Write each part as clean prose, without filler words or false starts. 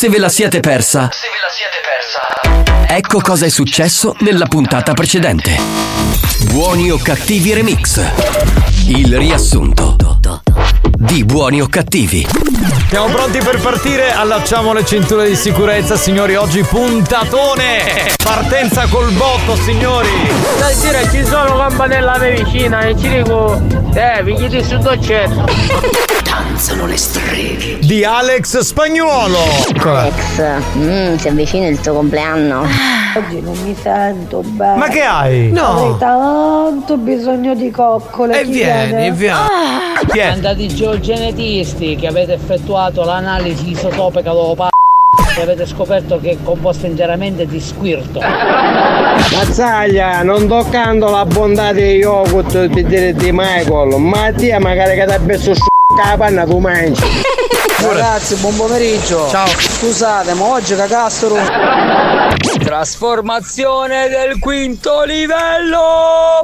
Se ve la siete persa, ecco cosa è successo nella puntata precedente. Buoni o cattivi remix. Il riassunto di Buoni o cattivi. Siamo pronti per partire, allacciamo le cinture di sicurezza, signori. Oggi puntatone, partenza col botto, signori. Stasera ci sono campanella vicina e ci dico, vi chiedi sul doccetto. Danzano le streghe di Alex Spagnuolo. Alex, si avvicina il tuo compleanno. Oggi non mi sento bene. Ma che hai? No. Avrei tanto bisogno di coccole. E vieni. Andate i geogenetisti che avete effettuato l'analisi isotopica dopo e avete scoperto che è composta interamente di squirto. Mazzaglia, non toccando la bontà di yogurt di Michael, ma ti magari che ti ha messo la panna tu mangi. Ragazzi, buon pomeriggio. Ciao. Scusate, ma oggi cagastro. Trasformazione del quinto livello.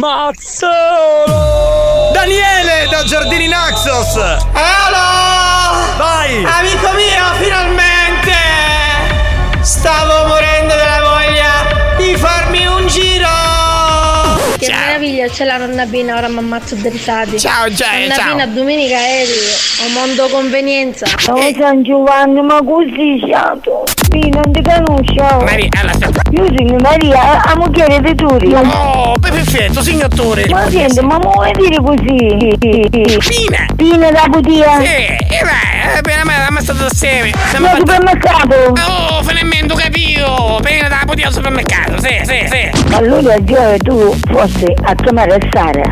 Mazzolo. Daniele da Giardini Naxos. Eolo! Vai! Amico mio, finalmente! Stavo morendo della voglia di farmi un giro! Che meraviglia, c'è la nonna Pina, ora mi ammazzo dei risati. Ciao Gioia, nonna ciao! Pina, domenica eri, o mondo convenienza. San Giovanni, ma così siamo. Non ti conosco. Maria, io sono Maria, la moglie di Turi. Oh, perfetto, signore. Ma senti, ma vuoi dire così? Pina da Putia? Sì, vai, appena mai stato assieme. Siamo al supermercato. Oh, finalmente ho capito. Pina da Putia al supermercato, sì. Allora Gioia, tu fossi a chiamare Sara.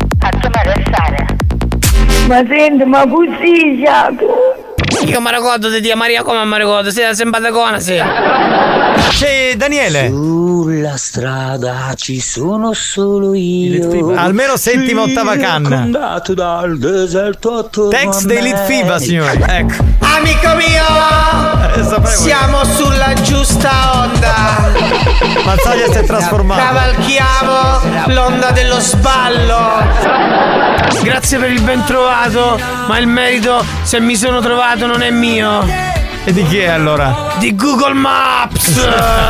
Ma senti, ma così siamo. Io mi ricordo di Dio Maria, come mi ricordo, sei simpatagona, sì. C'è Daniele. Sulla strada ci sono solo io. Almeno settima, ottava canna. Condato dal deserto attorno Tex dei Litfiba, signori. Ecco. Amico mio, siamo sulla giusta onda. Mazzaglia si è trasformato. Cavalchiamo l'onda dello sballo. Grazie per il ben trovato, ma il merito, se mi sono trovato, non è mio. E di chi è allora? Di Google Maps.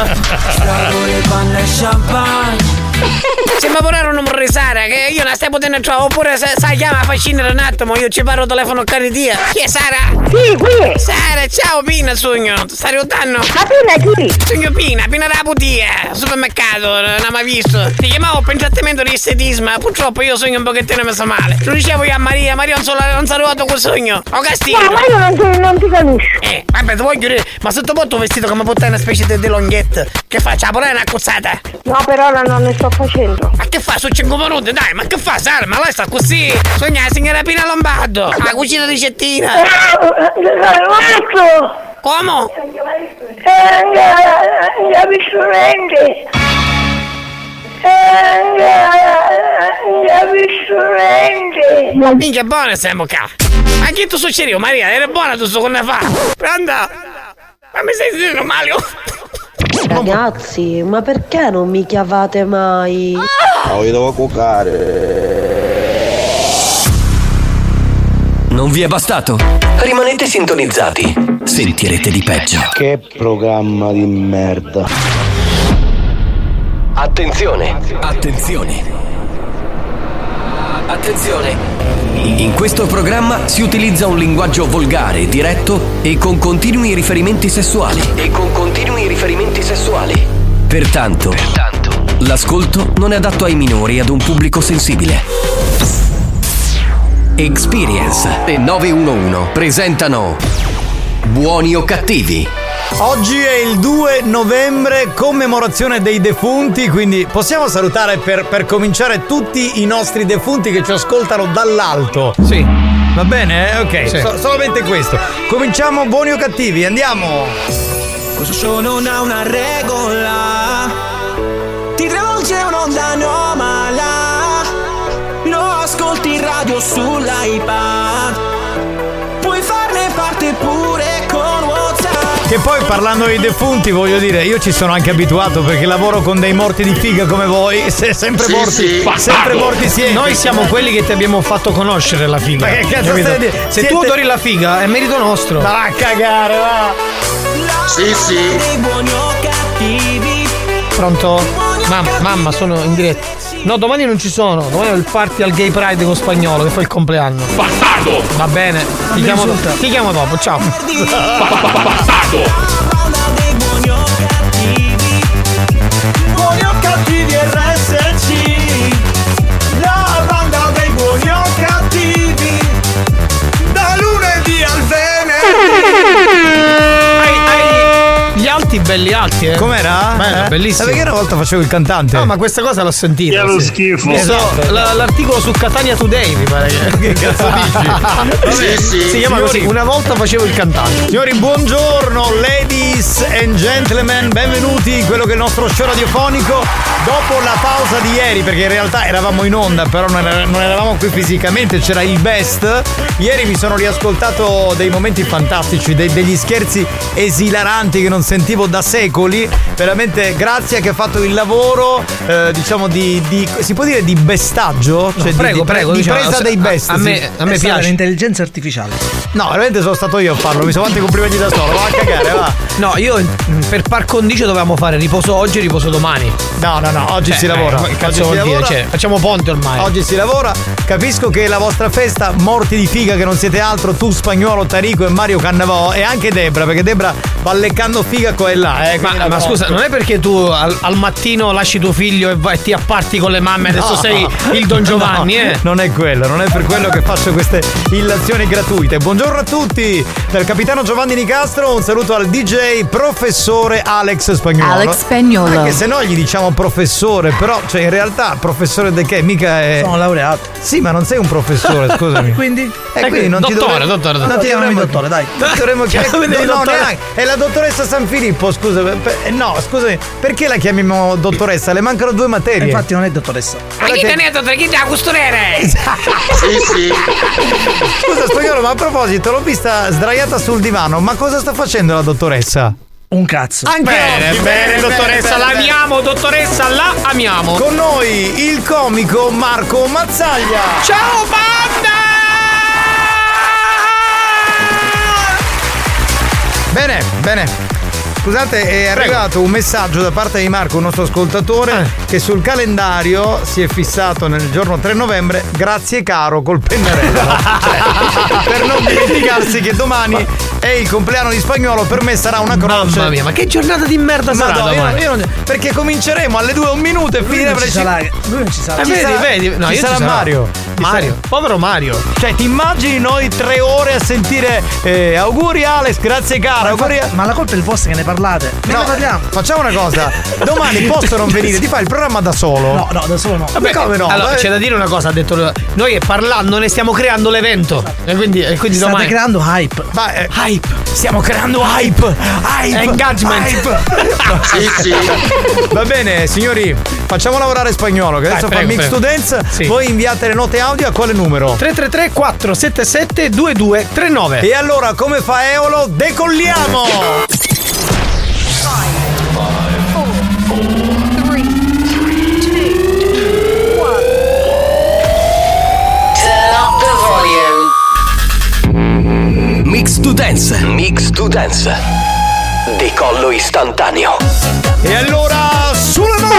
Se mi vorrei non vorrei Sara, che io la stai potendo trovare, oppure se chiama Fascina un attimo, io ci parlo telefono caritia. Chi è Sara? Sì, qui. Sara, ciao Pina, sogno, ti stai rotando? Ma Pina chi? Sogno Pina da Putia, supermercato, non ho mai visto. Ti chiamavo per un trattamento di estetismo, purtroppo io sogno un pochettino messo male. Lo dicevo io a Maria non si è arrivato col sogno. O castigo. No, ma io non ti conosco. Vabbè, ti voglio dire, ma sotto potto vestito come può una specie di longhette. Che faccia? Pure una cozzata? No, per ora non ne sto facendo. Ma che fa? Su 5 minuti, dai, ma che fa Sara? Ma lei sta così? Sogna la signora Pina Lombardo, la cucina di Cettina. Come? Minchia buona siamo qua. Ma che tu succedi, Maria? Era buona tu come fa? Prenda! Ma mi sei sentito male? Ragazzi, ma perché non mi chiavate mai? io devo cuccare. Non vi è bastato? Rimanete sintonizzati. Sentirete di peggio. Che programma di merda. Attenzione. In questo programma si utilizza un linguaggio volgare, diretto e con continui riferimenti sessuali. Pertanto, l'ascolto non è adatto ai minori e ad un pubblico sensibile. Experience e 911 presentano Buoni o cattivi. Oggi è il 2 novembre, commemorazione dei defunti, quindi possiamo salutare per cominciare tutti i nostri defunti che ci ascoltano dall'alto. Sì. Va bene? Ok, sì. Solamente questo. Cominciamo Buoni o cattivi, andiamo. Questo show non ha una regola, ti travolge un'onda anomala, lo ascolti in radio sull'iPad, puoi farne parte pure con WhatsApp. Che poi parlando dei defunti voglio dire, io ci sono anche abituato perché lavoro con dei morti di figa come voi, sempre morti siete. Noi siamo quelli che ti abbiamo fatto conoscere la figa. Ma che cazzo stai Se tu adori la figa è merito nostro. Ma va a cagare, va. Sì. Dei buoni o cattivi. Pronto? Mamma, sono in diretta. No, domani non ci sono. Domani ho il party al Gay Pride con Spagnolo, che fa il compleanno. Bastardo! Va bene. Ti chiamo dopo, ciao. Bastardo! Buoni o cattivi RSC, la banda dei buoni o cattivi, da lunedì al venerdì. Gli alti belli alti, Com'era? Beh, bellissimo. Perché una volta facevo il cantante? No, ma questa cosa l'ho sentita. Che lo schifo. L'articolo su Catania Today mi pare che cazzo dici? Sì. Si chiama così, una volta facevo il cantante. Signori, buongiorno, ladies and gentlemen, benvenuti in quello che è il nostro show radiofonico dopo la pausa di ieri, perché in realtà eravamo in onda, però non eravamo qui fisicamente, c'era il best. Ieri mi sono riascoltato dei momenti fantastici, degli scherzi esilaranti che non sentivo da secoli. Veramente grazie a chi ha fatto il lavoro, diciamo di si può dire di bestaggio? No, Cioè prego, di diciamo, presa dei best. A me piace l'intelligenza artificiale. No, veramente sono stato io a farlo, mi sono fatti complimenti da solo, va a cagare, va. No, io per par condicio dovevamo fare riposo oggi e riposo domani. No, oggi si lavora. Che cazzo vuol dire? Cioè, facciamo ponte ormai. Oggi si lavora. Capisco che la vostra festa, morti di figa, che non siete altro, tu, Spagnolo, Tarico e Mario Cannavò, e anche Debra, perché Debra va leccando figa qua e là. Ma scusa, non è perché tu al mattino lasci tuo figlio e ti apparti con le mamme, adesso sei il Don Giovanni, Non è quello, non è per quello che faccio queste illazioni gratuite. Buongiorno a tutti, dal capitano Giovanni Nicastro, un saluto al DJ professore Alex Spagnolo. Alex Spagnolo. Anche se noi gli diciamo professore, però cioè in realtà professore di che? Mica è. Sono laureato. Sì, ma non sei un professore, scusami. Quindi? Quindi non dottore. Non ti dovremmo dottore, dai. Dovremmo chiamare. No, neanche. È la dottoressa San Filippo, scusa. No, scusami, perché la chiamiamo dottoressa? Le mancano 2 materie. Infatti non è dottoressa. Ma chi te ne è dottore? Chi te ha costurere? Sì. Scusa, Spagnolo, ma a proposito, l'ho vista sdraiata sul divano. Ma cosa sta facendo la dottoressa? Un cazzo. Anche Bene, dottoressa, la amiamo, dottoressa, la amiamo. Con noi il comico Marco Mazzaglia. Ciao banda! Bene. Scusate, è arrivato un messaggio da parte di Marco, un nostro ascoltatore, che sul calendario si è fissato nel giorno 3 novembre, grazie caro, col pennarello. Per non dimenticarsi che domani è il compleanno di Spagnolo, per me sarà una croce. Mamma mia, ma che giornata di merda sarà domani? Perché cominceremo alle 2:01 e finiremo alle 5. Lui non ci sarà. Vedi? No, ci sarà Mario. Povero Mario. Cioè, ti immagini noi 3 ore a sentire auguri Alex, grazie caro. Ma la colpa è il vostro che ne parlate. No, parliamo. Facciamo una cosa. Domani posso non venire, ti fai il programma da solo? No, da solo no. Vabbè, come no? Allora, c'è da dire una cosa, ha detto lui. Noi parlando ne stiamo creando l'evento. E quindi State domani. creando hype. Hype. Stiamo creando hype. Engagement. Sì. Va bene, signori, facciamo lavorare Spagnolo, che adesso fa Mix to Dance. Sì. Voi inviate le note audio a quale numero? 333 477 2239. E allora, come fa Eolo, decolliamo! Mix to Dance. Decollo istantaneo. E allora, sulla mano!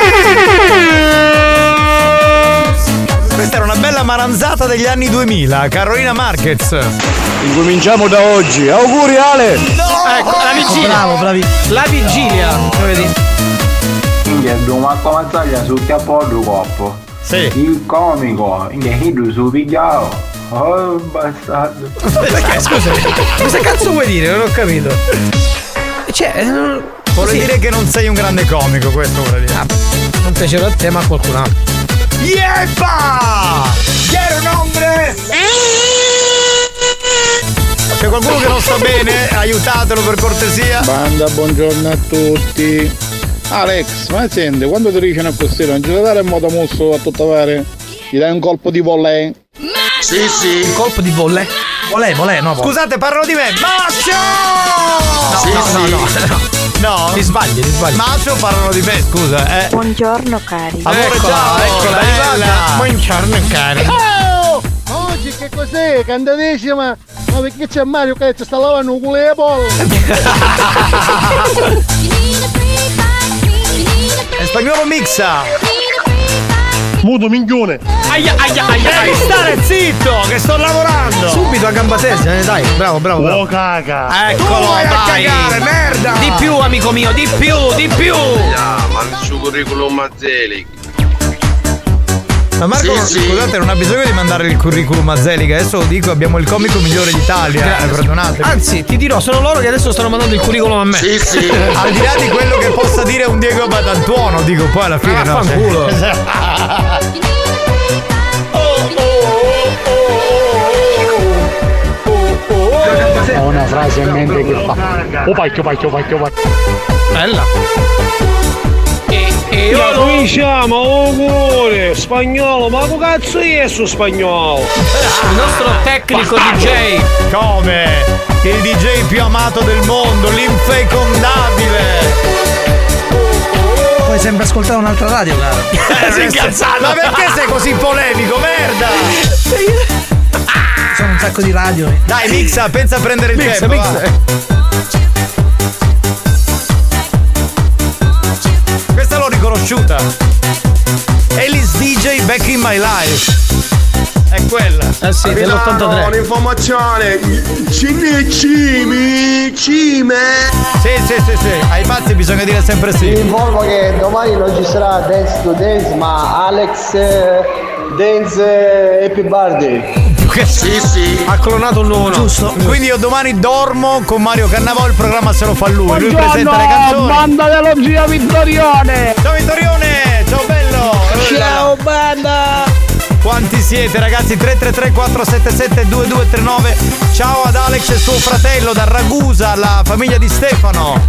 Questa era una bella maranzata degli anni 2000, Carolina Marquez. Incominciamo da oggi. Auguri Ale! No! Ecco, la vigilia. Bravo, bravi. La vigilia. Lo vedi? Inghia Marco Mazzaglia sul cappotto coppo. Sì. Il comico, inghia Hidru su pigliao. Oh bastardo. Perché scusami? Cosa cazzo vuoi dire? Non ho capito. Cioè, vorrei dire che non sei un grande comico, questo vorrei dire. Non piacerà a te, ma a qualcun altro. Yepa! Quiero nombre! C'è qualcuno che non sta bene? Aiutatelo per cortesia. Banda, buongiorno a tutti. Alex, ma senti, quando ti riescono a costare, non ci da dare in modo mosso a tuttavare? Gli dai un colpo di volley? Sì. Un colpo di volley? Volè, no. Scusate, parlano di me. Macio! No. Ti sbagli. Macio parlano di me, scusa. Buongiorno cari. Amore, ciao. Eccola. Buongiorno cari. Oh! Oggi che cos'è? Cantadesima Ma perché c'è Mario che sta lavando un culo di pollo? È Spagnolo mixa. Muto minchione. Aia. Devi stare zitto, che sto lavorando. Subito a gamba tesa, dai, bravo. Oh caga. Eccolo, vai a cagare, merda. Di più, amico mio, di più. Ma il suo curriculum a Zelig. Ma Marco, scusate, non ha bisogno di mandare il curriculum a Zeliga. Adesso lo dico, abbiamo il comico migliore d'Italia. Perdonatemi. Anzi, ti dirò, sono loro che adesso stanno mandando il curriculum a me. Sì. Al di là di quello che possa dire un Diego Batantuono, dico poi alla fine no. Fanculo. Ho una frase in mente che fa. Opacchio. Bella. E ora diciamo auguri spagnolo, ma che cazzo è su spagnolo? Il nostro tecnico DJ. Come? Il DJ più amato del mondo, l'infecondabile. Poi sembra ascoltare un'altra radio, caro. Sei incazzato. Ma perché sei così polemico, merda? Sono un sacco di radio. Dai, mixa, pensa a prendere il tempo. Mixa. Questa l'ho riconosciuta. Alice DJ Back in My Life. È quella. Sì, dell'83. Un'informazione. Cime. Sì. Ai pazzi bisogna dire sempre sì. Vi informo che domani non ci sarà Dance to Dance, ma Alex Dance Happy Birthday. Sì. Ha clonato un nuovo nome. Giusto. Quindi io domani dormo con Mario Cannavò, il programma se lo fa lui. Lui presenta le canzoni. Banda dello zio Vittorione. Ciao Vittorione, ciao bello. Ciao banda. Quanti siete ragazzi? 333-477-2239. Ciao ad Alex e suo fratello da Ragusa, la famiglia di Stefano.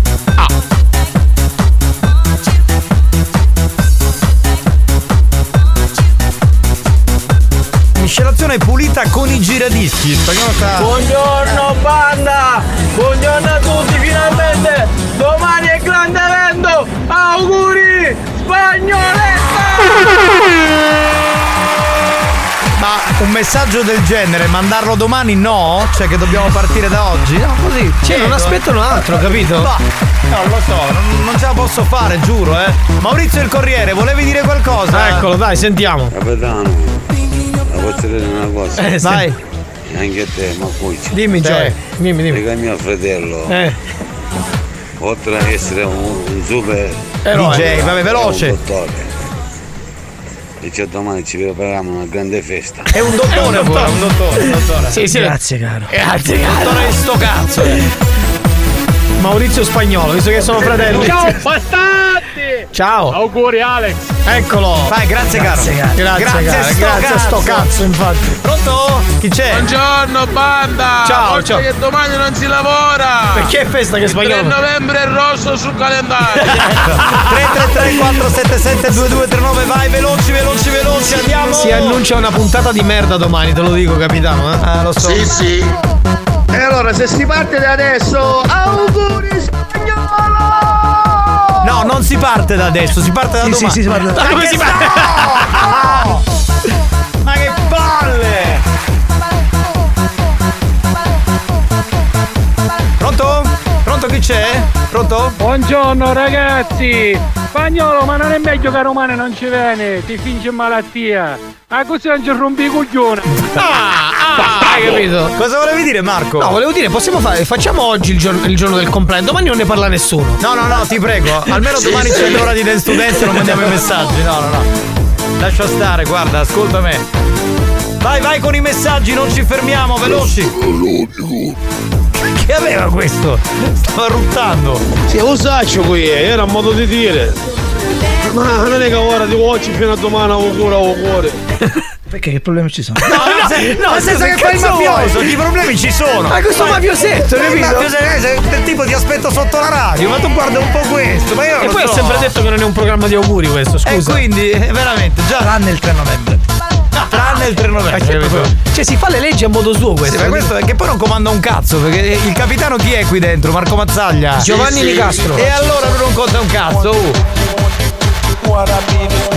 Miscelazione pulita con i giradischi. Spagnolo sta... Buongiorno banda. Buongiorno a tutti, finalmente. Domani è grande evento. Auguri Spagnoletta. Ma un messaggio del genere, mandarlo domani no? Cioè che dobbiamo partire da oggi? No, così. Cioè, non aspettano altro, capito? No, lo so, non ce la posso fare, giuro, Maurizio il Corriere, volevi dire qualcosa? Eccolo, dai, sentiamo. Capitano, la posso dire una cosa? Vai. Anche a te, ma poi Dimmi, Gioia. Dimmi. Perché mio fratello, oltre a essere un super DJ, vabbè, veloce. E c'è domani ci prepariamo una grande festa. È un dottore, un dottore. Sì. Grazie, caro. Grazie, dottore di sto cazzo. Maurizio Spagnolo, visto che sono fratelli. Ciao bastardi. Ciao. Auguri Alex. Eccolo. Vai, grazie caro. Grazie sto cazzo, infatti. Pronto? Chi c'è? Buongiorno banda. Ciao. Che domani non si lavora. Perché è festa che Spagnolo? 3 novembre è rosso sul calendario. 333-477-2239. Vai, veloci, andiamo. Si annuncia una puntata di merda domani, te lo dico, capitano. Lo so. Sì. E allora se si parte da adesso, auguri Spagnolo! No, non si parte da adesso, si parte da domani. Sì, si parte da Come si parte? No! Ma che palle! Pronto chi c'è? Pronto? Buongiorno ragazzi! Spagnolo, ma non è meglio che a Romano non ci viene, ti finge malattia. Ma così non ci rompi i coglioni. Hai capito? Cosa volevi dire, Marco? No, volevo dire, facciamo oggi il giorno del compleanno, domani non ne parla nessuno. No, ti prego, almeno domani c'è l'ora di Dance to Dance e non mandiamo i messaggi. No. Lascia stare, guarda, ascolta me. Vai con i messaggi, non ci fermiamo, veloci. Che aveva questo? Stava ruttando. Sì, lo saccio qui, era un modo di dire. Ma non è che ora di oggi fino a domani auguri. Perché che problemi ci sono? No, nel senso che fai il mafioso, i problemi ci sono. Ma questo mafiosetto, capito? Il mafioso è del tipo ti aspetto sotto la radio, ma tu guarda un po' questo. Ma io e poi ho sempre detto che non è un programma di auguri questo, scusa. E quindi, veramente, già. Tranne il 3 novembre. Tranne il 3 novembre. Cioè si fa le leggi a modo suo questo. Sì, ma questo è che poi non comanda un cazzo, perché il capitano chi è qui dentro? Marco Mazzaglia. Giovanni Nicastro. E allora lui non conta un cazzo.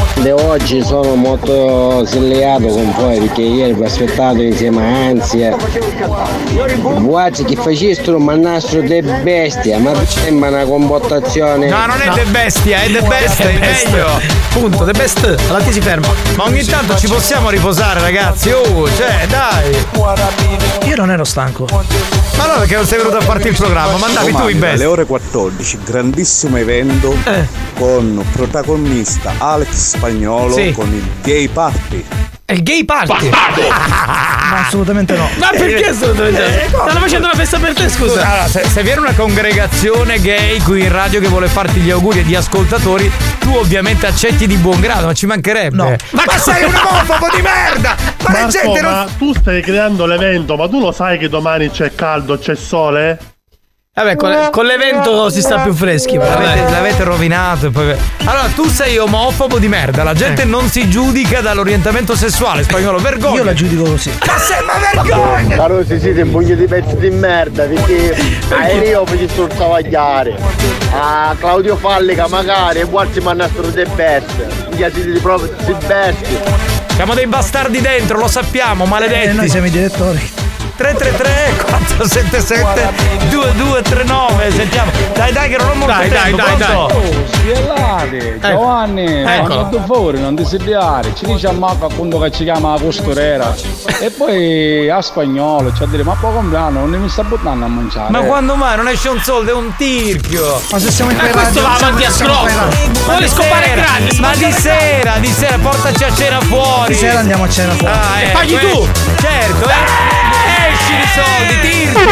De oggi sono molto selleato con voi perché ieri vi ho aspettato insieme a Ansia. Guardi che facessero un mannastro de bestia, ma sembra una combottazione. No, non è de bestia, è de best, è meglio. Punto, the best, allora ti si ferma. Ma ogni tanto ci possiamo riposare, ragazzi. Cioè, dai. Io non ero stanco. Ma allora perché non sei venuto a farti il programma? Ma andavi tu in bestia. Alle ore 14, grandissimo evento con protagonista Alex Spagnolo con il Gay Party. È il Gay Party? No, assolutamente no. Ma perché assolutamente no? Stanno facendo una festa per te, scusa. Allora, se viene una congregazione gay qui in radio che vuole farti gli auguri di ascoltatori, tu ovviamente accetti di buon grado, ma ci mancherebbe. No. Ma sei un omofobo di merda! Ma la gente non... ma tu stai creando l'evento, ma tu lo sai che domani c'è caldo, c'è sole? Vabbè, con l'evento si sta più freschi. L'avete rovinato. Allora, tu sei omofobo di merda. La gente non si giudica dall'orientamento sessuale. Spagnolo, vergogna. Io la giudico così. Ma vergogna! Caro, si siete un pugno di pezzi di merda perché a Elio mi ci sto travagliare. A Claudio Fallica magari e guardi mannastro de best. Siete di proprio di best. Siamo dei bastardi dentro, lo sappiamo, maledetti. Noi siamo i direttori. 333 477 2239. Sentiamo. Dai che non ho molto tempo. Dai. Spiellate, Giovanni, quando tu fuori non ti sibiare, ci dice a Marco appunto che ci chiama la costurera. E poi a Spagnolo ci a dire ma poi compleanno non mi sta buttando a mangiare. Ma quando mai? Non esce un soldo, è un tirchio. Ma se siamo in questo va avanti a scrocco. Vuole scopare gratis. Ma di sera, portaci a cena fuori. Di sera andiamo a cena fuori. E paghi tu. Certo, esci di soldi, tirchio.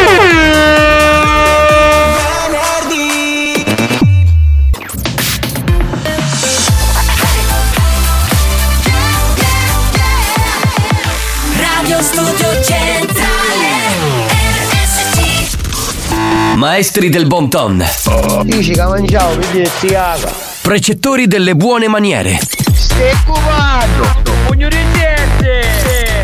Radio Studio Centrale RSC. Maestri del bon ton. Dici che mangiamo, quindi si caga. Precettori delle buone maniere. Stai cubando. Pugno di niente.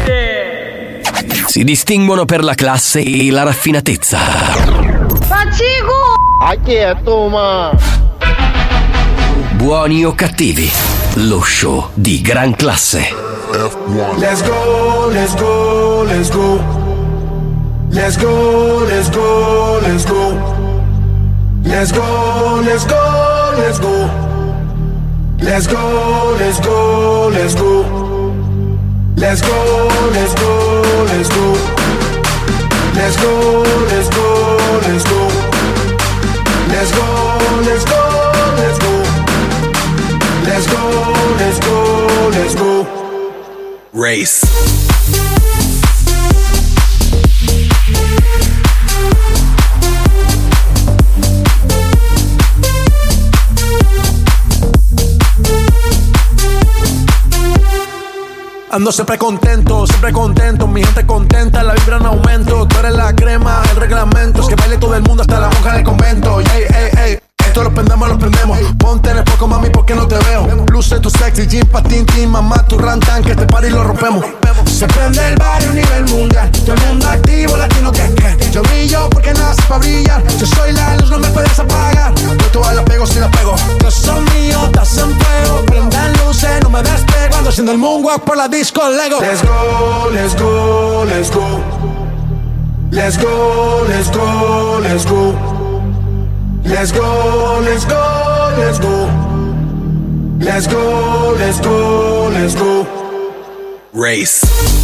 Si distinguono per la classe e la raffinatezza. Pazzico! A chi è tu, ma? Buoni o cattivi, lo show di gran classe. Let's go, let's go, let's go. Let's go, let's go, let's go. Let's go, let's go, let's go. Let's go, let's go, let's go. Let's go, let's go, let's go. Let's go, let's go, let's go. Let's go, let's go, let's go. Let's go, let's go, let's go. Race. Ando siempre contento, mi gente contenta, la vibra en aumento. Tú eres la crema, el reglamento, es que baile todo el mundo hasta la monja del convento. Ey, ey, ey, esto lo prendemos, ponte en el poco mami porque no te veo. Luce tu sexy, jean, patín, team, mamá, tu rantan, que este party lo rompemos. Se prende el barrio a nivel mundial, todo el mundo activo, latino que. Yo brillo porque nace pa' brillar, yo soy la luz, no me puedes apagar. Yo todas las pego si las pego. Yo soy mío, estás en fuego, prendan luces, no me despego. Ando haciendo el moonwalk por la disco Lego. Let's go, let's go, let's go. Let's go, let's go, let's go. Let's go, let's go, let's go. Let's go, let's go, let's go. Race.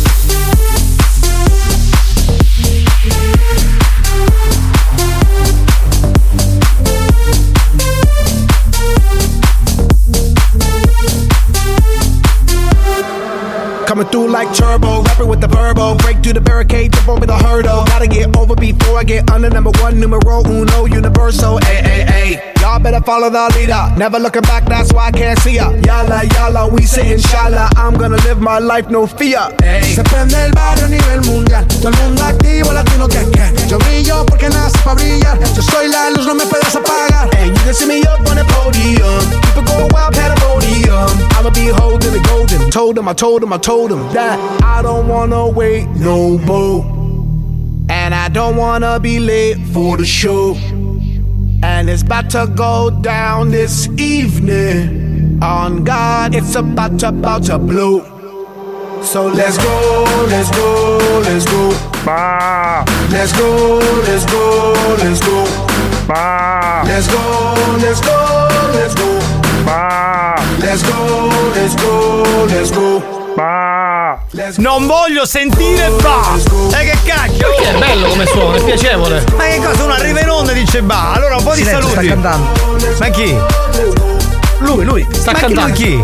Coming through like turbo, rapping with the verbo. Break through the barricade, jump over the hurdle. Gotta get over before I get under. Number one, numero uno, universal. Ay, ay, ay. Y'all better follow the leader. Never looking back, that's why I can't see ya. Yalla, yalla, we say inshallah. I'm gonna live my life, no fear. Ay. Se prende el barrio a nivel mundial. Todo el mundo activo, latino que. Yo brillo porque nace pa' brillar. Yo soy la luz, no me puedes apagar. And you can see me up on the podium. People go wild, pandemonium. I'ma be holding the golden. Told him that I don't wanna wait no more. And I don't wanna be late for the show. And it's about to go down this evening. On God, it's about to blow. So let's go, let's go, let's go. Let's go, let's go, let's go. Let's go, let's go, let's go. Let's go, let's go, let's go. Non voglio sentire ba. Che cacchio? Perché è bello come suono, è piacevole. Ma che cosa? Uno arriva in onda e dice ba. Allora un po' di Silenzio, saluti. sta cantando. Ma chi? Lui sta cantando. Chi?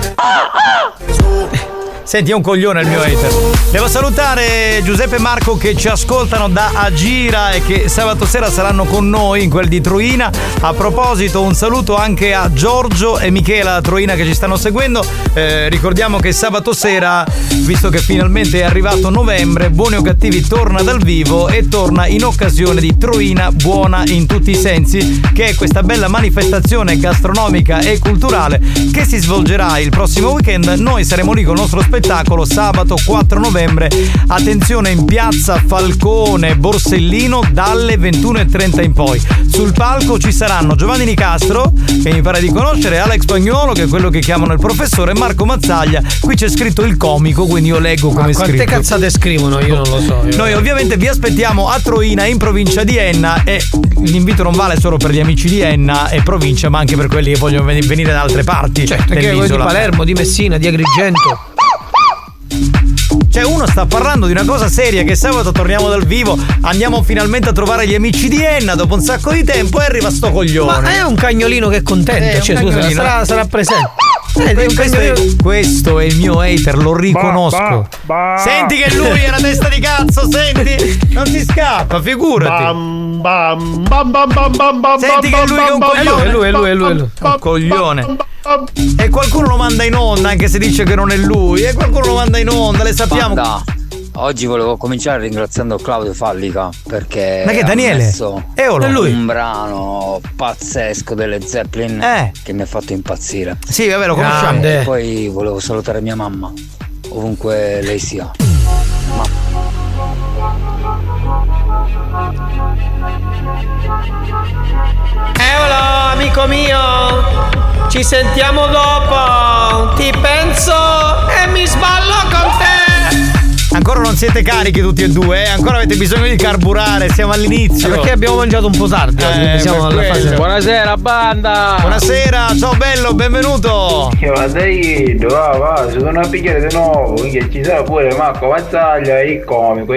Senti, è un coglione il mio hater. Devo salutare Giuseppe e Marco che ci ascoltano da Agira e che sabato sera saranno con noi in quel di Troina. A proposito, un saluto anche a Giorgio e Michela da Troina che ci stanno seguendo. Ricordiamo che sabato sera, visto che finalmente è arrivato novembre, Buoni o Cattivi torna dal vivo e torna in occasione di Troina Buona in tutti i sensi, che è questa bella manifestazione gastronomica e culturale che si svolgerà il prossimo weekend. Noi saremo lì con il nostro spettacolo sabato 4 novembre, attenzione, in piazza Falcone Borsellino dalle 21:30 in poi. Sul palco ci saranno Giovanni Nicastro, che mi pare di conoscere, Alex Spagnuolo, che è quello che chiamano il professore, e Marco Mazzaglia. Qui c'è scritto il comico, quindi io leggo come è scritto. Quante cazzate scrivono? Io non lo so. Noi ovviamente vi aspettiamo a Troina, in provincia di Enna, e l'invito non vale solo per gli amici di Enna e provincia, ma anche per quelli che vogliono venire da altre parti. Certo, che quelli di Palermo, di Messina, di Agrigento. Cioè uno sta parlando di una cosa seria, che sabato torniamo dal vivo, andiamo finalmente a trovare gli amici di Enna dopo un sacco di tempo e arriva sto coglione. Ma è un cagnolino che è contento, cioè scusa, sarà presente. Questo è il mio hater, lo riconosco. Senti che lui è una testa di cazzo, senti? Non ti scappa, figurati. Senti che lui è un coglione. È lui. Un coglione. E qualcuno lo manda in onda anche se dice che non è lui. E qualcuno lo manda in onda, le sappiamo. Banda, oggi volevo cominciare ringraziando Claudio Fallica perché ma che Daniele? Ha messo è lui. Un brano pazzesco delle Zeppelin che mi ha fatto impazzire. Sì, vabbè, lo conosciamo. E poi volevo salutare mia mamma, ovunque lei sia. Eolo, amico mio, ci sentiamo dopo. Ti penso e mi sballo con te. Ancora non siete carichi tutti e due, ancora avete bisogno di carburare, siamo all'inizio. Perché abbiamo mangiato un po' tardi oggi, siamo alla fase. Buonasera banda. Buonasera, ciao bello, benvenuto. Ma dai, va, se torno a pigliare di nuovo, che ci sarà pure Marco Mazzaglia e il comico,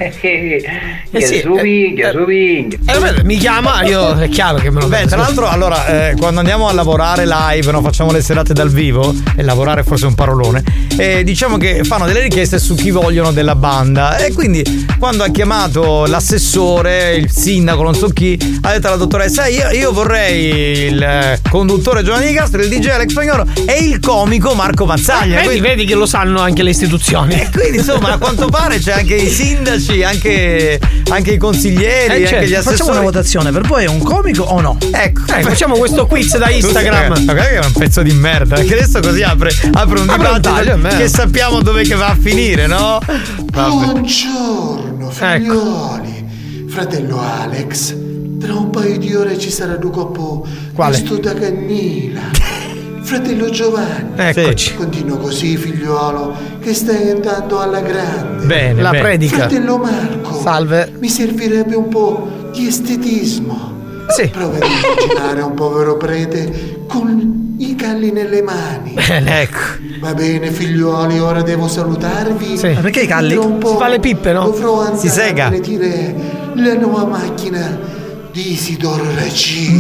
mi chiama, io è chiaro che me lo tra l'altro, allora, quando andiamo a lavorare live, no, facciamo le serate dal vivo, e lavorare forse è un parolone, diciamo che fanno delle richieste su chi vogliono della banda, e quindi quando ha chiamato l'assessore, il sindaco, non so chi, ha detto alla dottoressa io vorrei il conduttore Giovanni Nicastro, il DJ Alex Spagnuolo e il comico Marco Mazzaglia. Vedi che lo sanno anche le istituzioni. E quindi insomma a quanto pare c'è anche i sindaci, anche i consiglieri, anche gli assessori. Facciamo una votazione, per voi è un comico o no? Ecco, facciamo questo quiz da Instagram. Ma guarda che è un pezzo di merda, perché adesso così apre un dibattito che sappiamo dove che va a finire, no? Buongiorno figlioli, fratello Alex. Tra un paio di ore ci sarà un coppo. Quale? Sto da Cannila. Fratello Giovanni. Eccoci. Continua così figliuolo, che stai andando alla grande. Bene, la predica. Fratello Marco. Salve. Mi servirebbe un po' di estetismo. Sì. Prova ad immaginare un povero prete con i calli nelle mani. Bene, ecco. Va bene figliuoli, ora devo salutarvi. Sì. Ma perché i calli? Si fa le pippe, no? Dovrò andare si sega. a vedere la nuova macchina di Isidoro Racini.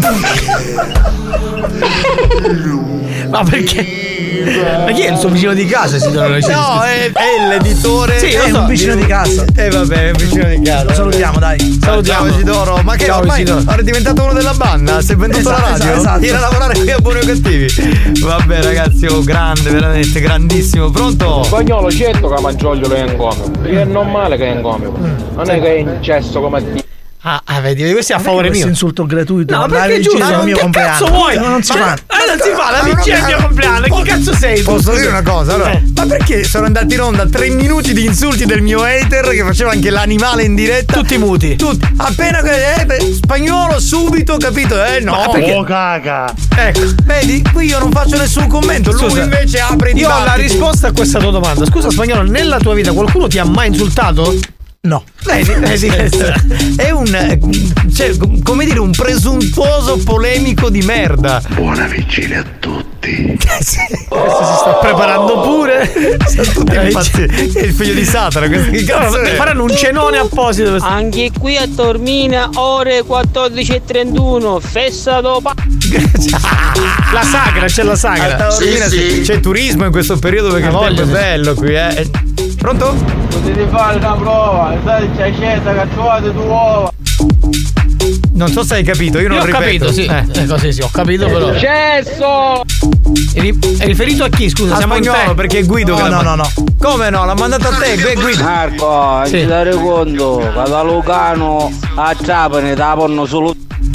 Ma perché? Ma chi è il suo vicino di casa? No, è l'editore. Sì, è un vicino di casa. Vabbè, è un vicino di casa. Lo salutiamo, dai. Salutiamo Isidoro. Ma che ciao, ormai Isidoro. è diventato uno della banda? Si è venduto la radio? Esatto. Viene a lavorare qui a Buoni o Cattivi. Vabbè ragazzi, grande, veramente grandissimo. Pronto? Spagnolo, certo che Mangioglio è in comico. Perché è normale che è in comico. Non è che è in cesso come a te. Vedi, questo è a favore mio. Questo insulto gratuito. No, andare perché giusto, al mio che compleanno. cazzo vuoi? Non si fa. Non si fa, la vigilia al mio compleanno. Chi cazzo sei? Posso dire una cosa? Allora, ma perché sono andati in onda 3 minuti di insulti del mio hater che faceva anche l'animale in diretta? Tutti muti. Appena spagnolo subito, capito? No. Ma perché? Oh caga. Ecco, vedi, qui io non faccio nessun commento. Lui invece apre i Io ho la dibattiti. risposta a questa tua domanda. Scusa spagnolo, nella tua vita qualcuno ti ha mai insultato? No. Vedi, è come dire, un presuntuoso polemico di merda. Buona vigilia a tutti. Questo si sta preparando pure. Sono tutti impazziti. È il figlio di Satana. Che cazzo è? Faranno un cenone apposito. Anche qui a Tormina, ore 14:31. Festa dopo. La sagra, c'è la sagra. Sì. C'è turismo in questo periodo perché il tempo è bello qui, Pronto? Potete fare una prova, sai c'è scelta che trovate due uova. Non so se hai capito, io non ho ripeto. capito, sì. Così sì, ho capito però. Successo! È riferito a chi, scusa? A Siamo Spagnolo, in te. perché è Guido che No. Come no? L'ha mandato a te, Guido. Marco, Sì. ci dare conto che da Lucano a Trapani da ponno solo.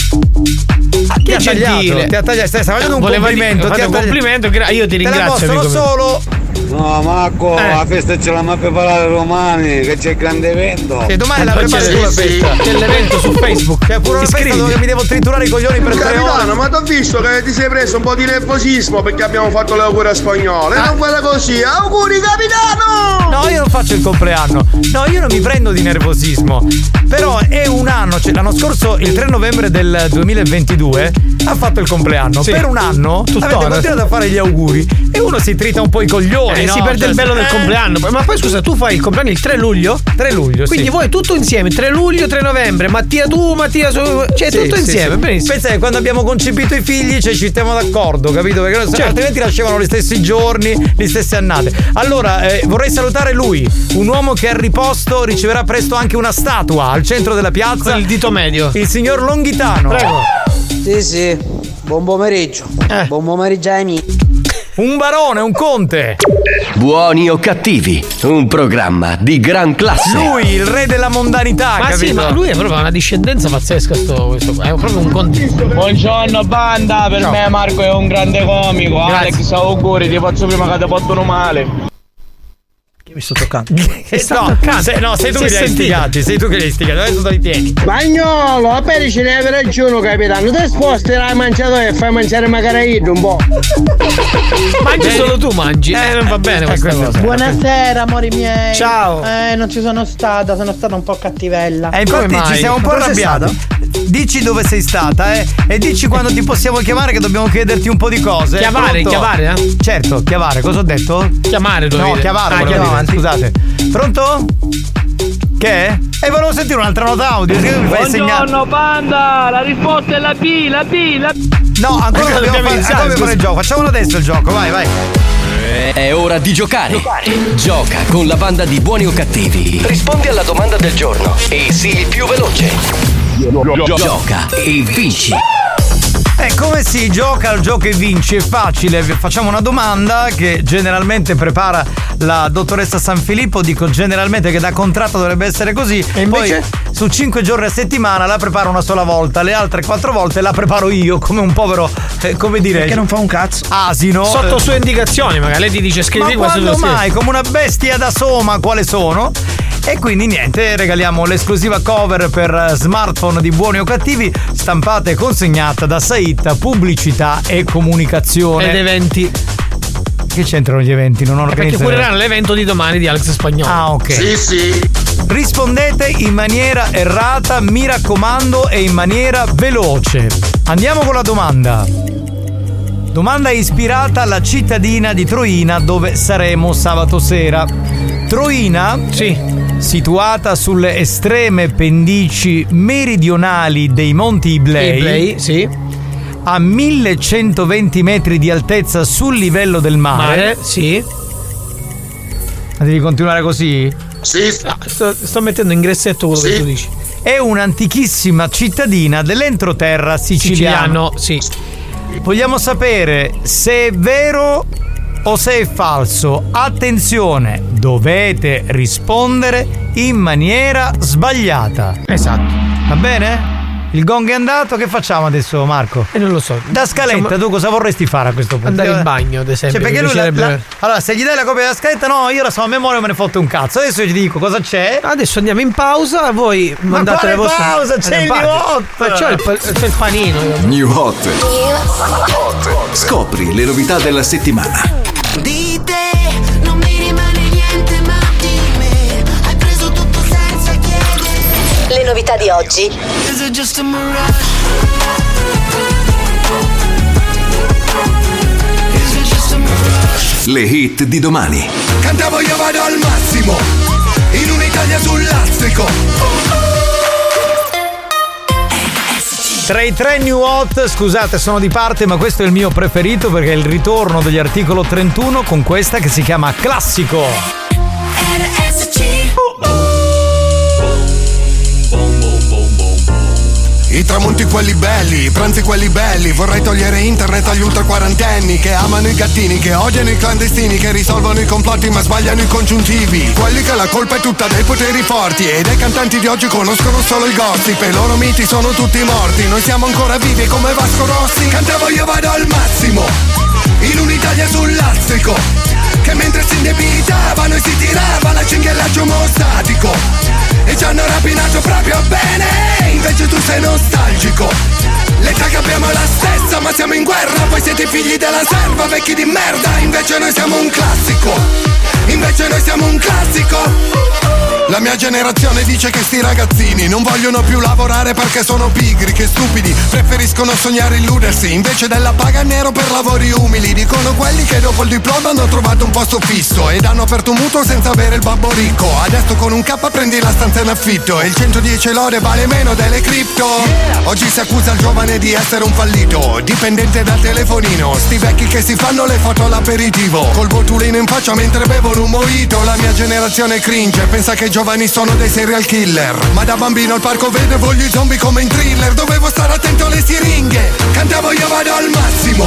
Ti ha tagliato, stai facendo un complimento. Ti un complimento, io ti ringrazio. Te la solo. No, Marco, la festa ce l'hanno preparata romani, che c'è il grande evento. Che domani la prepari tu la festa. C'è l'evento su Facebook. C'è pure una festa dove mi devo triturare i coglioni per 3 ore. Capitano, ma t'ho visto che ti sei preso un po' di nervosismo perché abbiamo fatto le auguri a Spagnolo. E non quella così. Auguri, capitano! No, io non faccio il compleanno. No, io non mi prendo di nervosismo. Però è un anno, cioè l'anno scorso, il 3 novembre del 2022, ha fatto il compleanno. Sì. Per un anno avete continuato a fare gli auguri. E uno si trita un po' i coglioni. No? Si perde il bello del compleanno. Ma poi scusa, tu fai il compleanno il 3 luglio? 3 luglio, quindi voi tutto insieme, 3 luglio, 3 novembre, Mattia tu, Mattia su. Cioè tutto insieme, benissimo. Pensa che quando abbiamo concepito i figli, cioè, ci stiamo d'accordo, capito? Perché altrimenti lasciavano gli stessi giorni, le stesse annate. Allora, vorrei salutare lui, un uomo che al riposto riceverà presto anche una statua al centro della piazza. Il dito medio. Il signor Longhitano. Prego. Sì. Buon pomeriggio. Buon pomeriggio amici. Un barone, un conte. Buoni o cattivi, un programma di gran classe. Lui, il re della mondanità, ma capito? sì, ma lui è proprio una discendenza pazzesca questo è proprio un conte. Buongiorno banda, per me Marco è un grande comico. Grazie. Alex, auguri, ti faccio prima che ti portano male. Che mi sto toccando. Sei tu che li hai istigati, adesso te li tieni. Spagnolo, appena ce ne hai ragione, capitano. Te sposterai mangiatore e fai mangiare magari un po'. Mangi solo tu, mangi. Non va bene questa cosa. Buonasera, amori miei. Ciao. Non ci sono stata un po' cattivella. Infatti ci siamo un po' arrabbiati. Dici dove sei stata, e dici quando ti possiamo chiamare che dobbiamo chiederti un po' di cose. Chiavare, Certo, chiavare, cosa ho detto? Chiamare, no, chiavare. Scusate. Pronto? Che è? Volevo sentire un'altra nota audio. Buongiorno banda, la risposta è la B. No, ancora dobbiamo fare il gioco. Facciamolo adesso il gioco, vai. È ora di giocare. Gioca con la banda di Buoni o Cattivi. Rispondi alla domanda del giorno e sii il più veloce. Gioca e vinci. Come si gioca al gioco e vinci? È facile, facciamo una domanda che generalmente prepara la dottoressa Sanfilippo, dico generalmente che da contratto dovrebbe essere così, e invece poi su 5 giorni a settimana la preparo una sola volta, le altre 4 volte la preparo io come un povero, come dire, perché non fa un cazzo, asino, sotto sue indicazioni magari lei ti dice scrivi questo. Ma quando mai, come una bestia da soma quale sono. E quindi niente, regaliamo l'esclusiva cover per smartphone di Buoni o Cattivi, stampata e consegnata da Saita Pubblicità e Comunicazione. Ed eventi. Che c'entrano gli eventi? Non organizzano. Perché cureranno l'evento di domani di Alex Spagnolo. Ah, ok. Sì. Rispondete in maniera errata, mi raccomando, e in maniera veloce. Andiamo con la domanda. Domanda ispirata alla cittadina di Troina, dove saremo sabato sera. Troina? Sì. Situata sulle estreme pendici meridionali dei Monti Iblei, sì. A 1120 metri di altezza sul livello del mare. Sì. Ma devi continuare così? Sì. Sto mettendo in gressetto quello che tu dici. È un'antichissima cittadina dell'entroterra siciliano. Sì. Vogliamo sapere se è vero o se è falso. Attenzione, dovete rispondere in maniera sbagliata. Esatto. Va bene? Il gong è andato, che facciamo adesso, Marco? Non lo so. Da scaletta, tu cosa vorresti fare a questo punto? Andare in bagno, ad esempio. Cioè, perché lui allora, se gli dai la copia della scaletta, no, io la so a memoria, me ne fotte un cazzo. Adesso io ti dico cosa c'è. Adesso andiamo in pausa, voi mandate le vostre. Pausa, c'è il New Hot! Ma c'è il panino. New Hot. Scopri le novità della settimana. Di te non mi rimane niente, ma di me hai preso tutto senza chiedere. Le novità di oggi. Is it just a mirage? Is it just a mirage? Le hit di domani. Cantavo io vado al massimo, in un'Italia sul lastrico. Tra i 3 New Hot, scusate, sono di parte, ma questo è il mio preferito perché è il ritorno degli Articolo 31 con questa che si chiama Classico. I tramonti quelli belli, i pranzi quelli belli. Vorrei togliere internet agli ultra quarantenni che amano i gattini, che odiano i clandestini, che risolvono i complotti ma sbagliano i congiuntivi. Quelli che la colpa è tutta dei poteri forti e dei cantanti di oggi conoscono solo i gossip. I loro miti sono tutti morti, noi siamo ancora vivi come Vasco Rossi. Cantavo io vado al massimo, in un'Italia sul lastrico, che mentre si indebitavano e si tirava la cinghiallaggio mostatico e ci hanno rapinato proprio bene, invece tu sei nostalgico. L'età che abbiamo è la stessa ma siamo in guerra, voi siete figli della serva, vecchi di merda, invece noi siamo un classico, invece noi siamo un classico. La mia generazione dice che sti ragazzini non vogliono più lavorare perché sono pigri, che stupidi, preferiscono sognare e illudersi invece della paga nero per lavori umili. Dicono quelli che dopo il diploma hanno trovato un posto fisso ed hanno aperto un mutuo senza avere il babbo ricco. Adesso con un K prendi la stanza in affitto e il 110 lode vale meno delle cripto. Oggi si accusa il giovane di essere un fallito, dipendente dal telefonino. Sti vecchi che si fanno le foto all'aperitivo col botulino in faccia mentre bevono un mojito. La mia generazione cringe, pensa che i giovani sono dei serial killer, ma da bambino al parco vedevo gli zombie come in thriller. Dovevo stare attento alle siringhe, cantavo io vado al massimo,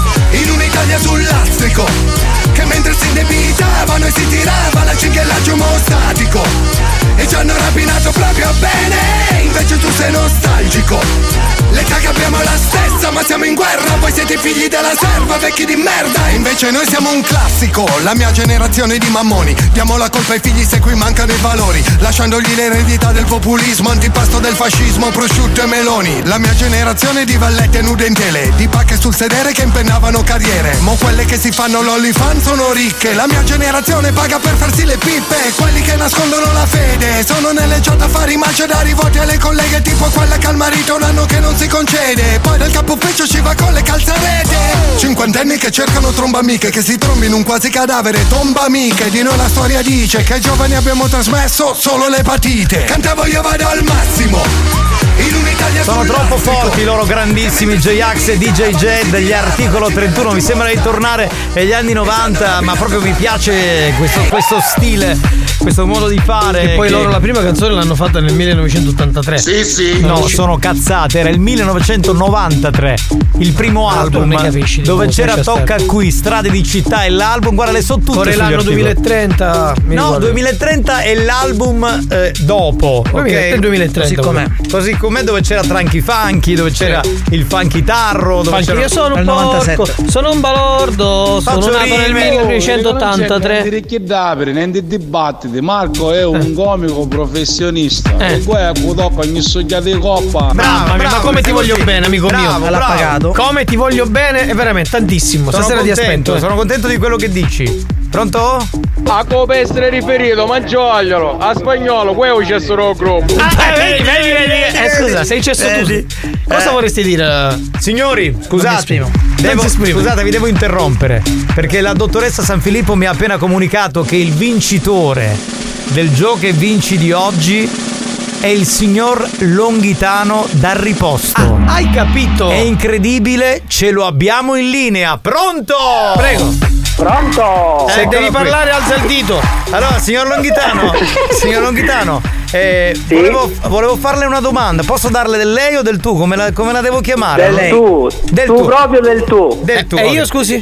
in un'Italia sul lastrico, che mentre si indebitavano e si tirava la cinghiallaggio mostatico e ci hanno rapinato proprio bene, invece tu sei nostalgico. L'età che abbiamo è la stessa ma siamo in guerra, voi siete figli della serva, vecchi di merda, invece noi siamo un classico. La mia generazione di mammoni, diamo la colpa ai figli se qui mancano i valori, lasciandogli l'eredità del populismo, antipasto del fascismo, prosciutto e meloni. La mia generazione di vallette nude in tele, di pacche sul sedere che impennavano carriere, mo quelle che si fanno l'OnlyFans sono ricche. La mia generazione paga per farsi le pippe, quelli che nascondono la fede sono nelle chat a fare i macedari, voti alle colleghe tipo quella che al marito un anno che non si concede, poi dal capo ufficio ci va con le calzarete. Cinquantenni che cercano trombamiche, che si trombino un quasi cadavere, tomba amiche. Di noi la storia dice che ai giovani abbiamo trasmesso solo l'epatite. Cantavo io vado al massimo, in un'Italia sono troppo forti i loro grandissimi J-Ax e DJ Jed, gli Articolo 31. Mi sembra di tornare negli anni 90, ma proprio mi piace questo stile, questo modo di fare. E poi loro la prima canzone l'hanno fatta nel 1983. Sì. No, sono cazzate, era il 1993, il primo album dove c'era Tocca qui, Strade di città e l'album, guarda, le so tutte. Ora è l'anno 2030. No, 2030 è l'album dopo. Ok, 2030. Così com'è, dove c'era Tranchi Funky, dove c'era il Funky Tarro, dove c'era... Io sono un porco, sono un balordo, sono nato nel 1983. Non ti chiedere, niente dibattiti. Marco è un comico professionista. E poi a Cudocco ogni soggiata di coppa. Bravo, ma come ti voglio bene, amico mio. L'ha pagato. Come ti voglio bene, è veramente tantissimo. Stasera ti aspetto. Sono contento di quello che dici. Pronto? A come essere riferito, mangiaglielo. A spagnolo, quello c'è solo gruppo. Vedi. Scusa, sei cesso tu. Cosa vorresti dire? Signori, scusate, vi devo interrompere perché la dottoressa Sanfilippo mi ha appena comunicato che il vincitore del Gioca e Vinci di oggi è il signor Longhitano dal Riposto. Hai capito? È incredibile, ce lo abbiamo in linea. Pronto? Prego. Pronto? Se devi parlare alza il dito. Allora, signor Longhitano, sì? volevo farle una domanda. Posso darle del lei o del tu? Come la devo chiamare? Del lei. Tu proprio del tu. Del tu. E io scusi?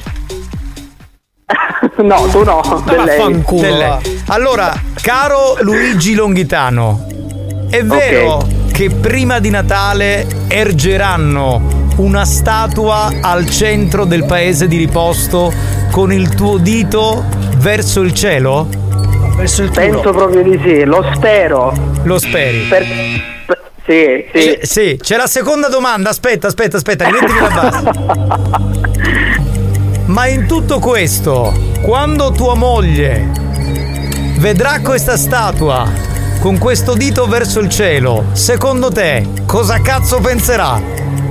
No, tu no. Del lei. Allora, caro Luigi Longhitano, è vero che prima di Natale ergeranno una statua al centro del paese di riposto con il tuo dito verso il cielo? Verso il culo? Penso proprio di sì, lo spero. Lo speri? Sì. Sì, c'è la seconda domanda, aspetta, rimettimi la base. Ma in tutto questo, quando tua moglie vedrà questa statua con questo dito verso il cielo, secondo te cosa cazzo penserà?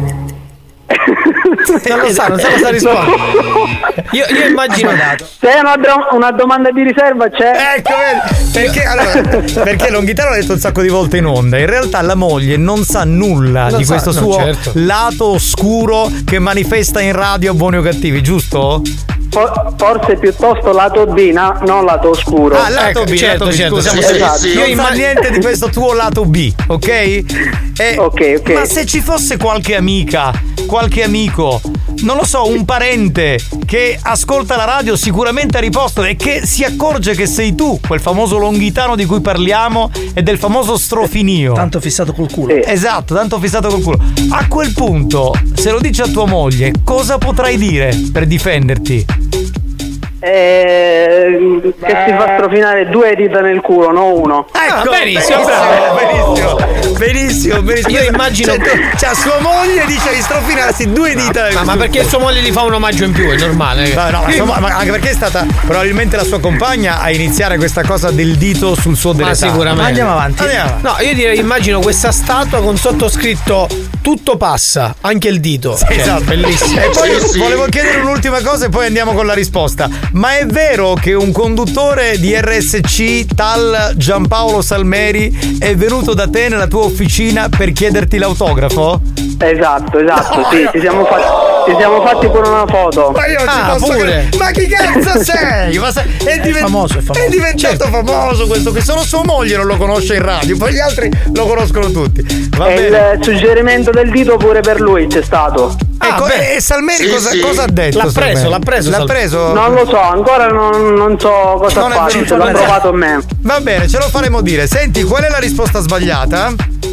Non lo sa rispondere. Io immagino. Se è una domanda di riserva c'è. Ecco, perché Longhitano l'ha detto un sacco di volte in onda. In realtà la moglie non sa nulla di questo suo lato oscuro che manifesta in radio a Buoni o Cattivi, giusto? Forse piuttosto lato B, non lato oscuro. Lato B, certo. Esatto. Non sa niente di questo tuo lato B, ok? Ok. Ma se ci fosse qualche amica, qualche amico, non lo so, un parente che ascolta la radio sicuramente a riposto e che si accorge che sei tu, quel famoso Longhitano di cui parliamo e del famoso strofinio. Tanto fissato col culo. Esatto, tanto fissato col culo. A quel punto, se lo dici a tua moglie, cosa potrai dire per difenderti? Che si fa strofinare 2 dita nel culo, non uno. Ecco, benissimo. Io immagino cioè sua moglie dice di strofinarsi 2 dita. Ma perché sua moglie gli fa un omaggio in più, è normale. No, ma anche perché è stata probabilmente la sua compagna a iniziare questa cosa del dito sul suo deletà. Ma sicuramente. Andiamo avanti. No, io direi, immagino questa statua con sottoscritto tutto passa, anche il dito. Esatto, bellissimo. E poi volevo chiedere un'ultima cosa e poi andiamo con la risposta. Ma è vero che un conduttore di RSC tal Giampaolo Salmeri è venuto da te nella tua officina per chiederti l'autografo? Esatto, sì, ci siamo fatti pure una foto. Ma io ci posso pure. Ma chi cazzo sei? È famoso. È diventato famoso questo, che solo sua moglie non lo conosce in radio, poi gli altri lo conoscono tutti. Va bene. Il suggerimento del dito pure per lui c'è stato. E Salmeri cosa ha detto? L'ha preso. Non lo so, ancora non so cosa ha fatto, ce l'ha provato a me. Va bene, ce lo faremo dire. Senti, qual è la risposta sbagliata?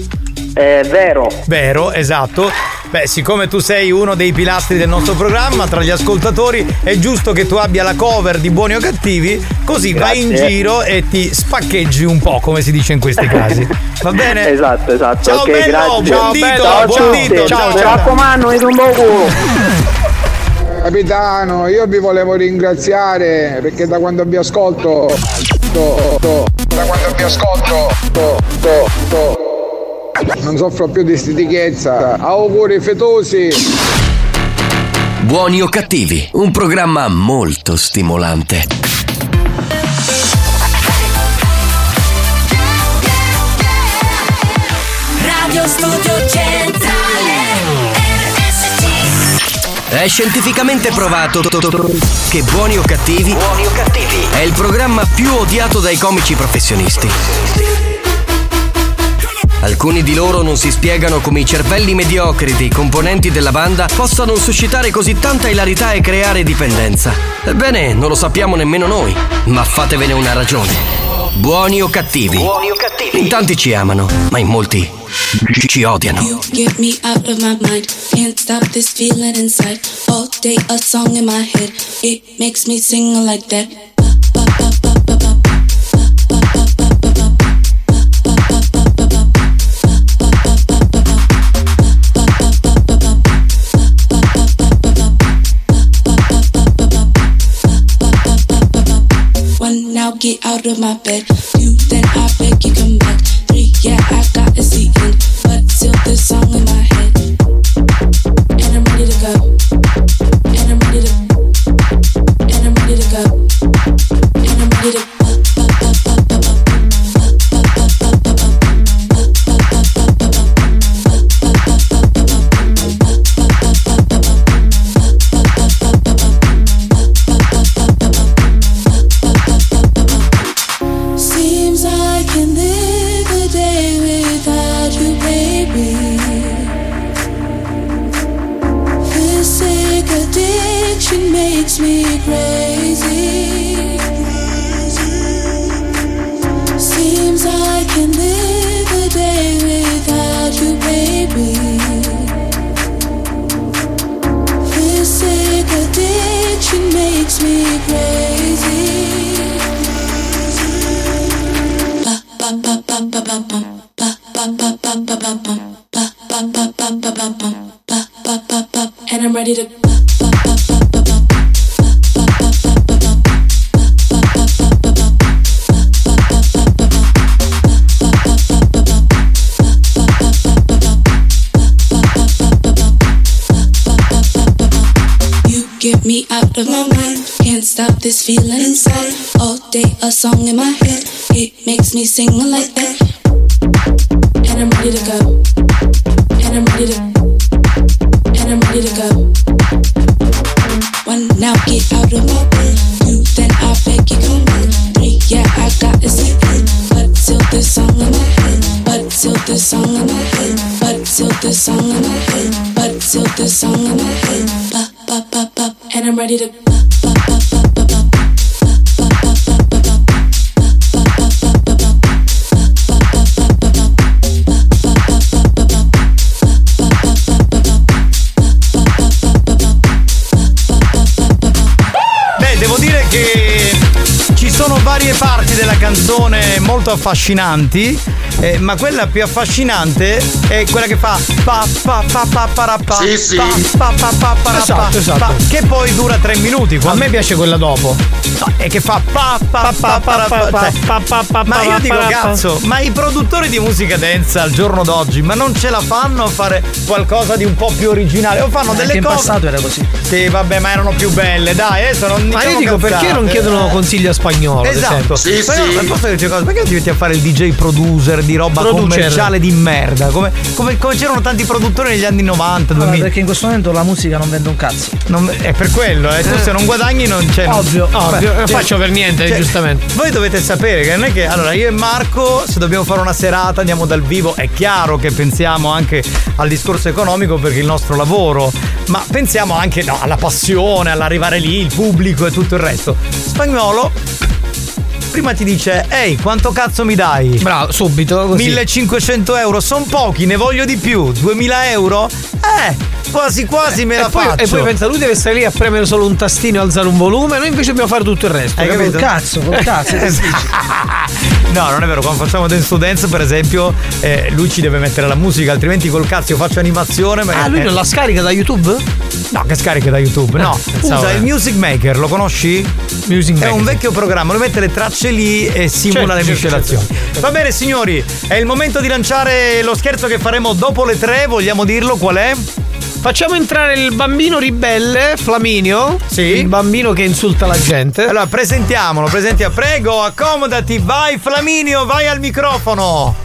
Vero, esatto. Beh, siccome tu sei uno dei pilastri del nostro programma, tra gli ascoltatori è giusto che tu abbia la cover di Buoni o Cattivi, così vai in giro e ti spaccheggi un po', come si dice in questi casi. Va bene? Esatto. Ciao, ok, bello, grazie. buon dito. Ciao. Mi raccomando, mi un po' culo. Capitano, io vi volevo ringraziare perché da quando vi ascolto non soffro più di stitichezza. Auguri fetosi. Buoni o Cattivi, un programma molto stimolante. Radio Studio Centrale È scientificamente provato che Buoni o Cattivi è il programma più odiato dai comici professionisti. Alcuni di loro non si spiegano come i cervelli mediocri dei componenti della banda possano suscitare così tanta ilarità e creare dipendenza. Ebbene, non lo sappiamo nemmeno noi, ma fatevene una ragione. Buoni o Cattivi. In tanti ci amano, ma in molti ci odiano. You get me out of my mind. Can't stop this feeling inside. All day a song in my head. It makes me sing like that. One, now get out of my bed. Two, then I beg you come back. Three, yeah, I got a seat in, but still this song in my head. And I'm ready to go. And I'm ready to. And I'm ready to go. And I'm ready to. Seems I can live a day without you, baby. This sick addiction makes me crazy. Seems I can live a day without me crazy. And I'm ready to get me out of my mind. Can't stop this feeling inside. All day a song in my head. It makes me sing like that. And I'm ready to go. And I'm ready to. And I'm ready to go. One, now get out of my bed. Two, then I beg you come in. Three, yeah, I got to sleep in. But still this song in my head. But still this song in my head. But still this song in my head. But still this song in my head. And I'm ready to. Beh, devo dire che ci sono varie parti della canzone molto affascinanti. Ma quella più affascinante è quella che fa pa pa pa pa pa pa. Sì, sì. Pa pa pa pa Esatto, esatto. pa, che poi dura 3 minuti. A me piace quella dopo. No, è che fa pa pa pa pa pa. Ma io dico cazzo, ma i produttori di musica dance al giorno d'oggi, ma non ce la fanno a fare qualcosa di un po' più originale? O fanno delle in cose. In passato era così. Sì, vabbè, ma erano più belle, dai, adesso non Ma io dico, perché non chiedono consigli a spagnolo? Esatto. Sì, però, sì. ma posso dirti una cosa? Perché non ti metti a fare il DJ producer di roba commerciale di merda? Come c'erano tanti produttori negli anni 90, 2000. Perché in questo momento la musica non vende un cazzo. È per quello, tu se non guadagni non c'è. Ovvio. Non faccio per niente, giustamente. Voi dovete sapere che non è che allora io e Marco, se dobbiamo fare una serata, andiamo dal vivo, è chiaro che pensiamo anche al discorso economico perché è il nostro lavoro, ma pensiamo anche alla passione, all'arrivare lì, il pubblico e tutto il resto. Spagnolo prima ti dice: ehi, quanto cazzo mi dai? Bravo, subito così. 1500 euro, son pochi, ne voglio di più. 2000 euro? Quasi quasi me la faccio. E poi pensa, lui deve stare lì a premere solo un tastino e alzare un volume, noi invece dobbiamo fare tutto il resto. Hai capito? Col cazzo. No, non è vero, quando facciamo Dance to Dance per esempio lui ci deve mettere la musica, altrimenti col cazzo io faccio animazione. Lui non la scarica da YouTube? No, che scarica da YouTube, no. Usa il Music Maker, lo conosci? Music Maker. È un vecchio programma, lo mette le tracce lì e simula le miscelazioni. Va bene signori, è il momento di lanciare lo scherzo che faremo dopo le 3, vogliamo dirlo qual è? Facciamo entrare il bambino ribelle, Flaminio. Sì. Il bambino che insulta la gente. Allora, presentiamolo. Prego, accomodati, vai Flaminio, vai al microfono.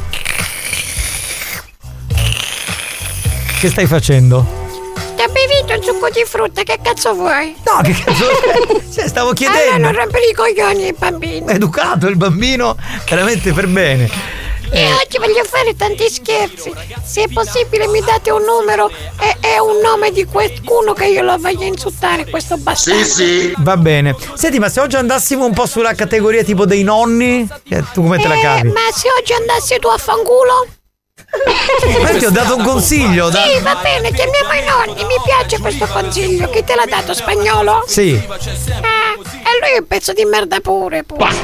Che stai facendo? Ti ha bevuto il succo di frutta, che cazzo vuoi? No, che cazzo? Stavo chiedendo. Allora non rompere i coglioni ai bambini. È educato il bambino, veramente per bene. Io oggi voglio fare tanti scherzi. Se è possibile mi date un numero e un nome di qualcuno che io lo voglio insultare, questo bastardo. Sì. Va bene. Senti, ma se oggi andassimo un po' sulla categoria tipo dei nonni, tu come te la cavi? Ma se oggi andassi tu a fanculo? Ma ti ho dato un consiglio. Sì, va bene, chiamiamo i nonni. Mi piace questo consiglio. Chi te l'ha dato, spagnolo? Sì. E lui è un pezzo di merda pure.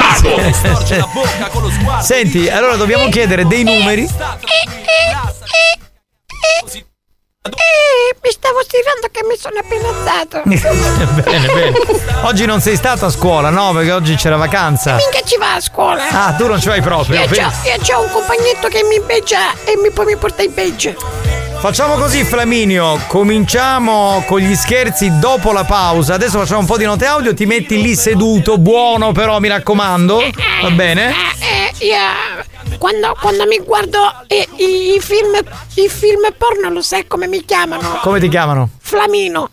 Senti, allora dobbiamo chiedere dei numeri. Mi stavo stirando che mi sono appena alzato. Bene. Oggi non sei stata a scuola, no? Perché oggi c'era vacanza. Minchia ci va a scuola. Ah, tu non ci vai proprio. Io c'ho un compagnetto che mi beggia e poi mi porta i beggi. Facciamo così, Flaminio, cominciamo con gli scherzi dopo la pausa. Adesso facciamo un po' di note audio, ti metti lì seduto, buono però, mi raccomando. Va bene? Quando mi guardo i film porno, lo sai come mi chiamano? Come ti chiamano? Flamino.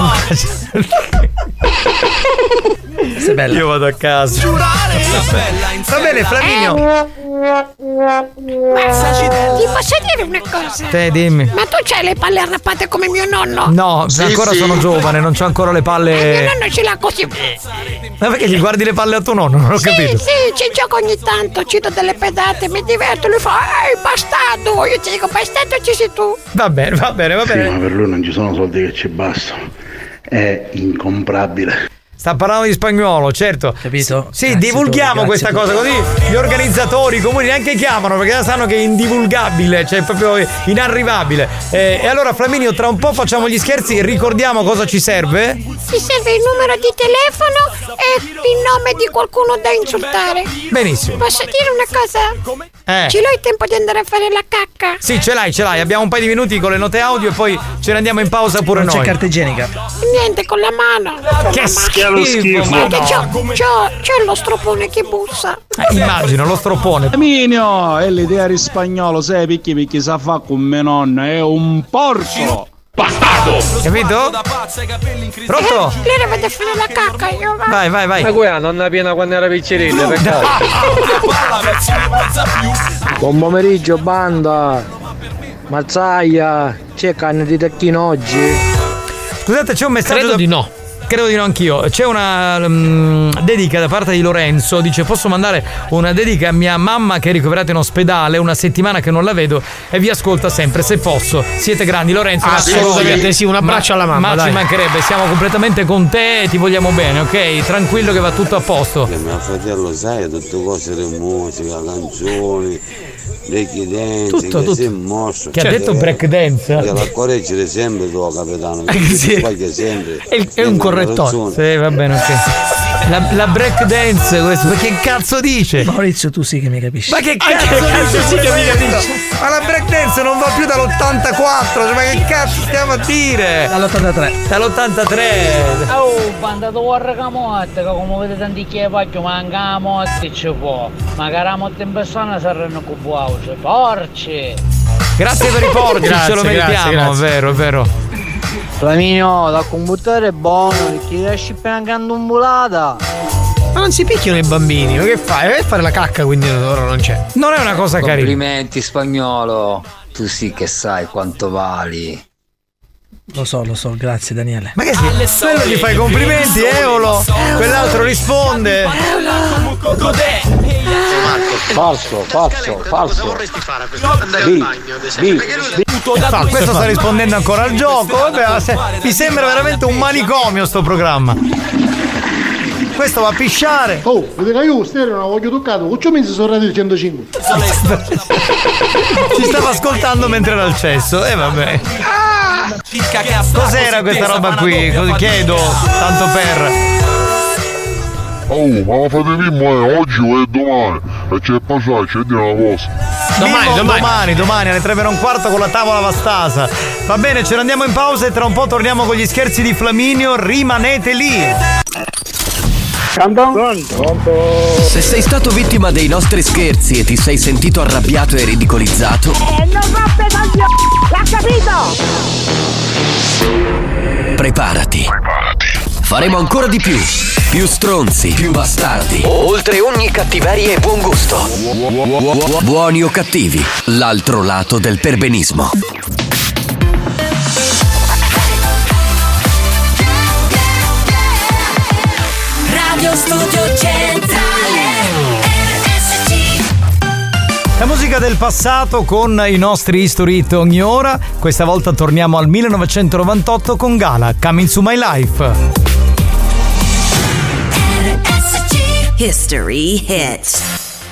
Sei bello. Io vado a casa. Va bene, Flaminio. Ma ti posso dire una cosa? Te, dimmi. Ma tu c'hai le palle arrappate come mio nonno? No, ancora sono giovane, non c'ho ancora le palle. Mio nonno ce l'ha così. Ma perché gli guardi le palle a tuo nonno? Non ho capito. Sì, ci gioco ogni tanto, ci do delle pedate, mi diverto, lui fa bastardo, io ti dico bastardo ci sei tu. Va bene. Sì, ma per lui non ci sono soldi che ci bastano. È incomprabile. Sta parlando di spagnolo, certo. Capito? Sì, divulghiamo questa cosa, così gli organizzatori, i comuni neanche chiamano perché già sanno che è indivulgabile, cioè proprio inarrivabile. E allora Flaminio, tra un po' facciamo gli scherzi, ricordiamo cosa ci serve? Ti serve il numero di telefono e il nome di qualcuno da insultare. Benissimo. Posso dire una cosa? Ce l'hai tempo di andare a fare la cacca? Sì, ce l'hai. Abbiamo un paio di minuti con le note audio e poi ce ne andiamo in pausa pure noi. C'è carta igienica. Niente, con la mano. Che schifo. Perché c'ho lo stropone che bussa. Immagino, lo stropone. Minio, è l'idea di spagnolo, sai perché sa fa con mia nonna, è un porco. Bastardo! Capito? Pronto? Lei deve fare la cacca, io Vai. Ma quella nonna piena quando era piccerina, peccato. Buon pomeriggio, banda. Mazzaia, c'è carne di tacchino oggi? Scusate, c'è un messaggio. Credo di no. Credo di no anch'io. C'è una dedica da parte di Lorenzo. Dice: posso mandare una dedica a mia mamma che è ricoverata in ospedale, una settimana che non la vedo e vi ascolta sempre se posso. Siete grandi, Lorenzo. Assolutamente sì, un abbraccio alla mamma. Ma dai. ci mancherebbe, siamo completamente con te e ti vogliamo bene, ok? Tranquillo che va tutto a posto. Mio fratello sai tutte cose di musica, canzoni, break dance, tutto. Si è mosso. Che ha detto break dance? Che la correggere sempre tu, capitano. Sì. Sbaglia sempre. È un correttore. Sì, va bene, ok. La break dance, questo, ma che cazzo dice? Maurizio, tu sì che mi capisci. Ma che cazzo dice? Sì che mi capisci. Ma la break dance non va più dall'84, ma che cazzo stiamo a dire? Dall'83. Oh, banda tu guarda camotte, che come vedete tanti che faccio manca la motte ci può. Magari la motte in persona saranno con voce. Porci. Grazie per i porci, ce lo meritiamo, grazie. È vero. Flaminio, da combuttare è buono, perché riesci appena candumbolata. Ma non si picchiano i bambini, ma che fai? Vai a fare la cacca, quindi ora non c'è. Non è una cosa carina. Complimenti spagnolo, tu sì che sai quanto vali. Lo so, grazie Daniele. Ma che sì? Quello gli fai complimenti, Eolo. Quell'altro risponde. Falso. Questo sta rispondendo ancora al gioco. Vabbè, mi sembra veramente un manicomio sto programma. Questo va a pisciare. Oh, vedete io stereo non voglio toccato. Cuccio mesi sono radio 105. Ci stava ascoltando mentre era al cesso. E vabbè. Cos'era questa roba qui? Chiedo, tanto per. Oh, ma fate primo oggi o è domani? E c'è passato, c'è di una cosa. Domani alle 3:15 con la tavola vastasa. Va bene, ce ne andiamo in pausa e tra un po' torniamo con gli scherzi di Flaminio. Rimanete lì. Se sei stato vittima dei nostri scherzi e ti sei sentito arrabbiato e ridicolizzato, Non roppe coglioni! L'ha capito! preparati. Faremo ancora di più. Più stronzi, più bastardi. Oltre ogni cattiveria e buon gusto. Buoni o cattivi, l'altro lato del perbenismo. Radio Studio Centrale RSC. La musica del passato con i nostri History Hit ogni ora. Questa volta torniamo al 1998 con Gala, Coming to My Life. History Hits.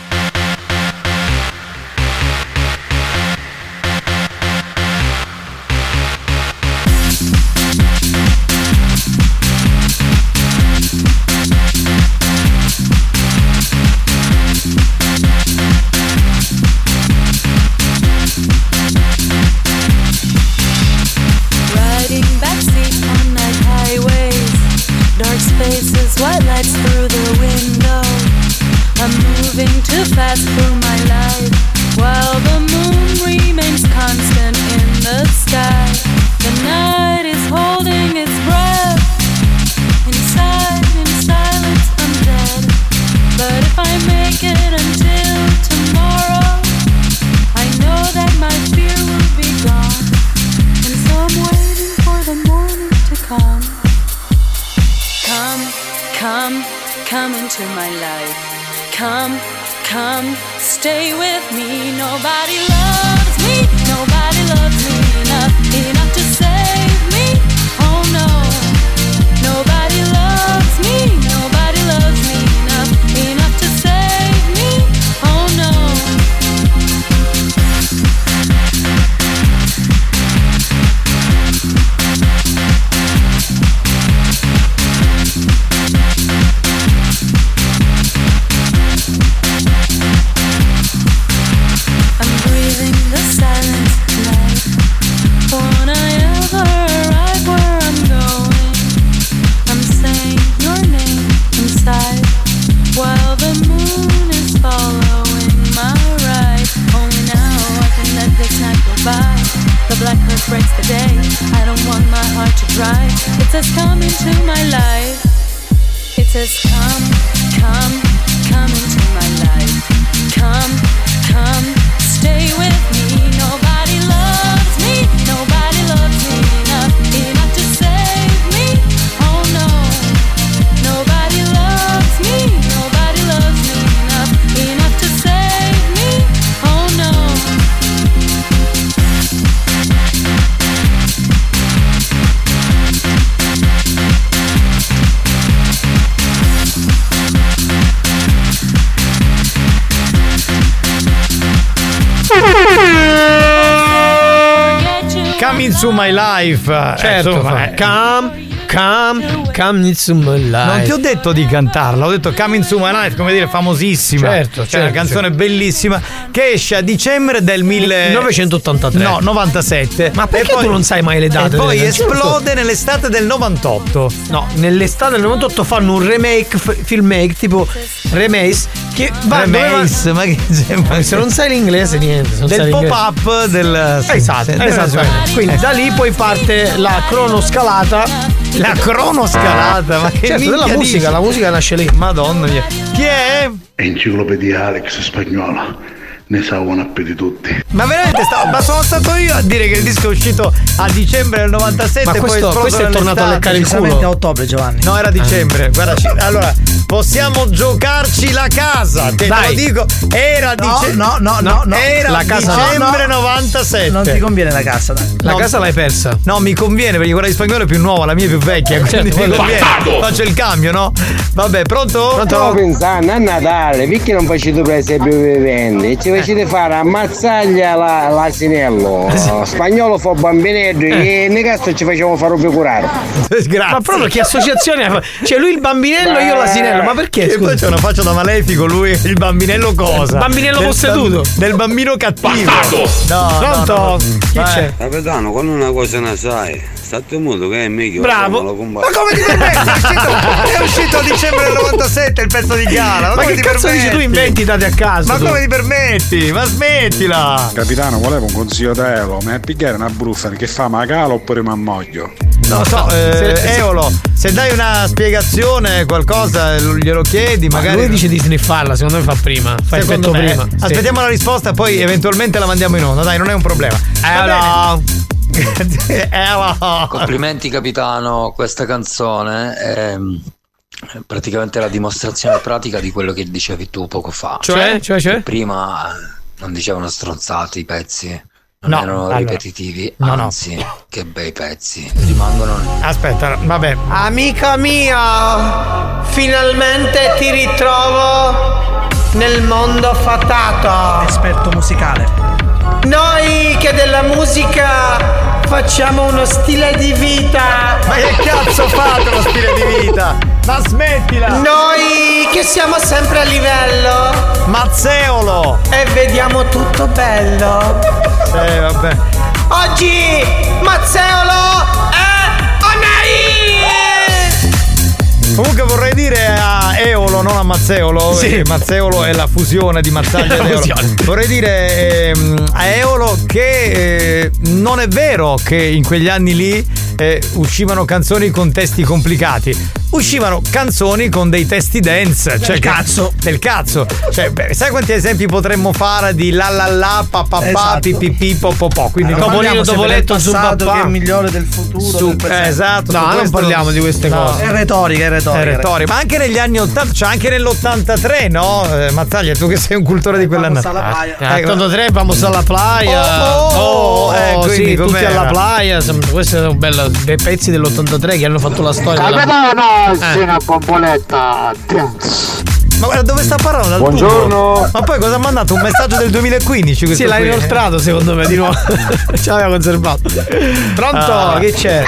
Riding backseat on night highways, dark spaces, white lights through the window. I'm moving too fast through my life, while the moon remains constant in the sky. The night is holding its breath. Inside, in silence, I'm dead. But if I make it until tomorrow, I know that my fear will be gone. And so I'm waiting for the morning to come. Come into my life. Come, stay with me. Nobody loves me enough to save me. Oh no, nobody loves me I don't want my heart to dry. It says come into my life. It says come, come, come into my life. Come, come, stay with me. Nobody loves me. Nobody loves me enough to save me. Oh no. Nobody loves me. Nobody loves me enough to save me. Oh no. Come into my life. Certo, come into my life. Non ti ho detto di cantarla, ho detto Come into my life, come dire, famosissima. Certo, cioè una canzone bellissima che esce a dicembre del 1983. No, 97. Ma perché poi, tu non sai mai le date? E poi esplode nell'estate del 98. No, nell'estate del 98 fanno un remake, filmake, tipo Remake, che va Remake, ma che ma se non sai l'inglese niente. Del pop-up del... Esatto. Quindi da lì poi parte la cronoscalata. La cronoscalata, ma che certo, della musica, dici? la musica nasce lì. Madonna mia. Chi è? Enciclopedia Alex spagnola. Ne sa una di tutti. Ma veramente ma sono stato io a dire che il disco è uscito a dicembre del 97. Ma questo è tornato a leccare il culo a ottobre, Giovanni. No, era dicembre. Guarda, allora possiamo giocarci la casa. Te lo dico. Era dicembre. Era la casa dicembre 97. Non ti conviene la casa, dai. La casa l'hai persa. No, mi conviene perché quella di spagnolo è più nuova, la mia è più vecchia. Quindi mi conviene. Faccio il cambio, no? Vabbè, pronto? Stavo pensando a Natale, perché non facete prese più viventi? Ci facete fare ammazzaglia l'asinello. Spagnolo fa bambinello e ne cazzo ci facciamo fare più curare. Grazie. Ma proprio che associazione è? Cioè lui il bambinello e io l'asinello. Ma perché? E poi c'è una faccia da malefico, lui il bambinello cosa? Bambinello posseduto. Del bambino cattivo. No. Pronto? Chi c'è? Capitano, quando una cosa ne sai, state muto che è meglio. Bravo. Ma come ti permetti? È uscito a dicembre del 97 il pezzo di gara. Ma che cazzo dici tu inventi date a caso? Ma come ti permetti? Ma smettila. Capitano, volevo un consiglio da Eolo, ma è pigliare una bruffa che fa magalo oppure mammoglio? Non so, Eolo, se dai una spiegazione, qualcosa, glielo chiedi, magari. Lui dice di sniffarla, secondo me fa prima. Fa effetto prima. Aspettiamo la risposta, poi eventualmente la mandiamo in onda. Dai, non è un problema. Complimenti capitano, questa canzone è praticamente la dimostrazione pratica di quello che dicevi tu poco fa. Cioè? Prima non dicevano stronzate i pezzi. Non erano ripetitivi, anzi, che bei pezzi. Rimangono. Aspetta, vabbè. Amica mia, finalmente ti ritrovo nel mondo fatato. Esperto musicale. Noi che della musica facciamo uno stile di vita. Ma che cazzo fate uno stile di vita? Ma smettila! Noi che siamo sempre a livello Mazzeolo! E vediamo tutto bello. Vabbè. Oggi Mazzeolo è Onai! Comunque vorrei dire a Eolo, non a Mazzeolo. Sì. Mazzeolo è la fusione di Mazzaglia ed Eolo. Vorrei dire a Eolo che non è vero che in quegli anni lì uscivano canzoni con testi complicati. Uscivano canzoni con dei testi dance, cioè del cazzo. Cioè, sai quanti esempi potremmo fare di la la la pa pa pa pi pi pi po po po. Quindi Topolino dopo letto su papà che è il migliore del futuro. Esatto. No, non parliamo di queste cose. È retorica. Ma anche negli anni 80, cioè anche nell'83, no? Mazzaglia, tu che sei un cultore di quell'anno. 83, vamos alla playa. Quindi sì, tutti alla playa. Questi sono bei pezzi dell'83 che hanno fatto la storia. Capitano, sì, una bomboletta. Ma guarda dove sta parlando? Buongiorno. Ma poi cosa ha mandato? Un messaggio del 2015? Sì, l'ha inoltrato secondo me di nuovo. Ce l'aveva conservato. Pronto? Che c'è?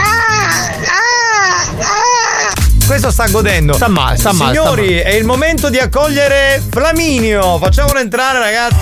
Questo sta godendo. Sta male. Signori, è il momento di accogliere Flaminio. Facciamolo entrare, ragazzi.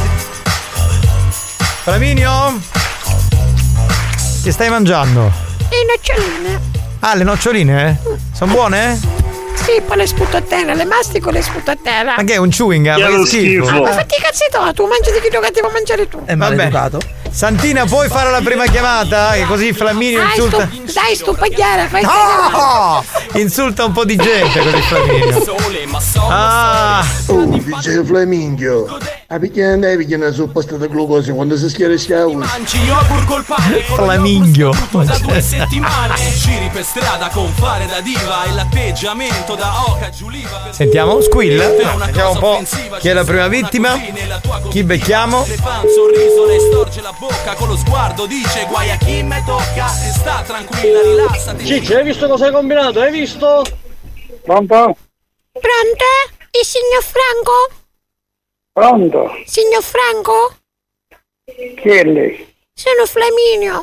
Flaminio? Che stai mangiando? Le noccioline. Ah, le noccioline? Sono buone? Sì, poi le sputo a terra, le mastico e le sputo a terra. Ma che è un chewing gum? Ma che schifo. Ma fatti i cazzi tu, mangi di chi tocca, devo mangiare tu. È maleducato. Santina, puoi fare la prima chiamata? Che così Flaminio insulta. Dai, sto pagliare, fai No! Insulta un po' di gente così Flaminio. Oh, dice Flaminio. A picchiare andai picchiare su posta di glucosio quando si schiera schiavo. Flaminio. Da 2 settimane giri per strada con fare da diva e l'atteggiamento da oca giuliva. Sentiamo, squilla. Sentiamo un po' chi è la prima vittima. Chi becchiamo? Fa un sorriso, le storge la bocca con lo sguardo, dice guai a chi me tocca e sta tranquilla, rilassati. Ciccio, hai visto cosa hai combinato? Hai visto? Pronto? Pronto? Il signor Franco? Pronto? Signor Franco? Chi è lei? Sono Flaminio.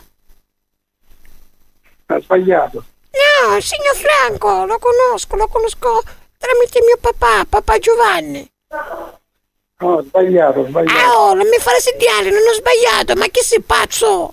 Ha sbagliato. No, signor Franco, lo conosco tramite mio papà Giovanni. No, sbagliato. Oh, non mi fare sediare, non ho sbagliato, ma chi sei pazzo?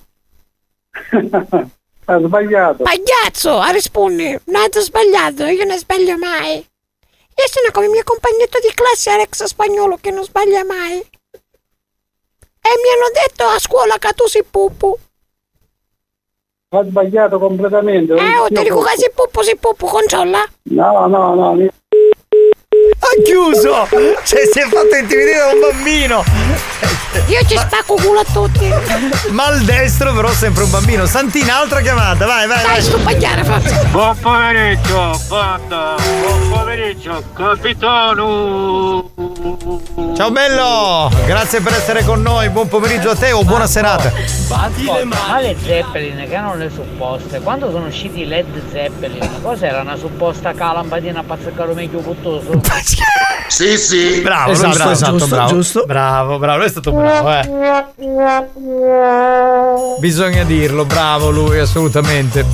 Ha sbagliato. Pagliazzo, rispondi, non ho sbagliato, io non sbaglio mai. Io sono come il mio compagnetto di classe Alex Spagnolo che non sbaglia mai. E mi hanno detto a scuola che tu sei puppu. Ha sbagliato completamente. Ti dico che sei puppu, consola? No. Ha chiuso! Cioè, si è fatto intimidire da un bambino! Io ci spacco culo a tutti! Maldestro, però sempre un bambino. Santina, altra chiamata, vai! Dai, sto pagliare, forza! Buon pomeriggio, banda! Buon pomeriggio, capitano! Ciao bello! Grazie per essere con noi, buon pomeriggio a te o buona serata! Ma le Zeppelin che hanno le supposte, quando sono usciti i Led Zeppelin, cos'era una supposta calampadina a pazzacaro meglio puttoso? Sì. Bravo, esatto, bravo. giusto. Bravo, è stato bravo, Bisogna dirlo, bravo lui, assolutamente.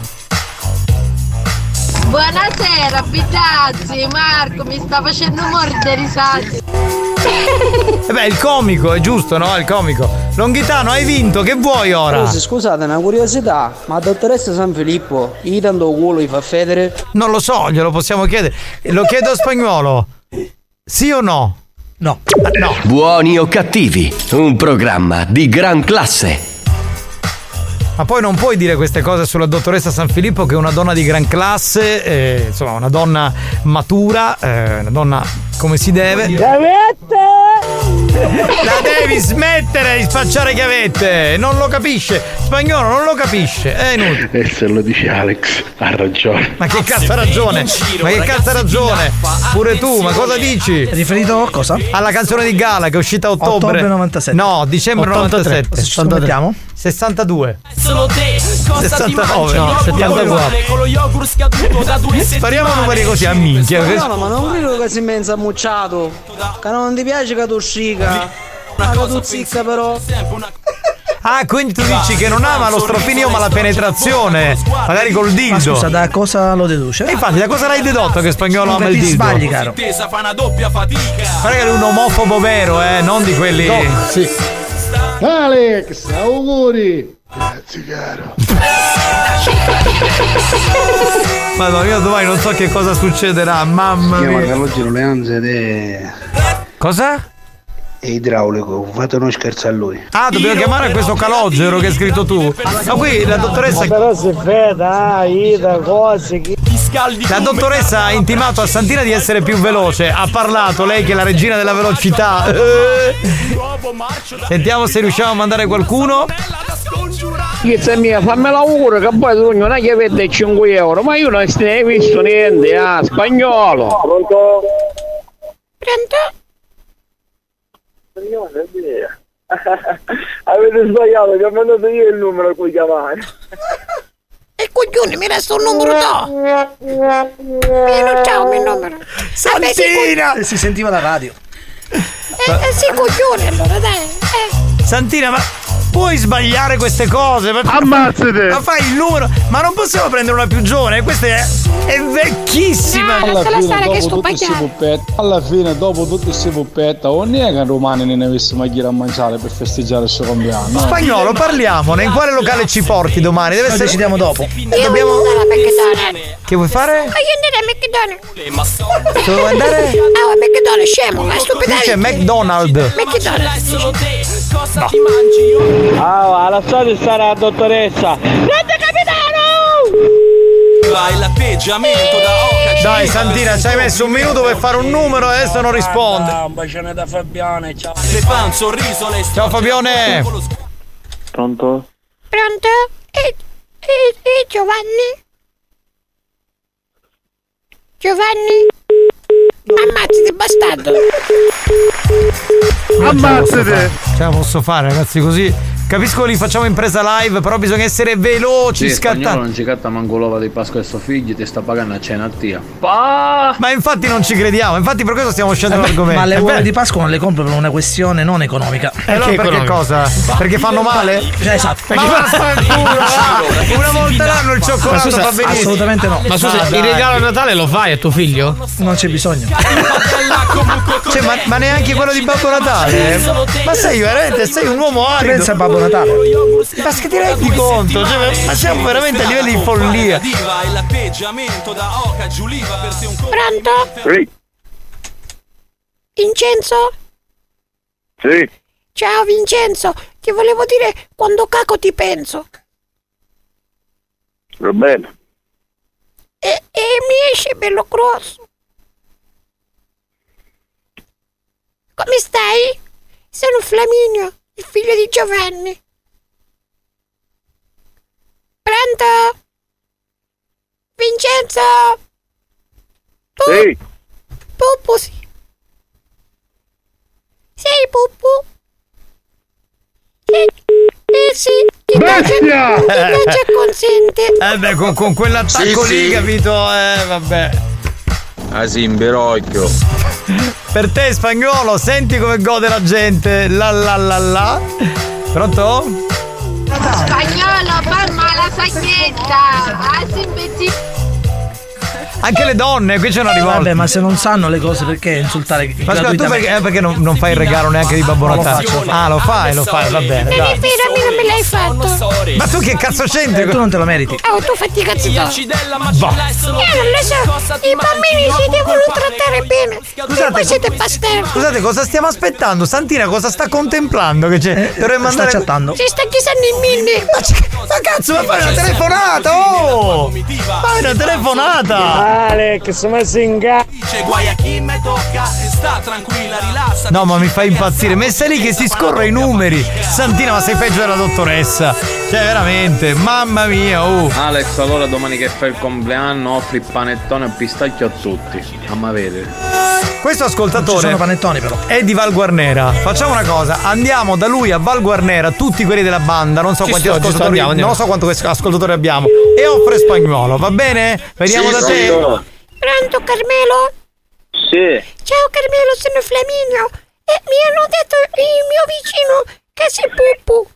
Buonasera, Pitazzi, Marco, mi sta facendo mordere i sassi. Il comico, è giusto, no? Il comico. Longhitano, hai vinto, che vuoi ora? Scusate, una curiosità, ma la dottoressa San Filippo, gli tanto culo gli fa federe? Non lo so, glielo possiamo chiedere. Lo chiedo a Spagnolo. Sì o no? No. Buoni o cattivi, un programma di gran classe. Ma poi non puoi dire queste cose sulla dottoressa San Filippo, che è una donna di gran classe, insomma una donna matura, una donna come si deve. La devi smettere di spacciare chiavette! Non lo capisce! Spagnolo non lo capisce! È inutile! E se lo dice Alex, ha ragione. Ma che cazzo ha ragione? Pure tu, ma cosa dici? Riferito a cosa? Alla canzone di Gala che è uscita a ottobre 97. No, dicembre 97. Ci mettiamo? 62. 69. No, 74. Spariamo numeri così a minchia. No, ma non credo che si mensa ammucciato. Che non ti piace che tu scica. Ma che tu zicca però. Ah, quindi tu dici che non ama lo stropinio ma la penetrazione. Magari col dildo. Ma scusa, da cosa lo deduce? Infatti, da cosa l'hai dedotto che Spagnolo ama il dildo? Sbagli, caro. Guarda che è un omofobo vero, non di quelli. No, sì. Alex, auguri. Grazie, caro. Madonna, io domani non so che cosa succederà, mamma mia. Chiama Calogero le anze ed Cosa? è idraulico, fate uno scherzo a lui. Ah, dobbiamo chiamare questo Calogero che hai scritto tu. Ma qui la dottoressa. Però si veda, cose che. La dottoressa ha intimato a Santina di essere più veloce. Ha parlato, lei che è la regina della velocità. Sentiamo se riusciamo a mandare qualcuno. Chizza mia, fammi l'augurio che poi tu non è che vede 5 euro, ma io non ne hai visto niente, Spagnolo. Pronto? Avete sbagliato, che ho mandato io il numero a cui chiamare. E coglione, mi resta un numero ciao, mio numero. Santina! Si sentiva la radio. Sì, coglione, allora dai. Santina, ma puoi sbagliare queste cose? Ammazzate! Ma fai il numero. Ma non possiamo prendere una più giovane, questa è vecchissima. Alla fine, dopo tutti questi puppetta, non è che romani ne avessimo a chiedere a mangiare per festeggiare il suo compleanno. Spagnolo, parliamone. In quale locale ci porti domani? Deve essere. Decidiamo dopo. Io voglio andare a McDonald's. Che vuoi fare? Voglio andare a McDonald's. Dove vuoi andare? A McDonald's, scemo, ma stupidità. C'è McDonald's. McDonald's. cosa ti mangi? Ah, lasciate stare la dottoressa. Grande capitano! Vai l'atteggiamento da Oca. Dai Santina, ci hai messo un minuto per fare un numero e adesso non risponde. Un bacione da Fabione, ciao. Se fa un sorriso lei Ciao Fabione. Pronto? Pronto? E Giovanni? Giovanni? Ammazzati, bastardo! Ammazzate! Ce la posso fare, ragazzi, così. Capisco che li facciamo in presa live, però bisogna essere veloci, scattati. Non ci catta manco l'ova di Pasqua e suo figlio, ti sta pagando a cena a tia. Ma infatti non ci crediamo, infatti per questo stiamo scendendo l'argomento. Ma le uova di Pasqua non le compro per una questione non economica. E allora perché cosa? Perché fanno male? Esatto. Ma vaffanculo, una volta all'anno il cioccolato va benissimo. Assolutamente no. Ma scusa, il regalo a Natale lo fai a tuo figlio? Non c'è bisogno. Cioè, ma neanche quello di Babbo Natale? Ma sei veramente, sei un uomo arido. Pensa a Babbo Natale. Ma che ti rendi conto? Cioè, ma siamo veramente a livelli di follia. Pronto? Sì. Vincenzo? Sì. Ciao Vincenzo, ti volevo dire quando caco ti penso. Va bene. E mi esce bello grosso. Come stai? Sono Flaminio, il figlio di Giovanni. Pronto? Vincenzo? Sì. Puppu, sì. Sei Puppu? Sì. Bestia! Ti piace consente? Beh, con quell'attacco lì, capito? Vabbè. Asimberocchio. Per te Spagnolo, senti come gode la gente. La. Pronto? Spagnolo, mamma lasagnetta! Anche le donne, qui c'è una rivolta. Vabbè, ma se non sanno le cose, perché insultare? Ma scusa, tu perché non fai il regalo neanche di Babbo Natale? Lo fai, va bene. Dai. A me non me l'hai fatto. Ma tu che cazzo c'entri? Tu non te lo meriti. Oh, tu fatti cazzo. Io non lo so. I bambini si devono trattare bene. Voi siete bastardi. Scusate, cosa stiamo aspettando? Santina cosa sta contemplando? Che c'è? Dovremmo andare. Sta chattando. Si sta chissando in mille. Ma cazzo, ma fai una telefonata! Oh! Fai una telefonata! Alex, ma si Dice guai a chi me tocca e sta tranquilla, rilassa. No, ma mi fai impazzire. Messa lì che si scorre i numeri. Santina, ma sei peggio della dottoressa. Cioè, veramente, mamma mia. Alex, allora domani che fai il compleanno offri panettone e pistacchio a tutti. Mamma vede. Questo ascoltatore non ci sono panettoni però. È di Val Guarnera. Facciamo una cosa, andiamo da lui a Val Guarnera, tutti quelli della banda, non so quanti ascoltatori, non so quanto ascoltatori abbiamo, e offre Spagnolo, va bene? Veniamo da te. Pronto Carmelo? Sì. Ciao Carmelo, sono Flaminio e mi hanno detto il mio vicino che sei Puppu.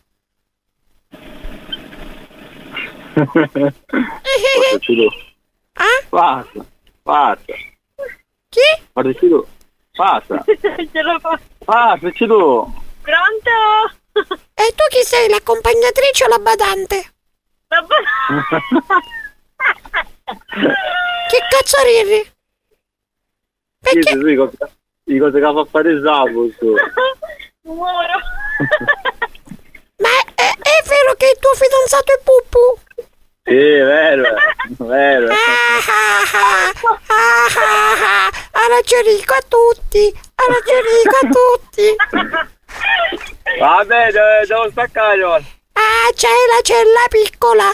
Passa. Chi? Guardaci tu. Passa. Ce lo fa. Passaci tu. Pronto? E tu chi sei, l'accompagnatrice o la badante? Che cazzo ridi? Perché? Di cose che fa fare sabato. Muoro. Ma è vero che il tuo fidanzato è Puppu? Sì, vero. Ha ragione a tutti. Va bene, devo staccare ora. C'hai la cella piccola.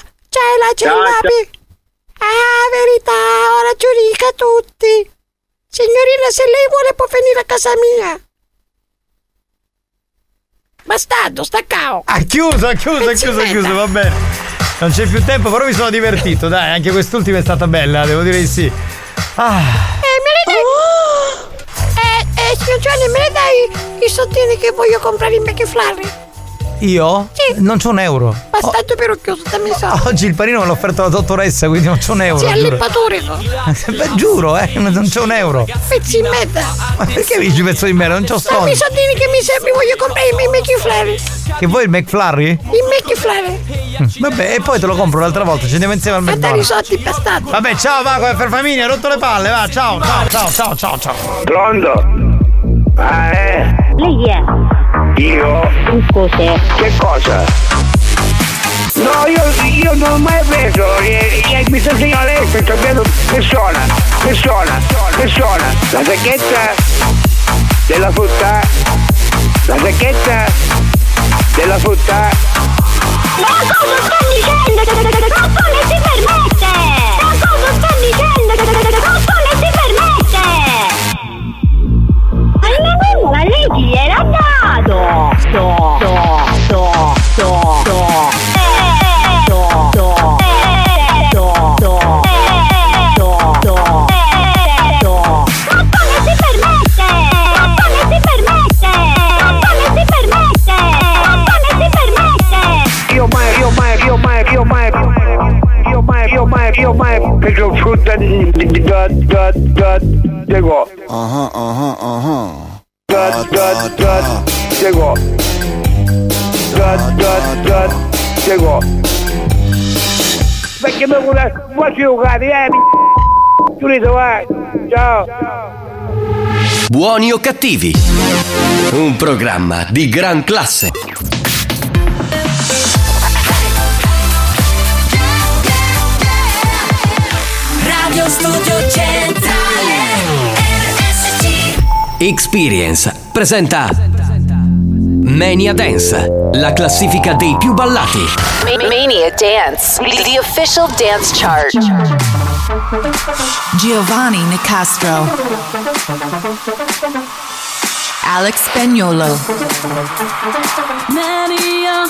Verità, ho ragione a tutti. Signorina, se lei vuole può venire a casa mia. Bastardo, staccao. Chiuso, va bene. Non c'è più tempo, però mi sono divertito, dai, anche quest'ultima è stata bella, devo dire di sì. Me le dai? Signor Giovanni, me le dai i soldini che voglio comprare in McFlurry? Io? Sì. Non c'ho un euro. Bastardo però chiuso, dammi soldi. Oggi il panino me l'ha offerto la dottoressa, quindi non c'ho un euro. Sì, all'ippatore. Beh, giuro, non c'ho un euro. Pezzi in merda. Ma perché mi dici pezzo di merda? Non c'ho soldi. Dammi i soldini che mi servi, voglio comprare il McFlurry. Che vuoi il McFlurry? Il McFlurry. Vabbè, e poi te lo compro un'altra volta, ci andiamo insieme al McDonald's. Ma dai i soldi, bastardo. Vabbè, ciao Marco, per famiglia, hai rotto le palle, va, ciao. Pronto? Lei è? Io? Cos'è? Che cosa? No, io non ho mai preso, mi sta insegnando lei, sto capendo che suona, la sacchetta della frutta, la sacchetta della frutta. Ma cosa sta dicendo? Coppone si permette! Ma cosa sta dicendo? Coppone si permette! Ma la lei chi gliel'ha dato? Io mai preso frutta di Diego. Diego. Perché mi vuoi giocare, Giulito, vai. Ciao. Buoni o cattivi? Un programma di gran classe. Radio Studio Centrale RSC. Experience presenta Mania Dance, la classifica dei più ballati. Mania Dance, the official dance chart. Giovanni Nicastro, Alex Spagnuolo. Mania.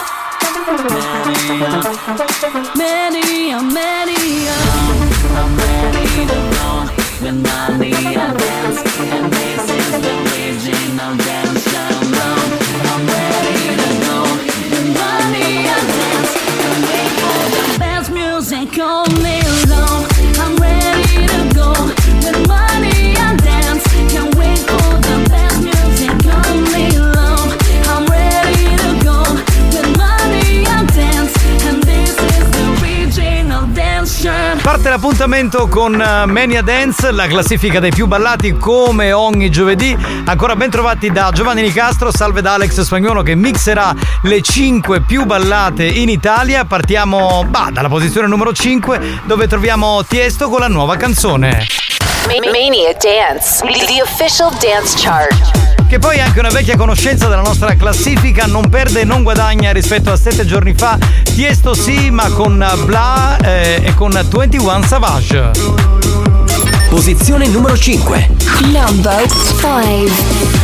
I'm ready to go with Mania Dance, and this is the original dance sound. I'm ready to go with Mania Dance, and wait for the best music all day long. I'm ready to go with Mania Dance, can't wait for the best music all day long. I'm ready to go with Mania Dance, and this is the original dance show. Parte l'appuntamento con Mania Dance, la classifica dei più ballati come ogni giovedì. Ancora ben trovati da Giovanni Nicastro, salve da Alex Spagnuolo che mixerà le 5 più ballate in Italia. Partiamo dalla posizione numero 5 dove troviamo Tiesto con la nuova canzone Mania Dance, the official dance chart. Che poi è anche una vecchia conoscenza della nostra classifica, non perde e non guadagna rispetto a 7 giorni fa. Tiesto sì, ma con Bla e con 21 Savage. Posizione numero 5. Number 5.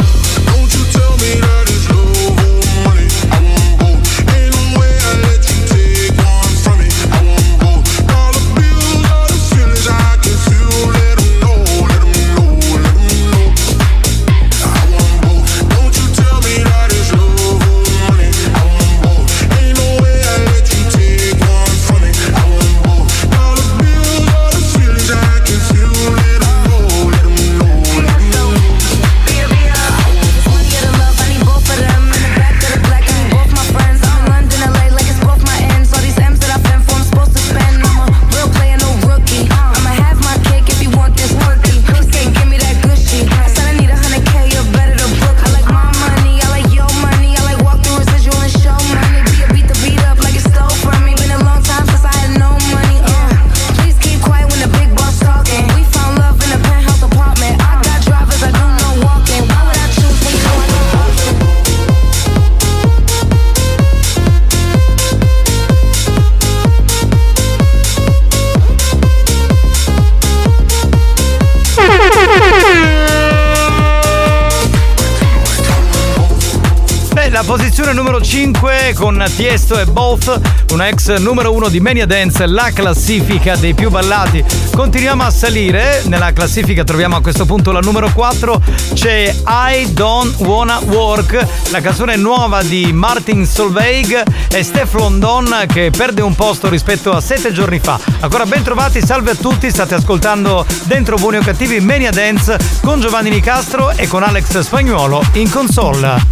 Posizione numero 5 con Tiesto e Both, una ex numero 1 di Mania Dance, la classifica dei più ballati. Continuiamo a salire, nella classifica troviamo a questo punto la numero 4, c'è I Don't Wanna Work, la canzone nuova di Martin Solveig e Steph London che perde un posto rispetto a 7 giorni fa. Ancora ben trovati, salve a tutti, state ascoltando Dentro Buoni o Cattivi Mania Dance con Giovanni Nicastro e con Alex Spagnuolo in console.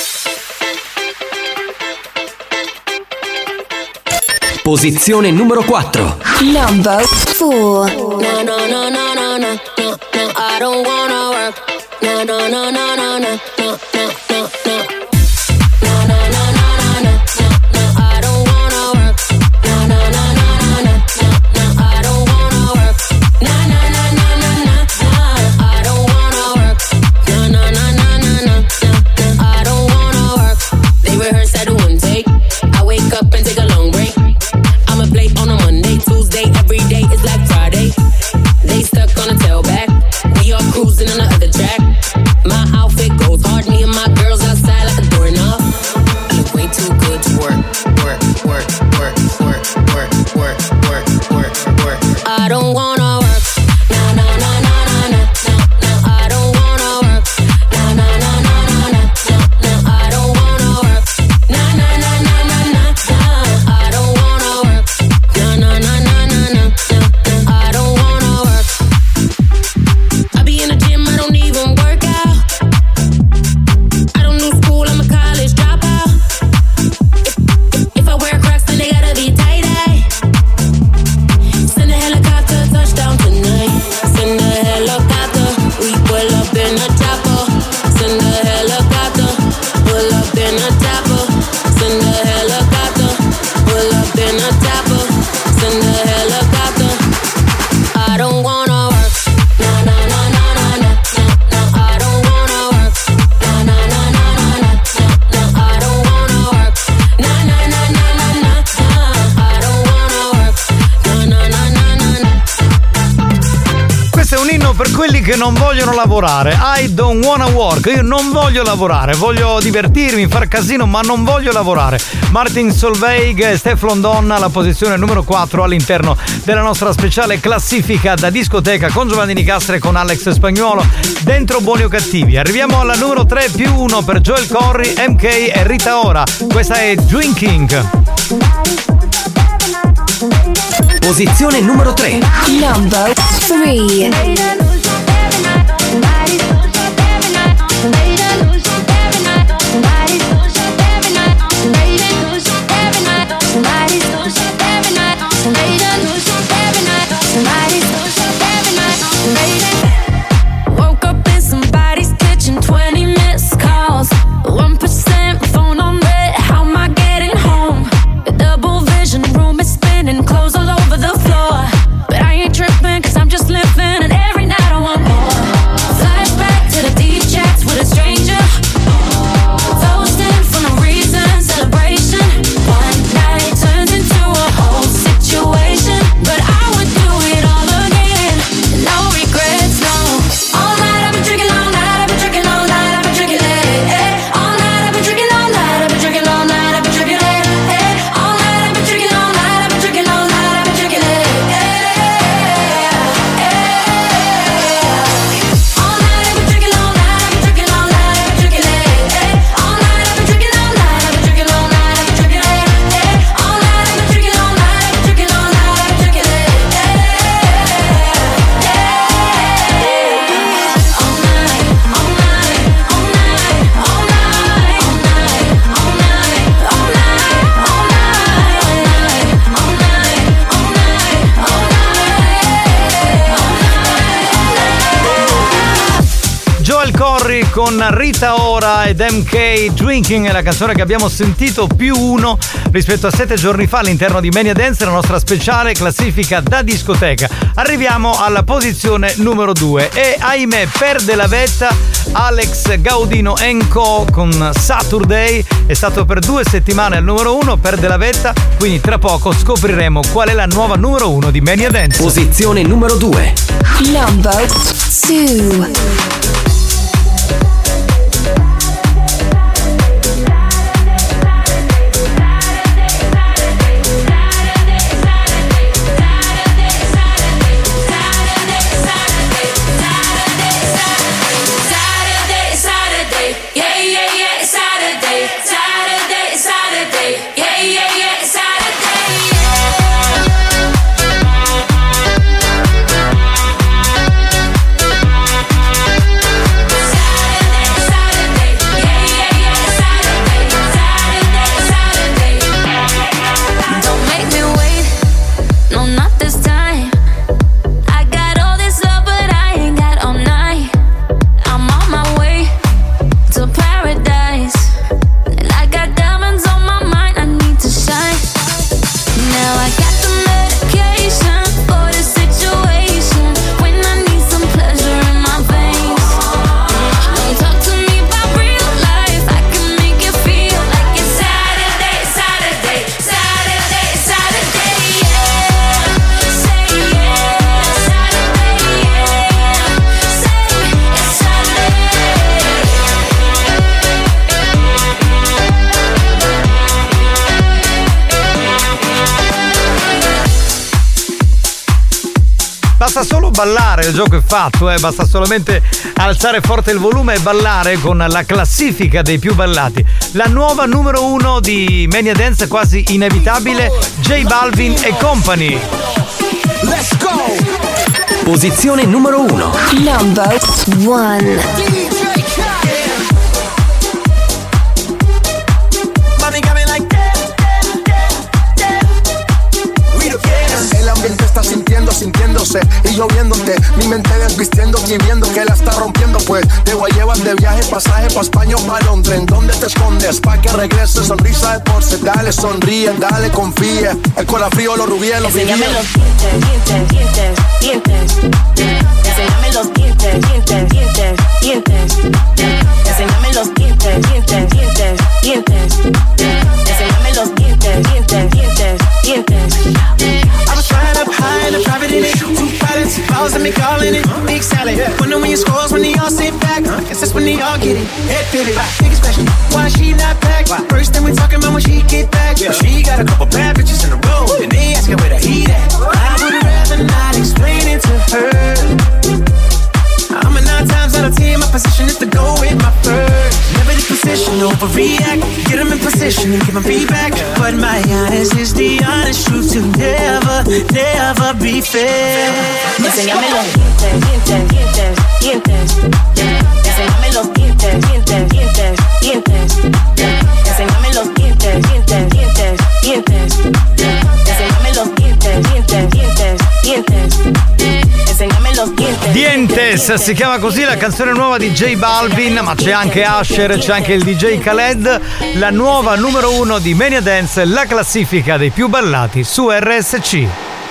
Posizione numero 4. Number 4. No, no, no, no, no, no, no, no, I don't wanna work. No, no, no, no, no, no, no, no, no, no. I don't wanna work. Na na na na na na na. I don't wanna work. Na na na na na na na. I don't wanna work. Na na na na na na na. I don't wanna work. Na na na na na na na. I don't wanna work. I be in the gym, I don't even work out. I don't do school, I'm a college dropout. If I wear Crocs, then they gotta be tight. Send a helicopter, touchdown tonight. Send a helicopter, we pull up in a chopper. Send a helicopter, pull up in a chopper. Send a helicopter, pull up in a chopper. Send a helicopter. I don't wanna work. Na na na na na na na. I don't wanna work. Na na na na na na na. I don't wanna work. Na na na na na na na. I don't wanna work. Na na na na na na. Questo è un inno per quelli che non vogliono lavorare. I don't wanna work. Io non voglio lavorare, voglio divertirmi, far casino, ma non voglio lavorare. Martin Solveig e Steph London alla posizione numero 4 all'interno della nostra speciale classifica da discoteca con Giovanni Nicastro e con Alex Spagnuolo. Dentro Buoni o Cattivi. Arriviamo alla numero 3 più 1 per Joel Corry, MK e Rita Ora. Questa è Drinking. Posizione numero 3. Number 3. Woke up in somebody's kitchen, 20 missed calls, 1% phone on red. How am I getting home? The double vision room is spinning, clothes all over the floor. But I ain't tripping, cause I'm just living, and every night I want more. Flashback to the deep chats with a stranger. Toasting for no reason, celebration. One night turns into a whole situation, but I would do it all again. No regrets, no. All night I've been drinking, all night I've been drinking, all night I've been drinking late. All night I've been drinking, all night I've been drinking, all night I've been drinking late. All night I've been drinking, all night I've been drinking, all night I've been drinking late. All night I've been drinking, all night I've been drinking, all night I've been drinking late. All night I've been drinking, all night I've been drinking, all night I've been drinking late. All night I've been drinking, all night I've been drinking, all night I've been drinking late. Joel Corry con Rita Ora ed MK Drinking è la canzone che abbiamo sentito più 1 rispetto a 7 giorni fa all'interno di Mania Dance, la nostra speciale classifica da discoteca. Arriviamo alla posizione numero 2 e ahimè perde la vetta Alex Gaudino & Co con Saturday. È stato per 2 settimane al numero 1, perde la vetta, quindi tra poco scopriremo qual è la nuova numero 1 di Mania Dance. Posizione numero 2. Number 2. Basta solo ballare, il gioco è fatto, basta solamente alzare forte il volume e ballare con la classifica dei più ballati. La nuova numero 1 di Mania Dance, quasi inevitabile, J Balvin e Company. Let's go! Posizione numero 1. Number 1. Sintiéndose y yo viéndote, mi mente desvistiendo y viendo que la está rompiendo, pues te voy a llevar de viaje, pasaje pa' España o pa' Londres. ¿En dónde te escondes? Pa' que regrese, sonrisa de porce, dale, sonríe, dale, confía. El corazón frío, los rubíes, los enséñame los dientes. Enséñame los dientes. Enséñame los dientes. Enséñame los dientes. I was flying up high in a private in it. 2 pilots, balls and me calling it big salad. Wonder when your scores when they all sit back. Guess that's when they all get it. Head pivot, big expression. Why she not back? First thing we talking about when she get back. But she got a couple bad bitches in a row, and they asking where the heat at. I would rather not explain it to her. I'm a 9 times out of 10, my position is to go with my first. Never the position, overreact. Get them in position and give them feedback. But my honest is the honest truth to never be fair. Enséñame los dientes. Enséñame los dientes. Enséñame los dientes. Enséñame los dientes. Dientes si chiama così la canzone nuova di J Balvin, ma c'è anche Usher, c'è anche il DJ Khaled. La nuova numero 1 di Mania Dance, la classifica dei più ballati su RSC.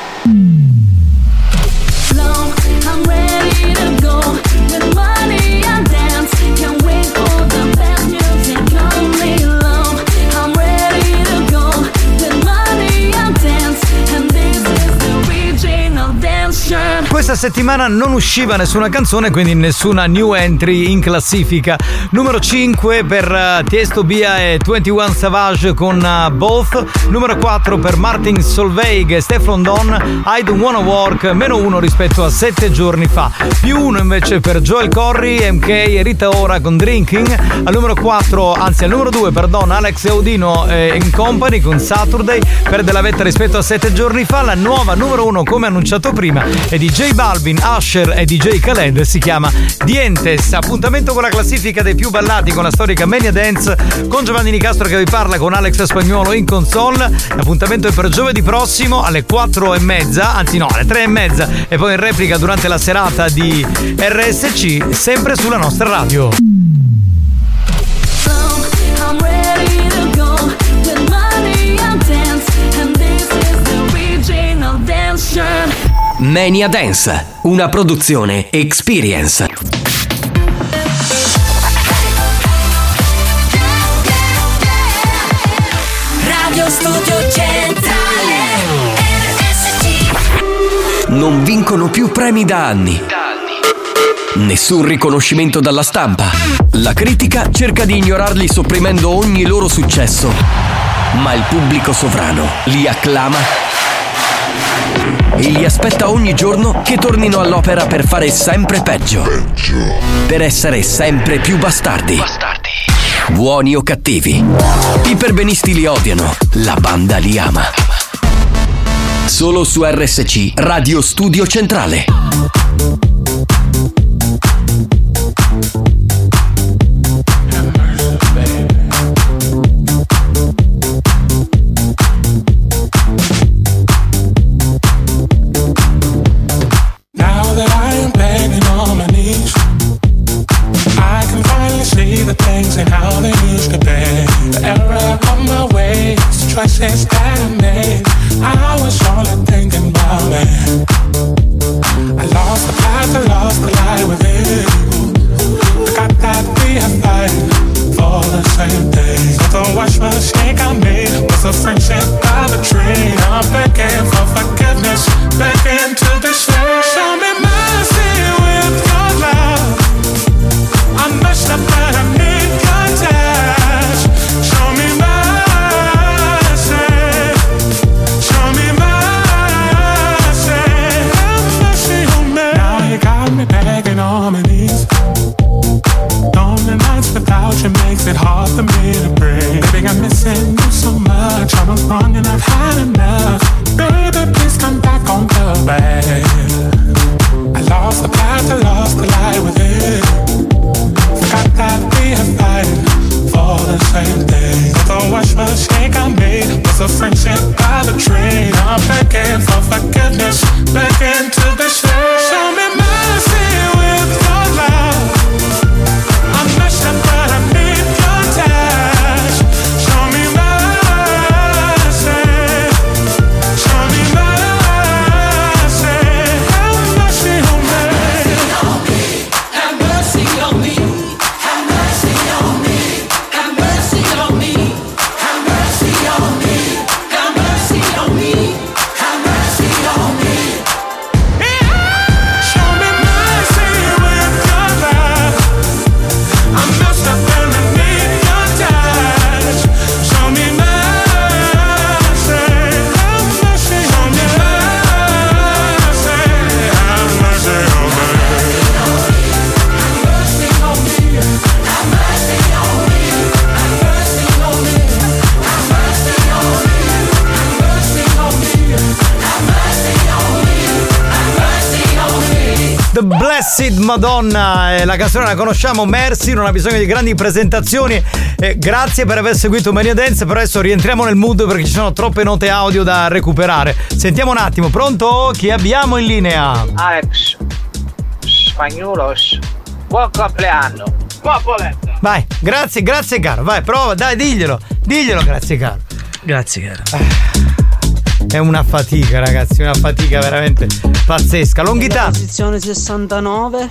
Questa settimana non usciva nessuna canzone, quindi nessuna new entry in classifica. Numero 5 per Tiesto, Bia e 21 Savage con Both. Numero 4 per Martin Solveig e Stefan Don, I Don't Wanna Work, meno 1 rispetto a 7 giorni fa. Più 1 invece per Joel Corry, MK e Rita Ora con Drinking. Al numero 4, anzi al numero 2, perdon, Alex Audino in Company con Saturday, perde la vetta rispetto a 7 giorni fa. La nuova numero 1, come annunciato prima, è di J Balvin, Usher e DJ Khaled, si chiama Dientes. Appuntamento con la classifica dei più ballati con la storica Mania Dance, con Giovanni Nicastro che vi parla, con Alex Spagnuolo in console. L'appuntamento è per giovedì prossimo alle 4:30, anzi no, alle 3:30, e poi in replica durante la serata di RSC, sempre sulla nostra radio. Mania Dance, una produzione Experience. Radio Studio Centrale RSC. Non vincono più premi da anni. Nessun riconoscimento dalla stampa. La critica cerca di ignorarli sopprimendo ogni loro successo. Ma il pubblico sovrano li acclama e li aspetta ogni giorno che tornino all'opera per fare sempre peggio. Per essere sempre più bastardi. Buoni o cattivi, i perbenisti li odiano, la banda li ama. Solo su RSC, Radio Studio Centrale. And how they used to be. The error of my ways, the choices that I made, I was only thinking about it. I lost the path The Blessed Madonna, la canzone la conosciamo, Mercy, non ha bisogno di grandi presentazioni. Grazie per aver seguito Mania Dance, però adesso rientriamo nel mood perché ci sono troppe note audio da recuperare. Sentiamo un attimo, pronto? Chi abbiamo in linea? Alex, Spagnolos, buon compleanno. Buon polenta. Vai, grazie caro, vai, prova, dai, diglielo, grazie caro. Grazie caro. È una fatica, ragazzi, una fatica veramente pazzesca. Longhità. Posizione 69.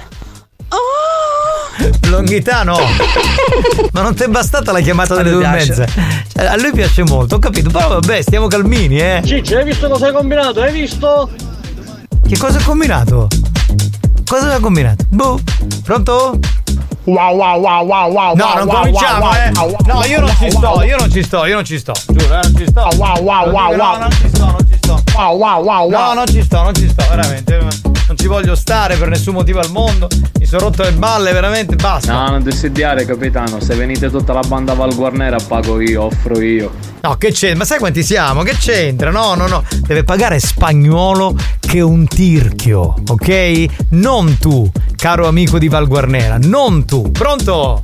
Longhità no. Ma non ti è bastata la chiamata delle 2:30? Cioè, a lui piace molto, ho capito, però vabbè, stiamo calmini, Cicci, hai visto cosa hai combinato? Hai visto? Che cosa hai combinato? Cosa hai combinato? Boh. Pronto? Wow. No, non cominciamo, No, io non ci sto. Giuro, non ci sto. Wow. No, non ci sto. No, non ci sto, veramente. Non ci voglio stare per nessun motivo al mondo. Mi sono rotto le balle, veramente, basta. No, non desiderare, capitano. Se venite tutta la banda Val Guarnera, pago io, offro io. No, che c'entra? Ma sai quanti siamo? Che c'entra? No. Deve pagare Spagnuolo che è un tirchio, ok? Non tu, caro amico di Val Guarnera, non tu. Pronto?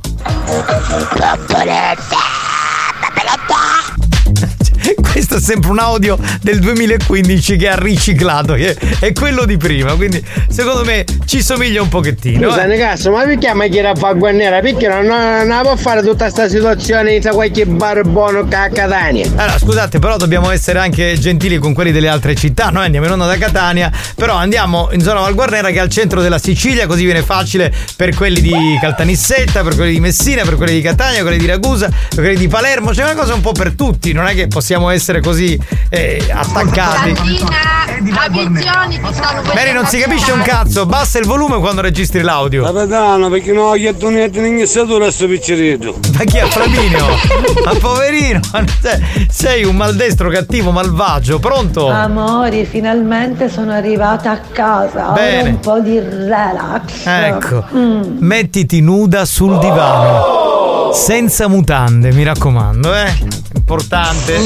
Questo è sempre un audio del 2015 che ha riciclato, che è quello di prima, quindi secondo me ci somiglia un pochettino. Scusa, cazzo, ma perché mi chiede a fare guarnera? Perché non può fare tutta sta situazione tra qualche bar buono a Catania? Allora, scusate, però dobbiamo essere anche gentili con quelli delle altre città. Noi andiamo in onda da Catania, però andiamo in zona Val Guarnera, che è al centro della Sicilia, così viene facile per quelli di Caltanissetta, per quelli di Messina, per quelli di Catania, per quelli di Ragusa, per quelli di Palermo. C'è una cosa un po' per tutti, non è che possiamo essere così attaccati. Avvisioni ti stanno Mary, non si capisce un cazzo, basta il volume quando registri l'audio. Capitano, perché non ho chiesto niente in iniziatura a sto piccerino. Ma chi è Flaminio? Ma poverino, sei un maldestro cattivo malvagio, pronto? Amori, finalmente sono arrivata a casa. Bene. Ora un po' di relax. Ecco, mettiti nuda sul divano, senza mutande, mi raccomando, importante.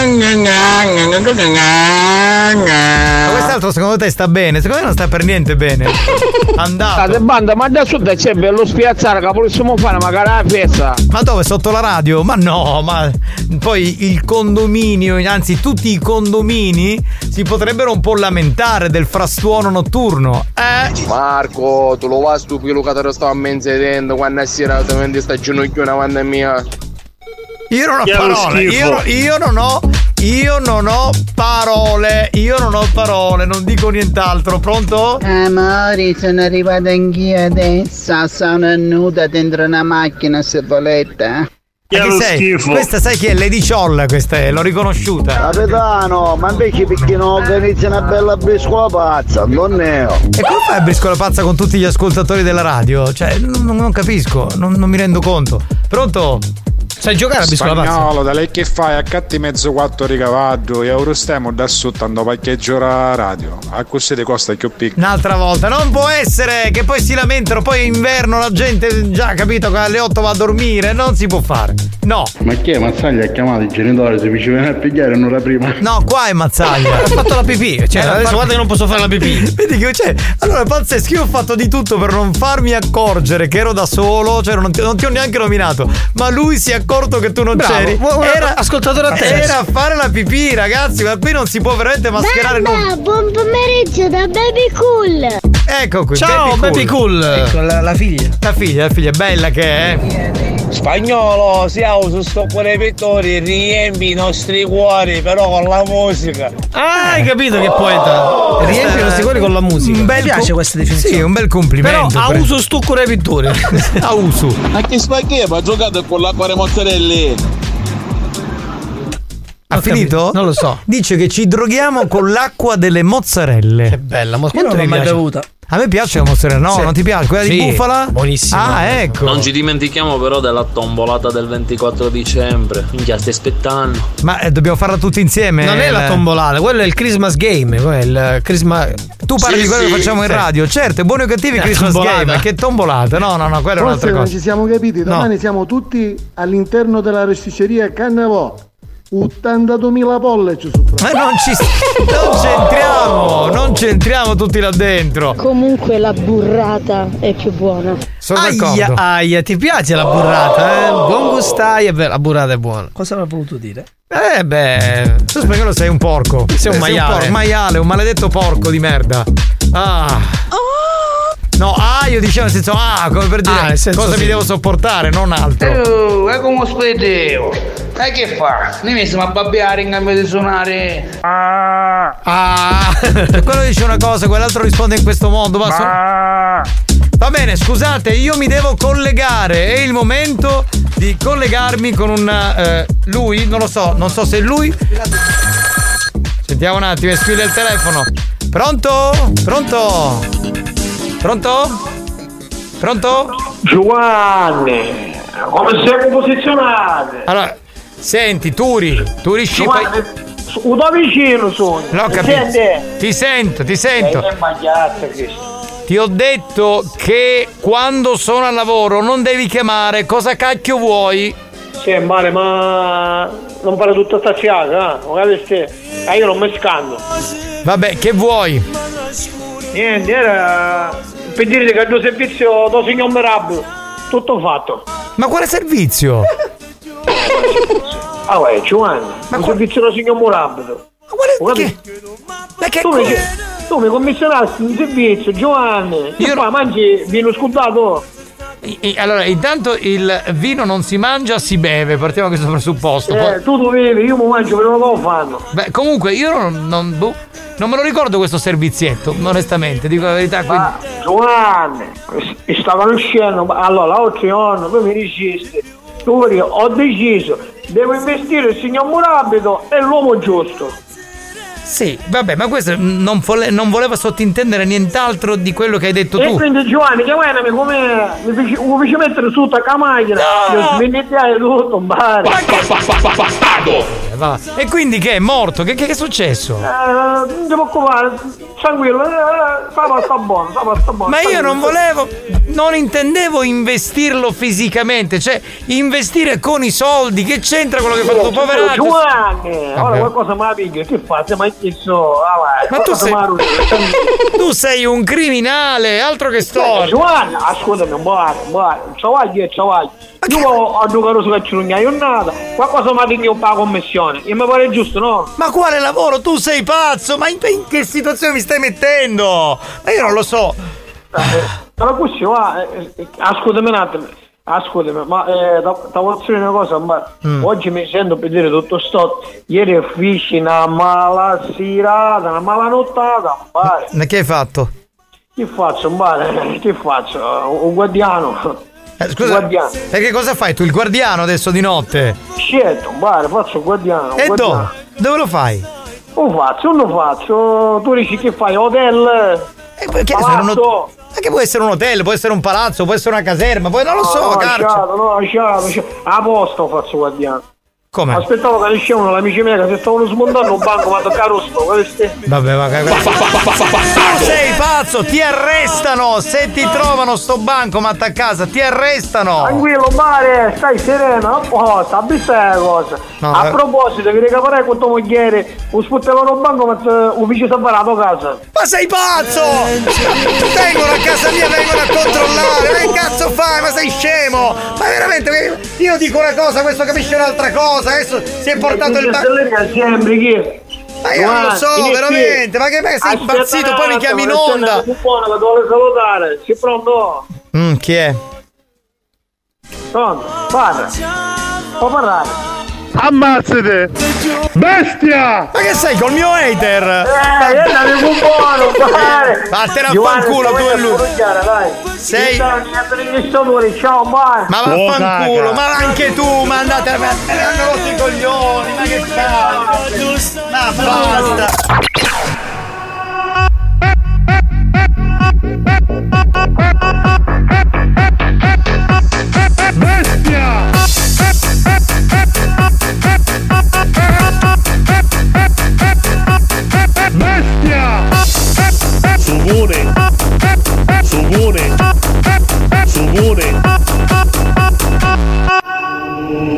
Ma quest'altro secondo te sta bene? Secondo me non sta per niente bene. Andato. Banda, ma da sud c'è bello spiazzare che possiamo fare magari la festa. Ma dove? Sotto la radio? Ma no, ma poi il condominio, anzi tutti i condomini si potrebbero un po' lamentare del frastuono notturno. Marco, tu lo vai stupido che te lo stavo mensedendo quando sera ti sta ginocchiona quando mia. Io non ho parole, io non ho parole, non dico nient'altro. Pronto? Amori, sono arrivata anch'io adesso, sono nuda dentro una macchina, se volete. Che sei? Questa sai chi è? Lady Ciolla, questa è, l'ho riconosciuta. Capitano, ma invece perché non organizza una bella briscola pazza? Non ne ho. E come fai a briscola pazza con tutti gli ascoltatori della radio? Cioè, non capisco, non mi rendo conto. Pronto? Sai giocare a briscola pazza? Spagnolo, da lei che fai? Accatti mezzo 4 ricavato e ora stiamo da sotto andando parcheggio la radio. A così ti costa più piccolo. Un'altra volta, non può essere che poi si lamentano, poi inverno la gente già capito che alle 8 va a dormire, non si può fare. No. Ma che Mazzaglia ha chiamato i genitori se mi ci viene a pigliare un'ora prima? No, qua è Mazzaglia. Ha fatto la pipì, cioè adesso guarda che non posso fare la pipì. Vedi che c'è. Allora, pazzesco, io ho fatto di tutto per non farmi accorgere che ero da solo, cioè non ti ho neanche nominato, ma lui si è accorto che tu non Bravo, c'eri. Era ascoltatore a te. Era a fare la pipì, ragazzi, ma qui non si può veramente mascherare nulla. Buon pomeriggio da Baby Cool. Ecco qui. Ciao Baby Cool. Ecco, la figlia. La figlia bella che è. Spagnolo, siamo su sto cuore pittori, riempi i nostri cuori però con la musica. Ah, hai capito che poeta. Riempi i nostri cuori con la musica. Mi piace questa definizione. Sì, un bel complimento. Però a uso sto cuore pittori. A uso. Ma che spaghetti? Ha giocato con l'acqua di mozzarella. Ha finito? Non lo so. Dice che ci droghiamo con l'acqua delle mozzarelle. Che bella, ma quanto non l'ho mai bevuta? A me piace la mozzarella, no? Sì. Non ti piace? Quella di bufala? Buonissima. Ah, ecco. Non ci dimentichiamo però della tombolata del 24 dicembre. Minchia, stai aspettando. Ma dobbiamo farla tutti insieme? Non è la tombolata, quello è il Christmas Game. Il Christmas... Tu parli di quello che facciamo in radio. Certo, è buoni o cattivi Christmas tombolata. Game. Che tombolata? No, quella è un'altra cosa. Non ci siamo capiti, domani siamo tutti all'interno della rosticceria Cannavò. 82.000 pollici sopra. Ma non c'entriamo tutti là dentro. Comunque la burrata è più buona. Sono d'accordo. Aia, ti piace la burrata, Buon gustai, la burrata è buona. Cosa avrà voluto dire? Tu spagnolo sei un porco. Sei un maiale. Un maiale, un maledetto porco di merda. No, io dicevo nel senso come per dire cosa mi devo sopportare, non altro. È come spedeo. E che fa? Noi mi stiamo a babbiare in cambio di suonare. Quello dice una cosa, quell'altro risponde in questo modo. Va bene, scusate, io mi devo collegare. È il momento di collegarmi con lui, non so se è lui. Sentiamo un attimo, squilla il telefono. Pronto? Giovanni, come siamo posizionati? Allora, senti, Turi scipa. Da vicino sono. No, capito. Ti sento. Ti ho detto che quando sono al lavoro non devi chiamare, cosa cacchio vuoi? Sì, male, ma non fare tutta sta fiaca, io non mi scando. Vabbè, che vuoi? Niente, era per dire che il servizio do signor Mirabile. Tutto fatto. Ma quale servizio? Giovanni, il servizio do signor Mirabile. Ma quale? Tu mi commissionasti un servizio, Giovanni. Io poi mangi vino scudato. Allora, intanto il vino non si mangia, si beve, partiamo da questo presupposto. Tu bevi, io mi mangio, però non lo fanno. Beh, comunque io non me lo ricordo questo servizietto, onestamente, dico la verità. Giovanni, stavano uscendo, allora oggi poi mi dicesti, ho deciso, devo investire il signor Murabito e l'uomo giusto. Sì, vabbè, ma questo non voleva sottintendere nient'altro di quello che hai detto tu. E quindi Giovanni, chiamami come mi feci mettere sotto a macchina, io svenettiai tutto, un bar. E quindi che è morto? Che è successo? Non ti preoccupare, tranquillo, sta buono. Ma io non intendevo investirlo fisicamente, cioè investire con i soldi, che c'entra quello che fa tuo poveraccio? Giovanni, ora qualcosa mi piglia, che fate? Ma tu sei un criminale, altro che storia. Giovanni, ascoltami, ciao. Io ho giocato su cacciugnaio nada, qualcosa mi piglia la commissione, e mi pare giusto, no? Ma quale lavoro? Tu sei pazzo, ma in che situazione mi stai mettendo? Ma io non lo so. Ma così va, ascoltami un attimo. Ascoltami, ma stavo una cosa, ma oggi mi sento per dire tutto sto. Ieri feci una mala sirata, una mala nottata, pare. Ma che hai fatto? Che faccio, pare? Che faccio? Un guardiano. Scusa, guardiano. Perché cosa fai tu, il guardiano adesso di notte? Certo, pare, faccio il guardiano. E dove lo fai? Non lo faccio. Tu dici che fai? Hotel? Palazzo? Ma che può essere un hotel, può essere un palazzo, può essere una caserma, poi non lo so, carcere. A posto faccio guardiano. Come? Aspettavo che escevano l'amici miei che si stavano smontando un banco, ma toccare Vabbè, tu sei pazzo, ti arrestano se ti trovano sto bancomat a casa, ti arrestano. Tranquillo, mare, stai sereno, sta vista cosa. A proposito, vi recaperai con tua moglie un sputtello bancomat ufficio separato a casa. Ma sei pazzo! Vengono a casa mia, vengono a controllare, ma che cazzo fai? Ma sei scemo? Ma veramente, io dico una cosa, questo capisce un'altra cosa. Adesso si è portato il sempre chi? Ma io non lo so, veramente, ma che sei impazzito, poi mi chiami in onda. Buono che vuole salutare, sei pronto? Chi è? Pronto, parla. Può parlare. Ammazzate! Bestia! Ma che sei col mio hater? Io l'avevo un buono, pare! Vattene a fanculo tu e lui! Sei... Ciao, ma vaffanculo, ma anche tu, ma andate a mettere hanno rotto i coglioni, ma che fai? Ma basta! Bestia! Bestia! Subone!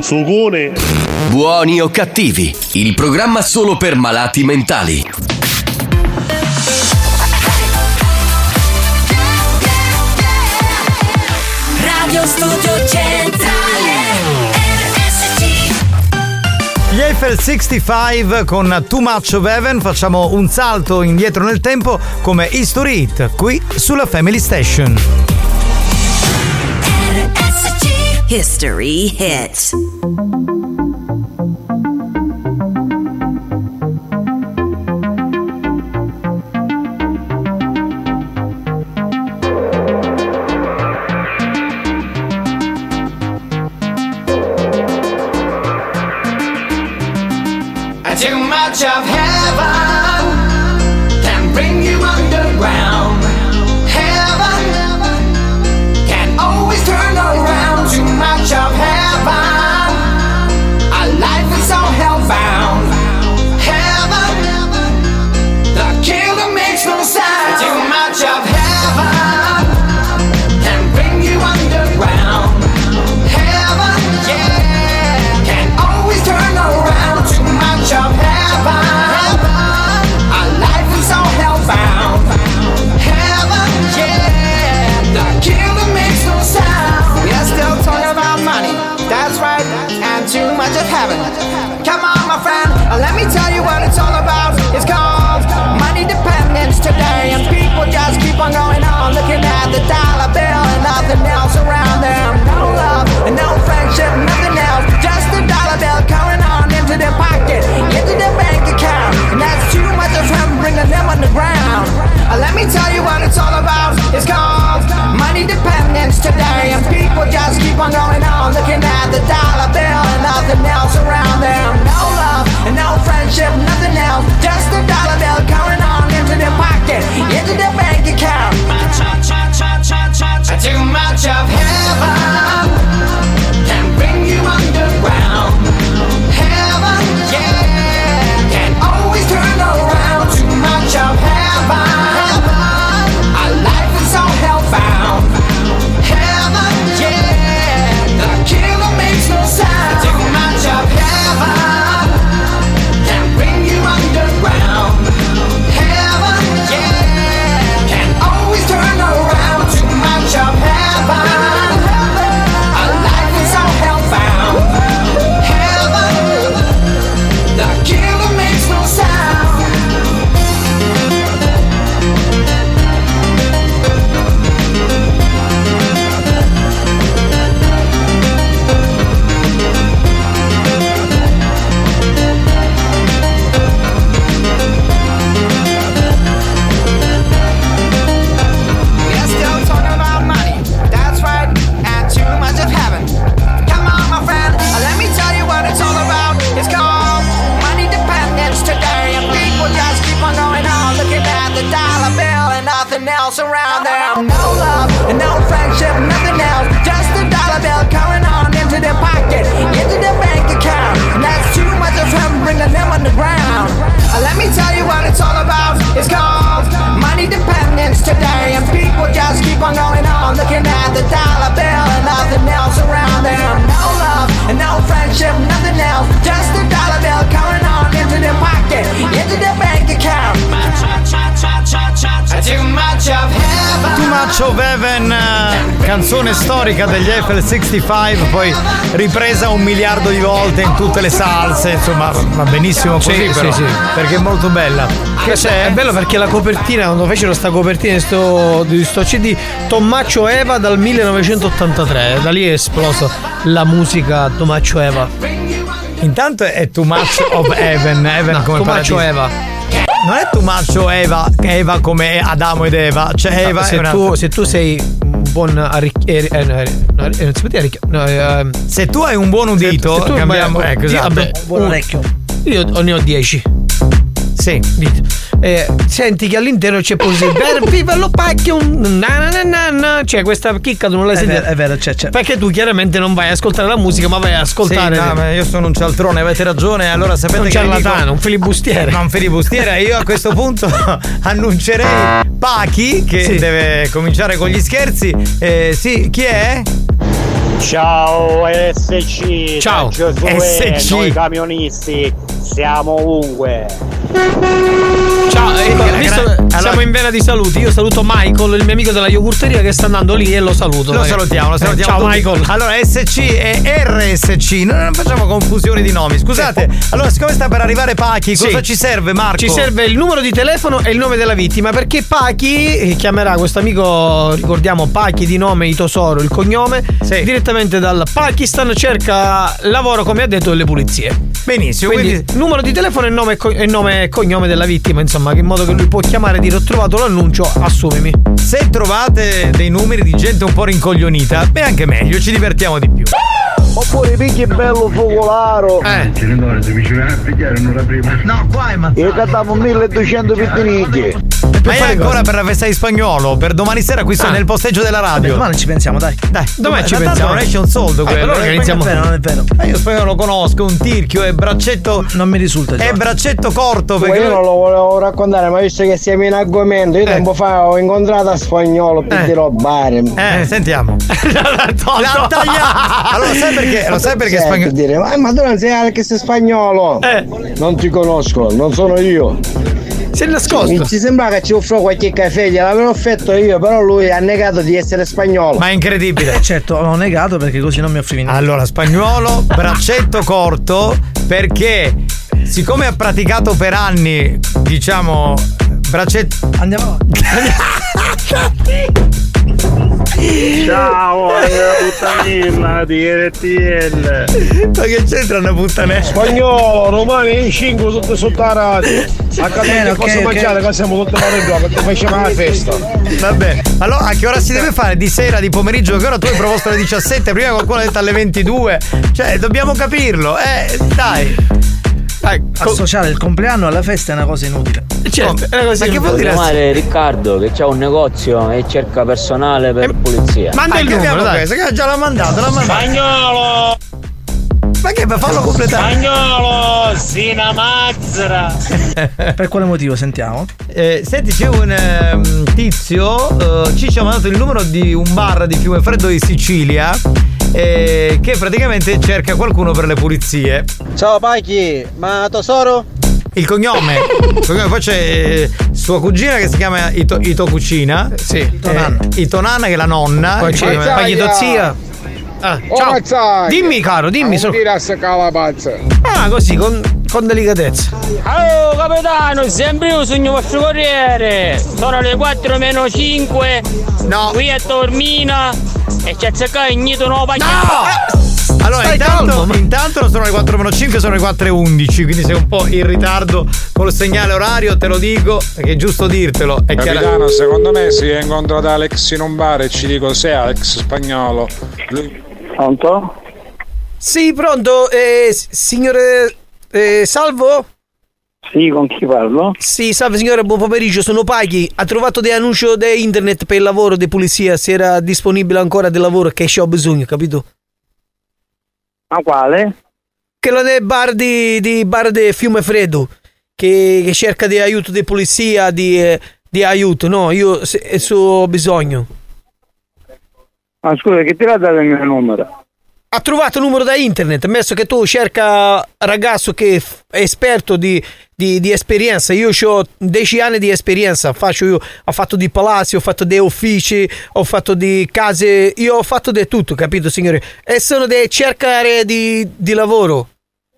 Sugone. Buoni o cattivi, il programma solo per malati mentali. Radio Studio Centrale RSC. Gli Eiffel 65 con Too Much of Heaven. Facciamo un salto indietro nel tempo come History Hit qui sulla Family Station. History Hit. Too much of heaven can bring you underground. Heaven can always turn around. Too much of heaven, our life is so hellbound. Heaven, the killer makes no sound. Too much of heaven can bring you underground. Heaven, yeah, can always turn around. Too much of heaven, our life is so hellbound. Heaven, yeah, the killer makes no sound. We are still talking about money, that's right, and too much of heaven. Come on, my friend, let me tell you what it's all about. It's called money dependence today, and people just keep on going on, looking at the dollar bill and nothing else around them. No love and no friendship, nothing else, just the dollar bill coming on into their pocket, into their bank account, and that's too much of him bringing them underground. Let me tell you what it's all about. It's called money dependence today, and people just keep on going on, looking at the dollar bill and nothing else around them. No love and no friendship, nothing else, just the dollar bill coming on into their pocket, into their bank account. Too much of heaven can bring you underground. Heaven, yeah, can always turn around. Too much of heaven, our life is so hellbound. Heaven, yeah, the killer makes no sound. Too much of heaven can bring you underground. Heaven, yeah, can always turn around. Too much of heaven, our life is so hellbound. Heaven, the killer makes no sound. We're still talking about money, that's right, and too much of heaven. Come on, my friend, let me tell you what it's all about. It's called money dependence today, and people just keep on going on, looking at the dollar bill and nothing else around them. No love and no friendship, nothing else, just the dollar bill coming on into their pocket, into their bank account, and that's too much of him bringing them underground. Let me tell you what it's all about. It's called money dependence today, and people just keep on going on, looking at the dollar bill and nothing else around them. No love and no friendship, nothing else, just the dollar bill coming on into their pocket, into their bank account. Too much of heaven. Too Much of Heaven, canzone storica degli Eiffel 65, poi ripresa 1 miliardo di volte in tutte le salse, insomma va benissimo così, Sì, però, sì. perché è molto bella. Che è bello perché la copertina, quando fecero sta copertina di sto CD, Tommaccio Eva dal 1983, da lì è esplosa la musica Tommaccio Eva. Intanto è Too Much of Heaven, Heaven come Tommaccio paradiso. Eva. Non è Too Much of Eva come Adamo ed Eva, cioè Eva è se tu sei un buon se tu hai un buon udito, se tu cambiamo, ecco, esatto. Vabbè, buon orecchio. Io ne ho 10. Sì. Senti che all'interno c'è poi viva lo pacchio c'è questa chicca, tu non l'hai sentita? È vero, c'è. Perché tu chiaramente non vai a ascoltare la musica, ma vai a ascoltare. Sì, no, ma io sono un cialtrone, avete ragione. Allora sapete un che ciarlatano, un filibustiere. No, un filibustiere. Io a questo punto annuncerei Pachi che deve cominciare con gli scherzi. Sì, chi è? Ciao SC. Ciao Giosuè, SC. noi camionisti siamo ovunque. Ciao, siamo in vena di saluti. Io saluto Michael, il mio amico della yogurteria che sta andando lì e lo saluto. Lo salutiamo. Ciao tutti. Michael. Allora SC e RSC, non facciamo confusioni di nomi. Scusate, allora siccome sta per arrivare Pachi, cosa ci serve Marco? Ci serve il numero di telefono e il nome della vittima, perché Pachi chiamerà questo amico, ricordiamo Pachi di nome Itosoro, il cognome, direttamente dal Pakistan, cerca lavoro come ha detto delle pulizie. Benissimo, quindi numero di telefono e nome e cognome della vittima, insomma, in modo che lui può chiamare e dire ho trovato l'annuncio, assumimi. Se trovate dei numeri di gente un po' rincoglionita, è anche meglio, ci divertiamo di più. Oppure picchi bello focolaro. No, qua ma io cantavo 1200 pittinicchi. Ma è ancora per la festa di Spagnolo? Per domani sera qui sono nel posteggio della radio. Domani ci pensiamo, dai. Domani ci pensiamo. pensiamo. Non esce un soldo quello. Allora iniziamo. Non è vero. Io Spagnolo lo conosco, un tirchio e braccetto. Non mi risulta. È braccetto corto. Perché io non lo volevo raccontare, ma visto che siamo in argomento, io tempo fa ho incontrato a Spagnolo per dire bare. Sentiamo. L'ha tagliata. Allora sai perché Spagnolo? Dire, ma tu non sai che sei spagnolo? Non ti conosco, non sono io. Si è nascosto. Ci sembra che ci offro qualche caffè, gliel'avevo offerto io, però lui ha negato di essere spagnolo. Ma è incredibile. Certo, l'ho negato perché così non mi offrivi niente. Allora, Spagnolo, braccetto corto, perché siccome ha praticato per anni, diciamo, braccetto. Andiamo. Ciao, una puttanella di RTL. Ma che c'entra una puttanella? Spagnolo, romani in 5 sotto la radio. A casa posso mangiare, che siamo tutti male dopo, perché facciamo la festa. Vabbè, allora a che ora si deve fare? Di sera, di pomeriggio? Che ora tu hai proposto alle 17, prima qualcuno ha detto alle 22. Cioè, dobbiamo capirlo, dai. Associare il compleanno alla festa è una cosa inutile. Certo, è una cosa Ma che vuol dire? Chiamare Riccardo che c'ha un negozio e cerca personale per pulizia. Manda il numero, dai. Già l'ha mandato. Spagnolo! Ma che fallo completare? Spagnolo! Sina Mazzara! Per quale motivo? Sentiamo. Senti, c'è un tizio, ci ha mandato il numero di un bar di Fiumefreddo di Sicilia, che praticamente cerca qualcuno per le pulizie. Ciao Pachi, ma tesoro? Il cognome. Poi c'è sua cugina che si chiama Ito Cucina. Sì. Itonanna che è la nonna. Poi c'è Paghito zia. Ciao. Dimmi caro, dimmi. Così con delicatezza. Oh capitano, sempre io sogno vostro corriere. Sono le 4 meno 5. No. Qui a Tormina. E c'è azzeccato il nido nuovo pagliato. No! Allora intanto non sono le 4-5, sono le 4:11, quindi sei un po' in ritardo col segnale orario, te lo dico, perché è giusto dirtelo. È Capitano, secondo me se io incontro Alex in un bar e ci dico sei Alex spagnolo. Pronto? Sì, pronto, signore Salvo? Sì, con chi parlo? Sì, salve signore, buon pomeriggio, sono Paghi. Ha trovato dei annunci da internet per il lavoro di pulizia, se era disponibile ancora del lavoro che ho bisogno, capito? Ma quale? Quello del bar di Fiumefreddo, che cerca di aiuto di polizia, di aiuto, no? Io ho bisogno. Ma scusa, che ti l'ha dato il mio numero? Ha trovato il numero da internet, messo che tu cerca ragazzo che è esperto di esperienza. Io ho 10 anni di esperienza, ho fatto di palazzi, ho fatto dei uffici, ho fatto di case, io ho fatto di tutto, capito signore? E sono di cercare di lavoro.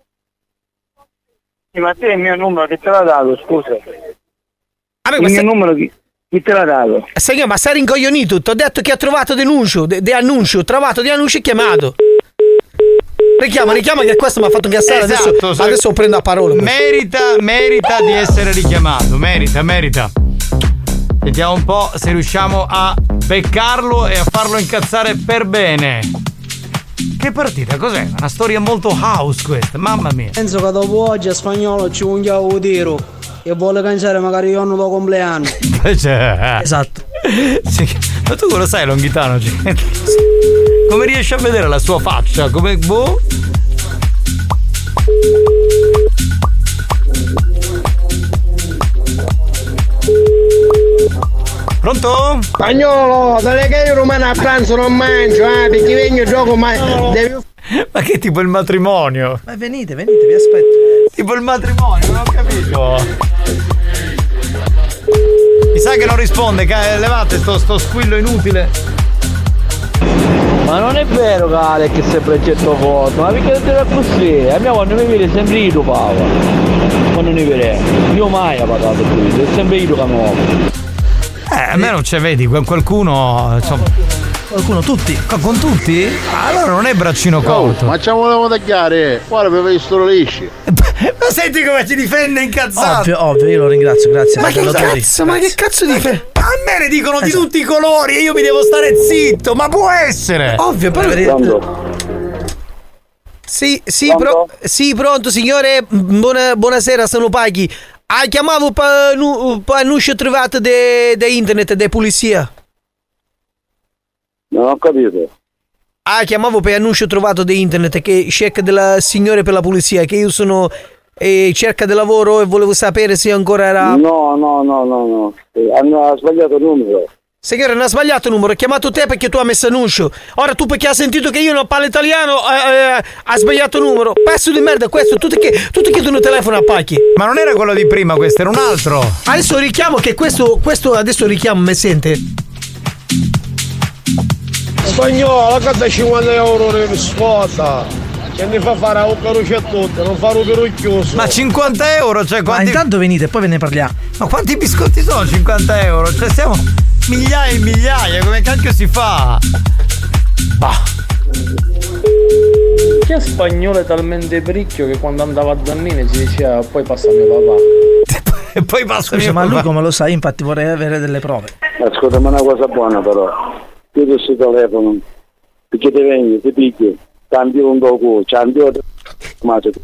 Sì, ma te il mio numero che te l'ha dato, scusa? Il mio numero chi te l'ha dato? Signore, ma sei rincoglionito, ti ho detto che ha trovato annuncio e chiamato. Richiama che questo mi ha fatto incassare, esatto, adesso prendo a parola. Merita di essere richiamato, merita. Vediamo un po' se riusciamo a beccarlo e a farlo incazzare per bene. Che partita, cos'è? Una storia molto house questa, mamma mia. Penso che dopo oggi a Spagnolo ci unghia un tiro e vuole cancellare magari io non do compleanno. Esatto. Sì, ma tu lo sai Longhitano? Come riesci a vedere la sua faccia? Come boh? Pronto? Spagnolo, sai che io romano a pranzo non mangio, perché vengo gioco ma devi... Ma che tipo il matrimonio? Ma venite, vi aspetto. Tipo il matrimonio, non ho capito. Mi sa che non risponde, levate sto squillo inutile. Ma non è vero Cale che sempre getto foto, ma perché deve così? A mia quando mi vede sempre io pava. Quando mi vede, io mai ho pagato qui, è sempre io che mi muovo. A me non c'è, vedi, qualcuno, insomma. Qualcuno, tutti? Con tutti? Allora non è braccino corto. Ma ci volevamo tagliare, guarda per visto lisci. Ma senti come ci difende incazzato. Ovvio, io lo ringrazio, grazie. Ma che cazzo difende? A me ne dicono di tutti i colori e io mi devo stare zitto, ma può essere? Ovvio, però. Sì, pronto signore, buonasera, sono Paghi. Chiamavo per annuncio trovato di internet, di polizia. Non ho capito. Chiamavo per annuncio trovato di internet che cerca della signore per la polizia, che io sono cerca di lavoro e volevo sapere se ancora era... No. Hanno sbagliato il numero. Signore, non ha sbagliato il numero, ho chiamato te perché tu hai messo annuncio. Ora tu perché hai sentito che io non parlo italiano ha sbagliato il numero. Pezzo di merda questo, tutti chiedono telefono a Pacchi. Ma non era quello di prima, questo era un altro. Adesso richiamo che questo adesso richiamo, mi sente? Spagnolo, la carta 50 euro di sfota. Che ne fa fare a un caruccio a tutti, non fare un carucchioso. Ma 50 euro, cioè quanti... Ma intanto venite e poi ve ne parliamo. Ma quanti biscotti sono 50 euro? Cioè siamo migliaia e migliaia, come cacchio si fa? Bah. Che spagnolo è talmente bricchio che quando andava a dormire ci diceva poi passa mio papà. E poi passa mio ma papà. lui come lo sai, infatti vorrei avere delle prove. Ascolta, ma una cosa buona però. Chiudi il telefono, perché ti vengi, ti picchi, cambio un dopo, cambio ma ti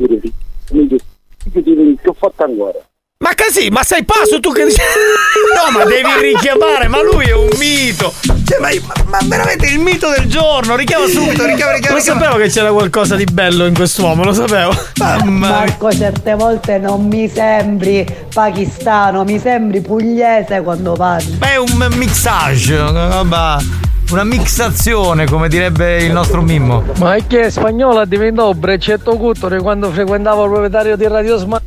ho fatto ancora. Ma così, ma sei pazzo tu che dici? No, ma devi richiamare, ma lui è un mito. Cioè, ma veramente il mito del giorno, richiama subito, richiama. Lo sapevo che c'era qualcosa di bello in quest'uomo, lo sapevo. Marco, certe volte non mi sembri pakistano, mi sembri pugliese quando parli. Beh, è un mixage, una mixazione, come direbbe il nostro Mimmo. Ma è che spagnolo diventò un braccetto cuttore quando frequentavo il proprietario di Radio Smart.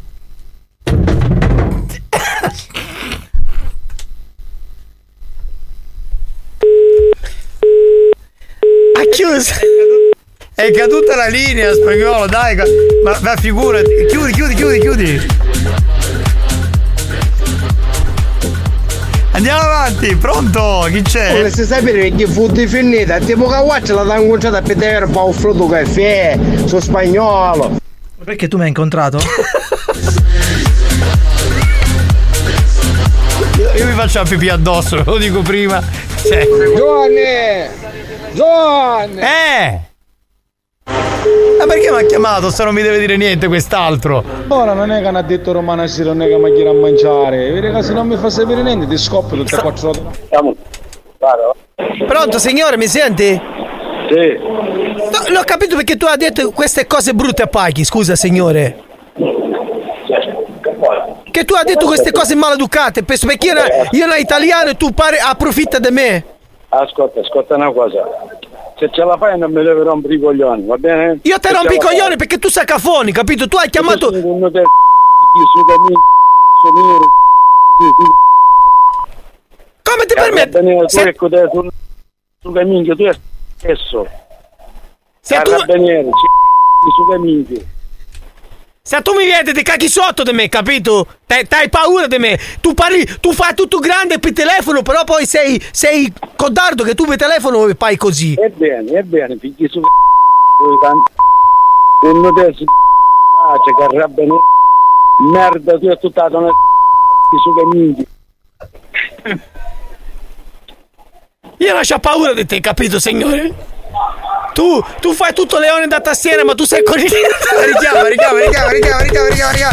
Ha chiuso. È caduta la linea, Spagnolo, dai. Ma figurati. Chiudi. Andiamo avanti, pronto? Chi c'è? Volessi sapere che fu definita, tipo che guaccia la t'ha incontrata per te per un frutto caffè, su Spagnolo. Perché tu mi hai incontrato? Io mi faccio la pipì addosso, lo dico prima. Giovanni! Ma perché mi ha chiamato se non mi deve dire niente quest'altro? Ora non è che mi ha detto Romana Sera, non è che mi chiede a mangiare. Vedi che se non mi fa sapere niente ti scoppio tutte e quattro. Pronto signore, mi senti? Sì. No, l'ho capito perché tu hai detto queste cose brutte a Paghi, scusa signore. Che tu hai detto queste cose maleducate, penso perché io sono italiano e tu approfitta di me. Ascolta una cosa. Se ce la fai non mi devi rompere i coglioni, va bene? Io te rompi i coglioni perché tu sei cafoni, capito? Tu hai chiamato... Come ti permetti? Su cammino, tu è stesso. Se tu mi vedi ti cacchi sotto di me, capito? T'hai paura di me. Tu fai tutto grande per telefono, però poi sei codardo che tu per telefono fai così. È bene, figli su uno adesso che arrabbia merda, tu è tutta una su cammino. Io non c'ho paura di te, capito, signore? Tu fai tutto leone da tastiera, ma tu sei con il... Richiama.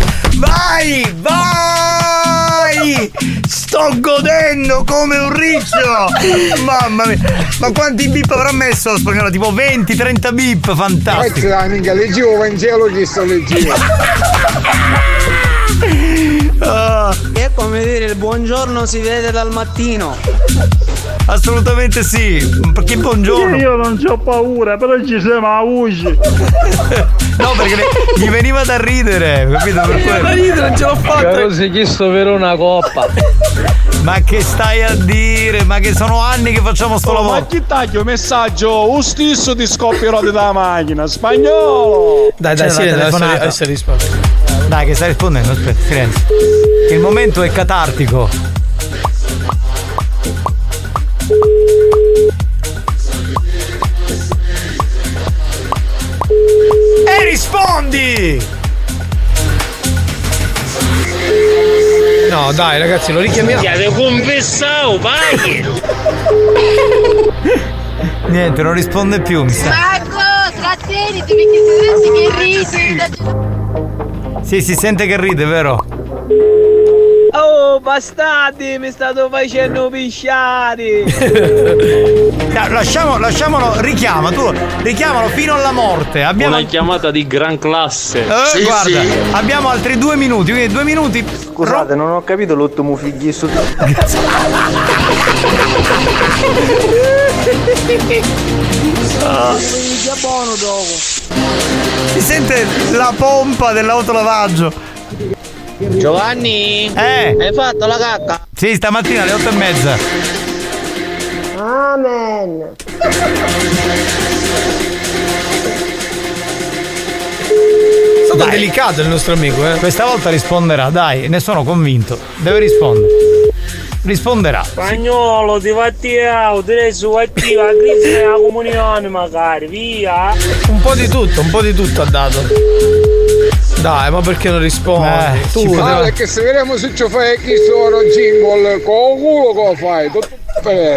Vai! Sto godendo come un riccio! Mamma mia! Ma quanti bip avrà messo Spagnolo? Tipo 20-30 bip, fantastico! Minchia, leggevo Vangelo che sto leggendo. È come dire il buongiorno si vede dal mattino. Assolutamente sì. Perché buongiorno. Io non c'ho paura, però ci siamo a voce. No, perché gli veniva da ridere, capito? Per quello. ridere, non ce l'ho fatta. Però si è chiesto per una coppa. Ma che stai a dire? Ma che sono anni che facciamo sto lavoro. Ma chi taglio un messaggio? O stesso ti scoppierò dalla macchina, spagnolo. Dai, adesso rispondo. Dai, che stai rispondendo, aspetta, silenzio. Il momento è catartico. E rispondi! No, dai, ragazzi, lo richiamiamo. Ti avete confessato, vai! Niente, non risponde più, mi sa. Marco, tratteniti perché se che ridi. Sì, si sente che ride, vero? Oh, bastardi, mi state facendo pisciare. Lasciamolo, richiamalo fino alla morte. Abbiamo una chiamata di gran classe. Guarda, abbiamo altri 2 minuti, quindi 2 minuti. Scusate, non ho capito l'ultimo figli su. Buono dopo. Si sente la pompa dell'autolavaggio. Giovanni? Hai fatto la cacca? Sì, stamattina alle 8:30. Amen. È stato delicato il nostro amico, eh. Questa volta risponderà, dai, ne sono convinto. Deve rispondere. Risponderà. Spagnolo, ti fatti direi su attiva la crisi della comunione magari, via. Un po' di tutto ha dato. Dai, ma perché non rispondi? Perché se vediamo se ci fai chi sono jingle con culo come fai? Tutto bene.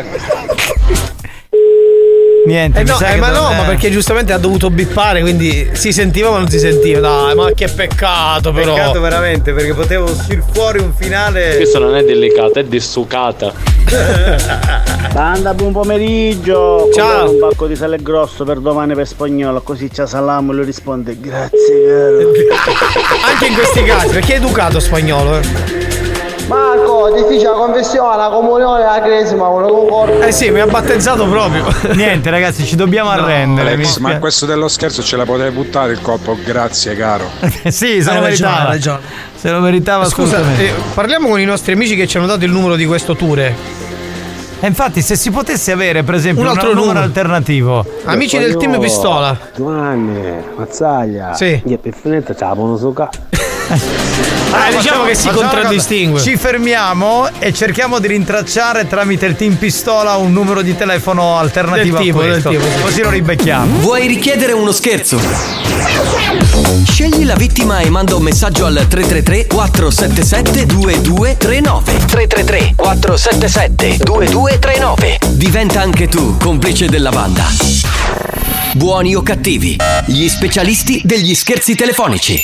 Niente, ma perché giustamente ha dovuto bippare, quindi si sentiva ma non si sentiva. Dai, ma che peccato però. Peccato veramente, perché potevo uscire fuori un finale. Questo non è delicato, è dissucata. Banda, buon pomeriggio. Ciao. Un pacco di sale grosso per domani per Spagnolo, così ci salamo e lui risponde grazie caro. Anche in questi casi, perché è educato Spagnolo, Marco, difficile la confessione, la comunione, la cresima, uno concordo. Eh sì, mi ha battezzato proprio. Niente ragazzi, ci dobbiamo arrendere. Alex, ma questo dello scherzo ce la potevi buttare il colpo, grazie caro. Sì, se lo meritava. Ragione. Se lo meritava. Scusa, parliamo con i nostri amici che ci hanno dato il numero di questo tour. E infatti se si potesse avere per esempio un altro numero alternativo. Amici del team Pistola. Giovanni, Mazzaglia. Sì. Gli è per finetta, ce la buono succa. Diciamo che si contraddistingue. Ci fermiamo e cerchiamo di rintracciare tramite il team Pistola un numero di telefono alternativo del questo. tipo. Così lo ribecchiamo. Vuoi richiedere uno scherzo? Scegli la vittima e manda un messaggio al 333 477 2239. 333 477 2239. Diventa anche tu complice della banda. Buoni o cattivi, gli specialisti degli scherzi telefonici.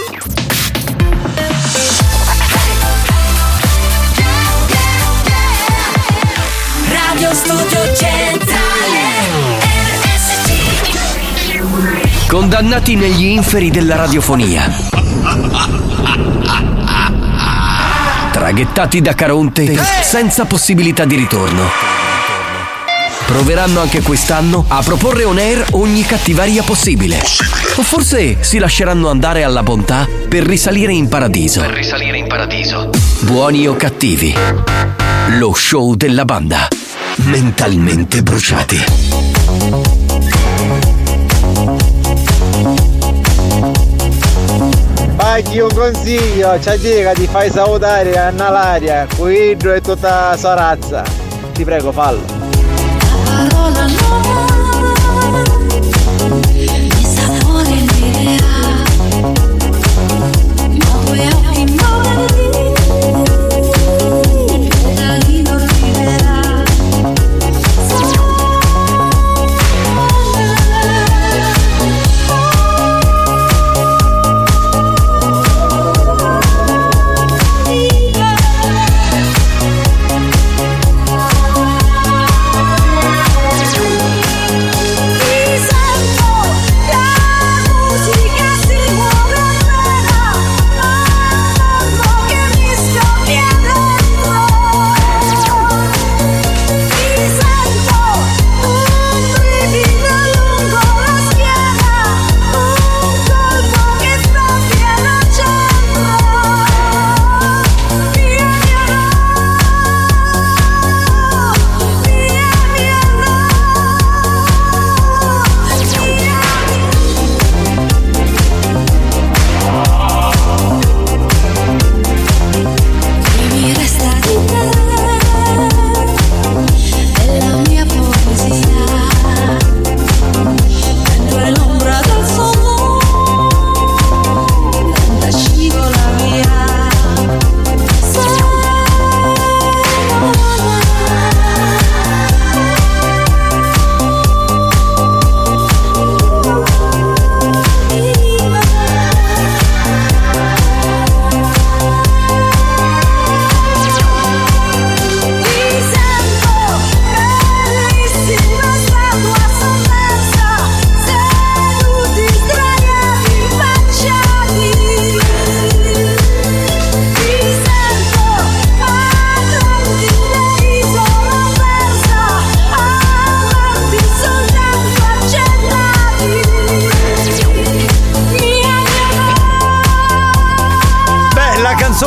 Radio Studio Centrale RSC. Condannati negli inferi della radiofonia. Traghettati da Caronte senza possibilità di ritorno. Proveranno anche quest'anno a proporre on air ogni cattiveria possibile. O forse si lasceranno andare alla bontà per risalire in paradiso. Buoni o cattivi, lo show della banda. Mentalmente bruciati. Fagli un consiglio, ci dica di fai salutare a Nalaria, Guido e tutta la sua razza. Ti prego, fallo. Parola nuova, mi sapore l'idea, ma vuoi anche noi, da lì non riderà.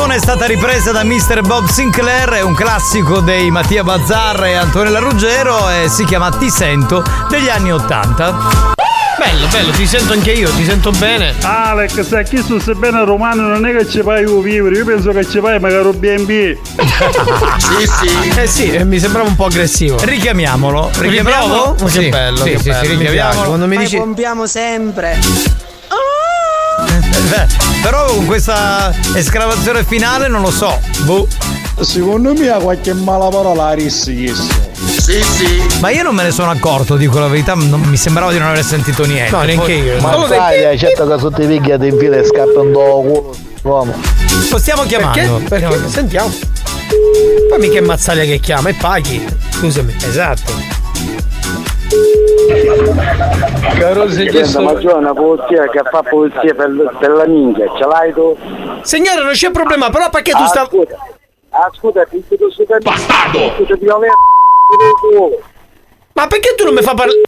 canzone è stata ripresa da Mr. Bob Sinclair, è un classico dei Mattia Bazzar e Antonella Ruggero e si chiama Ti sento degli anni '80. Bello, ti sento anche io, ti sento bene. Alex, sai chi su se bene romano non è che ci fai vivere, io penso che ci fai magari un B&B. Sì, mi sembrava un po' aggressivo. Richiamiamolo. Richiamiamo? Sì, che bello, sì, che sì, bello. sì, richiamiamolo. Quando mi dici pompiamo sempre. Però con questa esclamazione finale non lo so. Secondo me ha qualche mala parola a rissi. Sì. Ma io non me ne sono accorto, dico la verità, mi sembrava di non aver sentito niente. No, neanche io. Ma sai, certo che sotto i picchi ti infila e scappa un culo. Uomo. Possiamo chiamarlo? Perché? Sentiamo. Poi mica è Mazzaglia che chiama, e paghi. Scusami. Esatto. Caro Signore, ma c'è una polizia che fa polizia per la minchia, ce l'hai tu? Signore, non c'è problema, però perché tu stai. Ascolta, ti bastardo! Ma perché tu non mi fai parlare?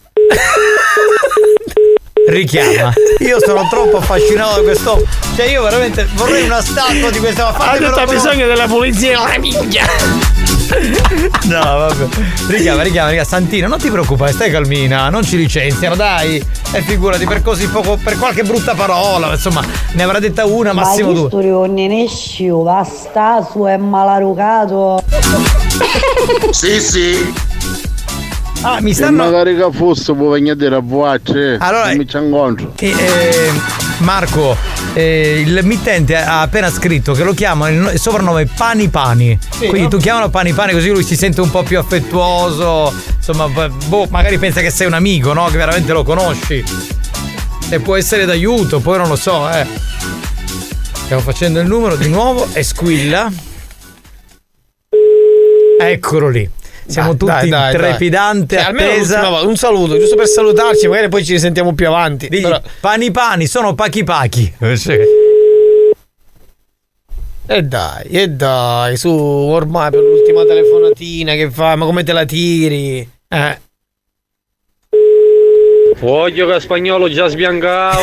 Richiama. Io sono troppo affascinato da questo. Cioè io veramente vorrei una statua di questa. Ha detto ha bisogno della polizia, la minchia. No, vabbè. Richiama. Santino, non ti preoccupare, stai calmina, non ci licenziano, dai. E figurati, per così poco, per qualche brutta parola, insomma, ne avrà detta una, massimo due. Ma non ne esciu, basta su è malarucato. Sì. Ah, mi stanno. Magari che fosse può venire a dire a voce. Allora, mi ci incontro. Marco, il mittente ha appena scritto che lo chiamano il soprannome Pani. Sì, quindi no? Tu chiamalo Pani così lui si sente un po' più affettuoso. Insomma, magari pensa che sei un amico, no? Che veramente lo conosci. E può essere d'aiuto, poi non lo so, Stiamo facendo il numero di nuovo e squilla. Eccolo lì. Siamo tutti in trepidante attesa. Almeno un saluto, giusto per salutarci, magari poi ci risentiamo più avanti. Digli, però... Pani, sono pachi. E dai, su, ormai per l'ultima telefonatina che fai, ma come te la tiri? Voglio che spagnolo già sbiancao.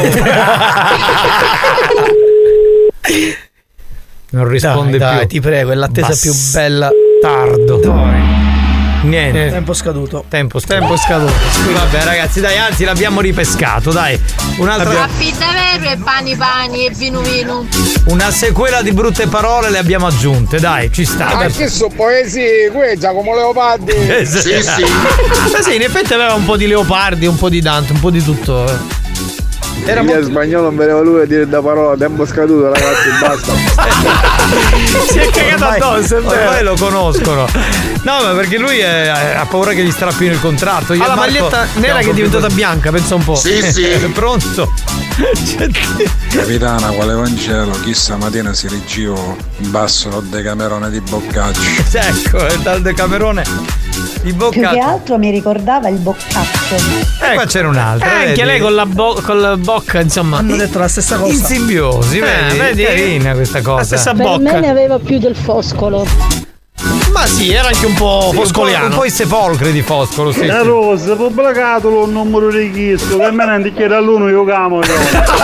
Non risponde più. Ti prego, è l'attesa più bella. Tardo. Dai. Niente. Tempo scaduto. Vabbè ragazzi, dai, anzi l'abbiamo ripescato, dai. Un'altra. Affida vero e pani e vino. Una sequela di brutte parole le abbiamo aggiunte, dai, ci sta. Ma che so poesie, questa come Leopardi. Sì. Sì, in effetti aveva un po' di Leopardi, un po' di Dante, un po' di tutto. Era in spagnolo non vedeva lui a dire da parola, tempo scaduto ragazzi, basta. Si è cagato addosso, ormai lo conoscono. No, ma perché lui ha paura che gli strappino il contratto. Ha la maglietta nera che è diventata bianca, pensa un po'. Sì. Pronto? Capitana, quale Vangelo, chissà mattina si rigiò in basso lo Decamerone di Boccaccio. Ecco, dal Decamerone di Boccaccio. Più che altro mi ricordava il Boccaccio. Qua c'era un'altra. Anche lei con la bocca, insomma. Hanno detto la stessa cosa. In simbiosi, vedi? Carina questa cosa. La stessa per bocca. me ne aveva più del Foscolo. Ma sì, era anche un po' foscoliano. Un po' i sepolcri di Foscolo, sì. La rosa, pubblicato un numero di chiesto, che me ne chiede all'uno io camo. Dice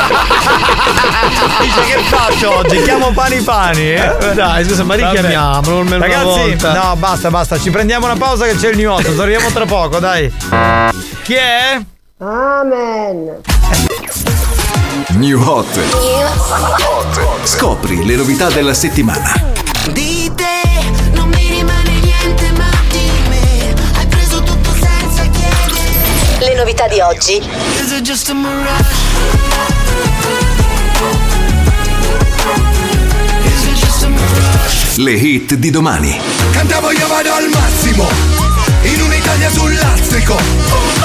che faccio oggi? Chiamo Pani. Dai, scusa, ma richiamiamolo almeno ragazzi, una volta. No, basta, ci prendiamo una pausa che c'è il New Hot, torniamo tra poco, dai. Chi è? Amen. New Hot. Scopri le novità della settimana. Di te non mi rimane niente, ma di me hai preso tutto senza chiedere. Le novità di oggi. Is it just a mirage? Is it just a mirage? Le hit di domani. Cantavo io vado al massimo, in un'Italia sul lastrico.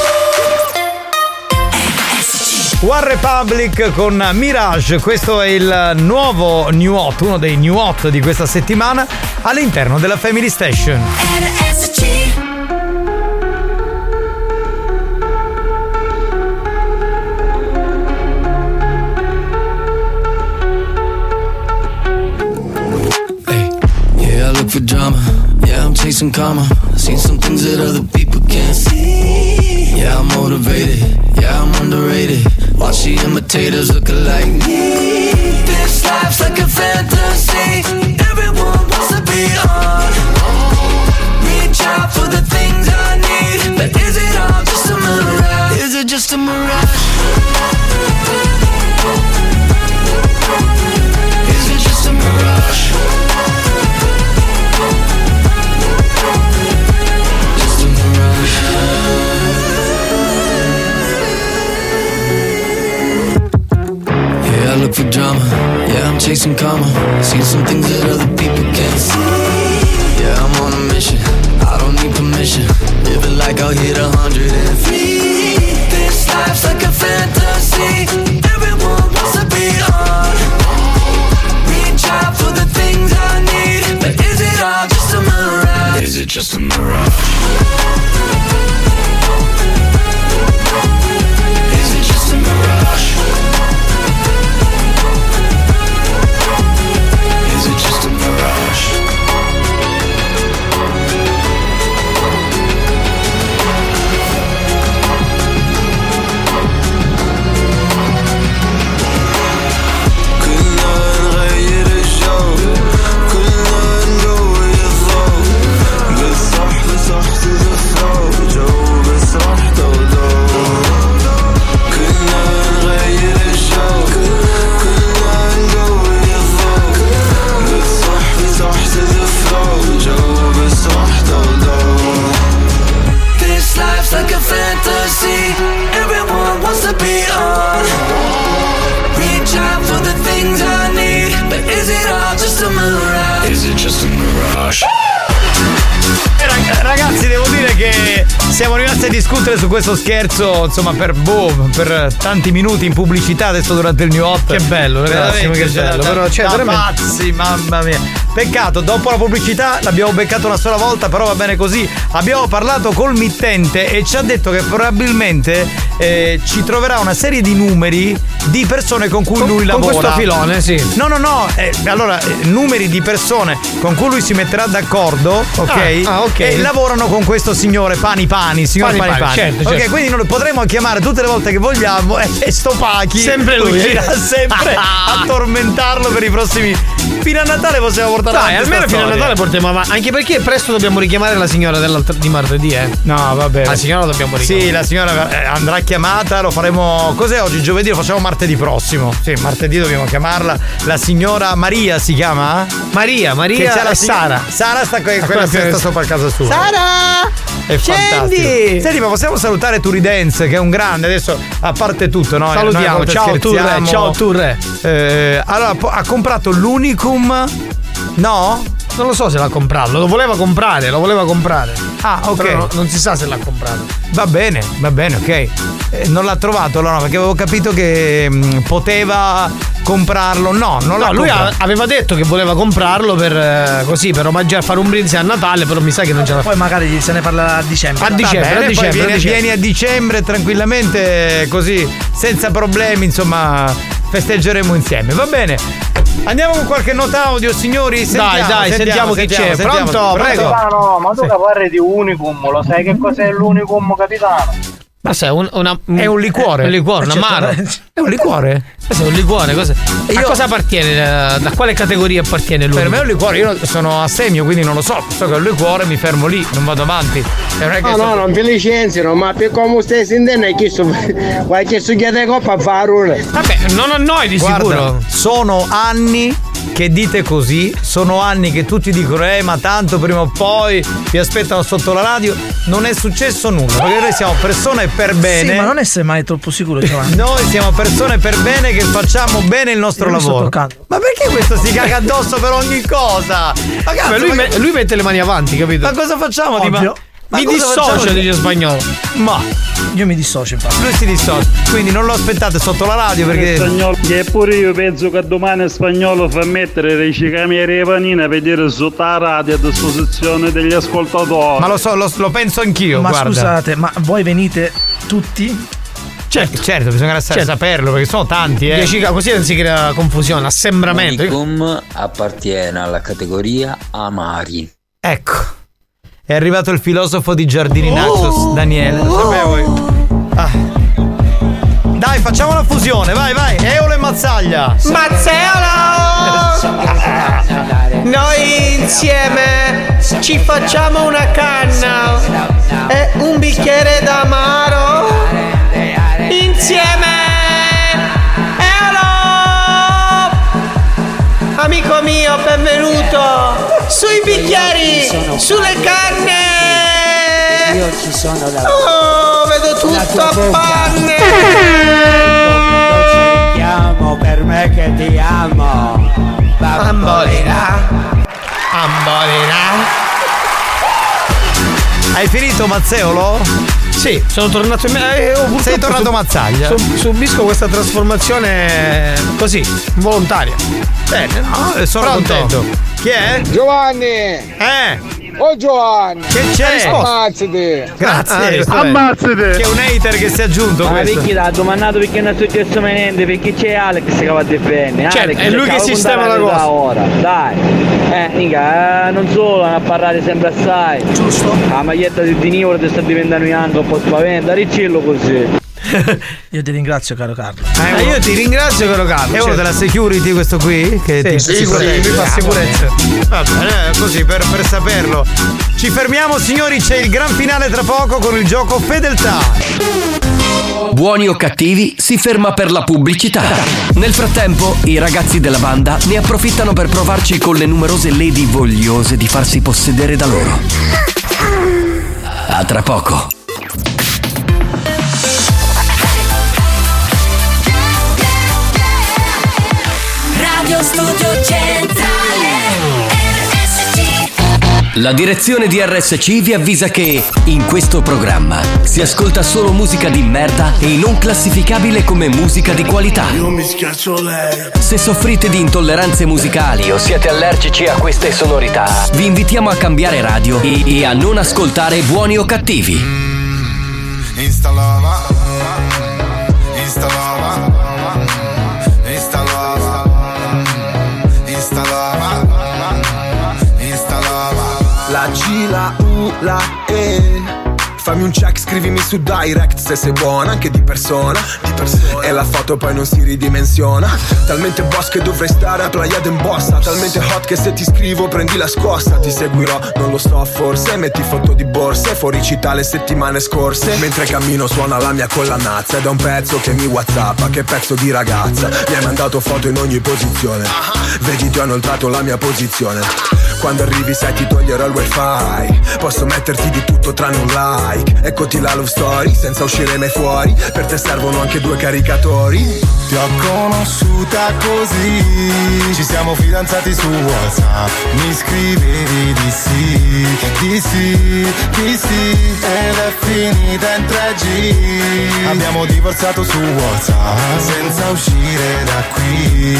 One Republic con Mirage, questo è il nuovo New Hot, uno dei New Hot di questa settimana all'interno della Family Station. Hey, yeah, I look for drama. Yeah, I'm chasing karma. Seen some things that other people can't see. Yeah, I'm motivated. Yeah, I'm underrated. Watch the imitators look alike me. Been This life's like a fantasy. Everyone wants to be on. Reach out for the things I need, but is it all just a mirage? Is it just a mirage? Is it just a mirage? Just a mirage. Yeah, I look for drama. Yeah, I'm chasing karma. Seen some things that other people can't see. Yeah, I'm on a mission. I don't need permission. Living like I'll hit 103. This life's like a fantasy. Everyone wants to be on. Reach out for the things I need, but is it all just a mirage? Is it just a mirage? Is it just a mirage? Is it just a mirage? Like a fantasy, everyone wants to be on. Reach out for the things I need, but is it all just a mirage? Is it just a mirage? Ragazzi, devo dire che siamo rimasti a discutere su questo scherzo, insomma, per tanti minuti in pubblicità adesso durante il New Hot. Che bello, ragazzi, che bello. Però pazzi, mamma mia. Peccato, dopo la pubblicità l'abbiamo beccato una sola volta, però va bene così. Abbiamo parlato col mittente e ci ha detto che probabilmente ci troverà una serie di numeri di persone con cui lui lavora. Con questo filone, sì. No. Allora, numeri di persone con cui lui si metterà d'accordo, ok? Ok. E lavorano con questo signore Pani, signor Pani. Certo, ok, certo. quindi noi lo potremo chiamare tutte le volte che vogliamo e sto Pachi sempre lui uscirà sempre a tormentarlo per i prossimi. Fino a Natale possiamo portare avanti. Dai, almeno fino a Natale portiamo avanti. Anche perché presto dobbiamo richiamare la signora di martedì, No, vabbè. La signora dobbiamo richiamare. Sì, la signora andrà chiamata, lo faremo. Cos'è oggi? Giovedì, lo facciamo martedì prossimo. Sì, martedì dobbiamo chiamarla. La signora Maria si chiama? Maria e Sara. Sara sta quella sta sopra casa sua. Sara! È fantastico. Senti, ma possiamo salutare Turidense, che è un grande, adesso a parte tutto, no? Salutiamo, ciao Turre, ciao Turre. Allora, ha comprato l'Unicum? No? Non lo so se l'ha comprato, lo voleva comprare. Ah, ok. Però non si sa se l'ha comprato. Va bene, ok. Non l'ha trovato, no, perché avevo capito che poteva comprarlo. No, non l'ha lui comprato. aveva detto che voleva comprarlo per omaggiare, fare un brindisi a Natale, però mi sa che non ce l'ha Poi magari se ne parla a dicembre. A dicembre. Vieni a dicembre tranquillamente, così, senza problemi, insomma, festeggeremo insieme. Va bene. Andiamo con qualche nota audio, signori. Sentiamo chi c'è. Pronto? Prego. Capitano, ma tu parli di Unicum, lo sai che cos'è l'Unicum, capitano? Ma sai, è un liquore. È un liquore, un amaro. È un liquore? È un liquore, cosa? A cosa appartiene? Da quale categoria appartiene lui? Per me è un liquore, io sono astemio, quindi non lo so. So che è un liquore, mi fermo lì, non vado avanti. Non vi licenziano, ma per come stai sentendo hai chiesto qualche succhiata coppa a fare. Vabbè, non a noi di sicuro. Sono anni che dite così, sono anni che tutti dicono ma tanto prima o poi vi aspettano sotto la radio. Non è successo nulla, perché noi siamo persone per bene. Sì, ma non essere mai troppo sicuro, Giovanni. Noi siamo persone per bene che facciamo bene il nostro lavoro. Ma perché questo si caga addosso per ogni cosa? Ma cazzo, lui mette le mani avanti, capito? Ma cosa facciamo? Mi dissocio, dice Spagnolo. Ma io mi dissocio, infatti. Lui si dissocia. Quindi non lo aspettate sotto la radio perché. Spagnolo. E pure io penso che domani Spagnolo fa mettere le camere e panine a vedere sotto la radio a disposizione degli ascoltatori. Ma lo so, lo penso anch'io. Ma guarda. Scusate, ma voi venite tutti? Certo, bisogna saperlo perché sono tanti. Così non si crea confusione, assembramento. Unicum appartiene alla categoria amari. Ecco. È arrivato il filosofo di Giardini Naxos, Daniele. Lo sapevo io. Dai, facciamo la fusione, vai. Eolo e Mazzaglia. Mazzeolo! Noi insieme ci facciamo una canna e un bicchiere d'amaro insieme. Amico mio, benvenuto sui bicchieri, sulle canne. Io ci sono da vedo tutto a panne. Ti amo per me che ti amo. Bambolina. Hai finito Mazzeolo? Sì, sono tornato sei tornato Mazzaglia. Subisco questa trasformazione così, volontaria. Bene, sono contento. Chi è? Giovanni! Oh Giovanni! Che c'è? Ammazzati! Grazie! Ammazzate! Che è un hater che si è aggiunto questo. Perché l'ha domandato perché non è successo niente, perché c'è Alex che va a difendere. Cioè, Alex, è lui che sistema la cosa. Ora, dai. Mica, non solo, a parlare sempre assai. Giusto. La maglietta di Nivolo ti sta diventando anche un po' spaventa, ricillo così. Io ti ringrazio, caro Carlo. Io ti ringrazio, caro Carlo. È uno della security questo qui? Che ti protegge, mi fa sicurezza. Va bene, così per saperlo. Ci fermiamo signori, c'è il gran finale tra poco con il gioco Fedeltà. Buoni o cattivi si ferma per la pubblicità. Nel frattempo i ragazzi della banda ne approfittano per provarci con le numerose lady vogliose di farsi possedere da loro. A tra poco. Radio Studio Centrale RSC. La direzione di RSC vi avvisa che in questo programma si ascolta solo musica di merda e non classificabile come musica di qualità. Io mi schiaccio lei. Se soffrite di intolleranze musicali o siete allergici a queste sonorità, vi invitiamo a cambiare radio e a non ascoltare Buoni o Cattivi. Installava. La G, la U, la E. Fammi un check, scrivimi su direct se sei buona, anche di persona. E la foto poi non si ridimensiona. Talmente boss che dovrei stare a Playa d'Embossa. Talmente hot che se ti scrivo prendi la scossa. Ti seguirò, non lo so forse. Metti foto di borse, fuori città le settimane scorse. Mentre cammino suona la mia collanazza. Ed è un pezzo che mi whatsappa, che pezzo di ragazza. Mi hai mandato foto in ogni posizione. Vedi ti ho inoltrato la mia posizione. Quando arrivi sai ti toglierò il wifi. Posso metterti di tutto tranne un like. Eccoti la love story, senza uscire mai fuori. Per te servono anche 2 caricatori. Ti ho conosciuta così. Ci siamo fidanzati su WhatsApp. Mi scrivevi di sì. Ed è finita in 3G. Abbiamo divorziato su WhatsApp. Senza uscire da qui.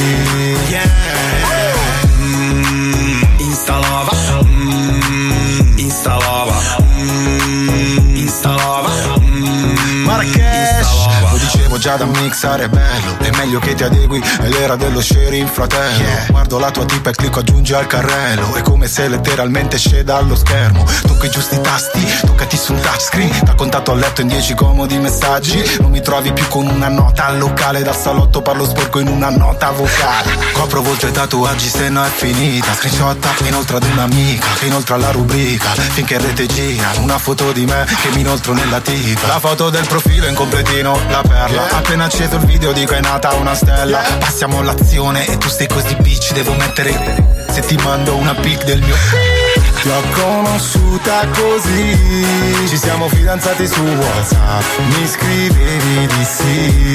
Instalava. Marrakesh. Lo dicevo già da mixare è bello. È meglio che ti adegui, è l'era dello sharing fratello. Guardo la tua tipa e clicco aggiungi al carrello. È come se letteralmente esce dallo schermo. Tocco i giusti tasti, toccati sul touchscreen. Da contatto a letto in 10 comodi messaggi. Non mi trovi più con una nota al locale. Dal salotto parlo sporco in una nota vocale. Copro volto i tatuaggi se no è finita. Screenshotta inoltre ad un'amica che inoltre alla rubrica. Finché rete gira una foto di me che mi inoltro nella tipa. La foto del profilo in completino, la perla. Appena acceso il video dico è nata una stella. Passiamo all'azione e tu stai così bitch. Devo mettere se ti mando una pic del mio. Ti ho conosciuta così. Ci siamo fidanzati su WhatsApp. Mi scrivevi di sì.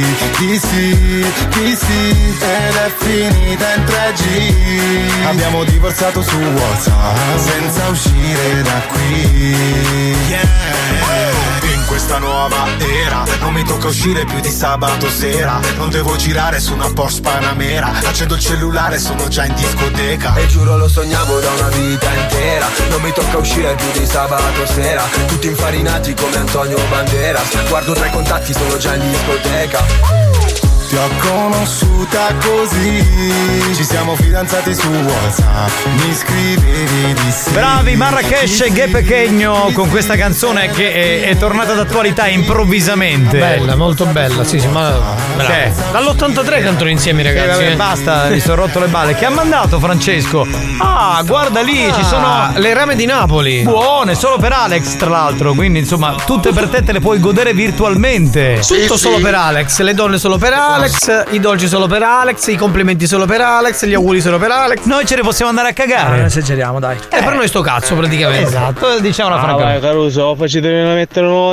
Ed è finita in 3G. Abbiamo divorziato su WhatsApp. Senza uscire da qui. In questa nuova era non mi tocca uscire più di sabato sera. Non devo girare su una Porsche Panamera. Accendo il cellulare, sono già in discoteca. E giuro lo sognavo da una vita intera. Non mi tocca uscire più di sabato sera. Tutti infarinati come Antonio Banderas. Guardo tra i contatti, sono già in discoteca. Ti ho conosciuta così, ci siamo fidanzati su WhatsApp, mi scrivevi di sì. Bravi Marrakesh e Ghe Pequeño con questa canzone che è tornata d'attualità improvvisamente. Bella, molto bella, sì, ma dall'83 cantano insieme i ragazzi. Vabbè, basta, mi sono rotto le balle. Che ha mandato Francesco? Ah, guarda lì, ci sono le rame di Napoli. Buone, solo per Alex tra l'altro, quindi insomma tutte per te le puoi godere virtualmente. Tutto solo per Alex, le donne solo per Alex, i dolci solo per Alex, i complimenti solo per Alex, gli auguri solo per Alex. Noi ce ne possiamo andare a cagare. Non esageriamo, dai. Per noi sto cazzo praticamente. Esatto, diciamo una franca. Vai Caruso, facete mettere un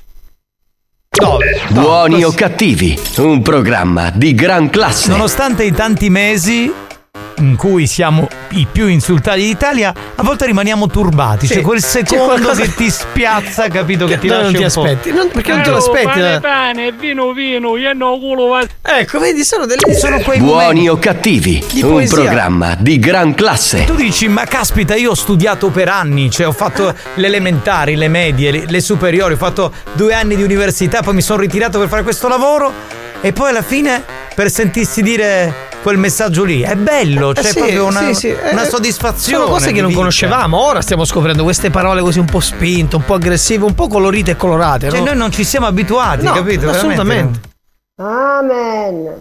Buoni o cattivi, un programma di gran classe. Nonostante i tanti mesi in cui siamo i più insultati d'Italia, a volte rimaniamo turbati. C'è quel secondo che ti spiazza, capito? Che ti lascia non ti un aspetti. po'. Perché non te lo aspetti? Pane, vino, io non culo. Ecco, vedi, sono quei Buoni o cattivi, un poesia. programma di gran classe. Tu dici, ma caspita, io ho studiato per anni, cioè ho fatto le elementari, le medie, le superiori, ho fatto 2 anni di università, poi mi sono ritirato per fare questo lavoro e poi alla fine per sentirsi dire quel messaggio lì è bello, c'è proprio una soddisfazione. Sono cose che non conoscevamo, ora stiamo scoprendo queste parole così un po' spinte, un po' aggressive, un po' colorite e colorate. Cioè, no? Noi non ci siamo abituati, No, capito? assolutamente. Amen.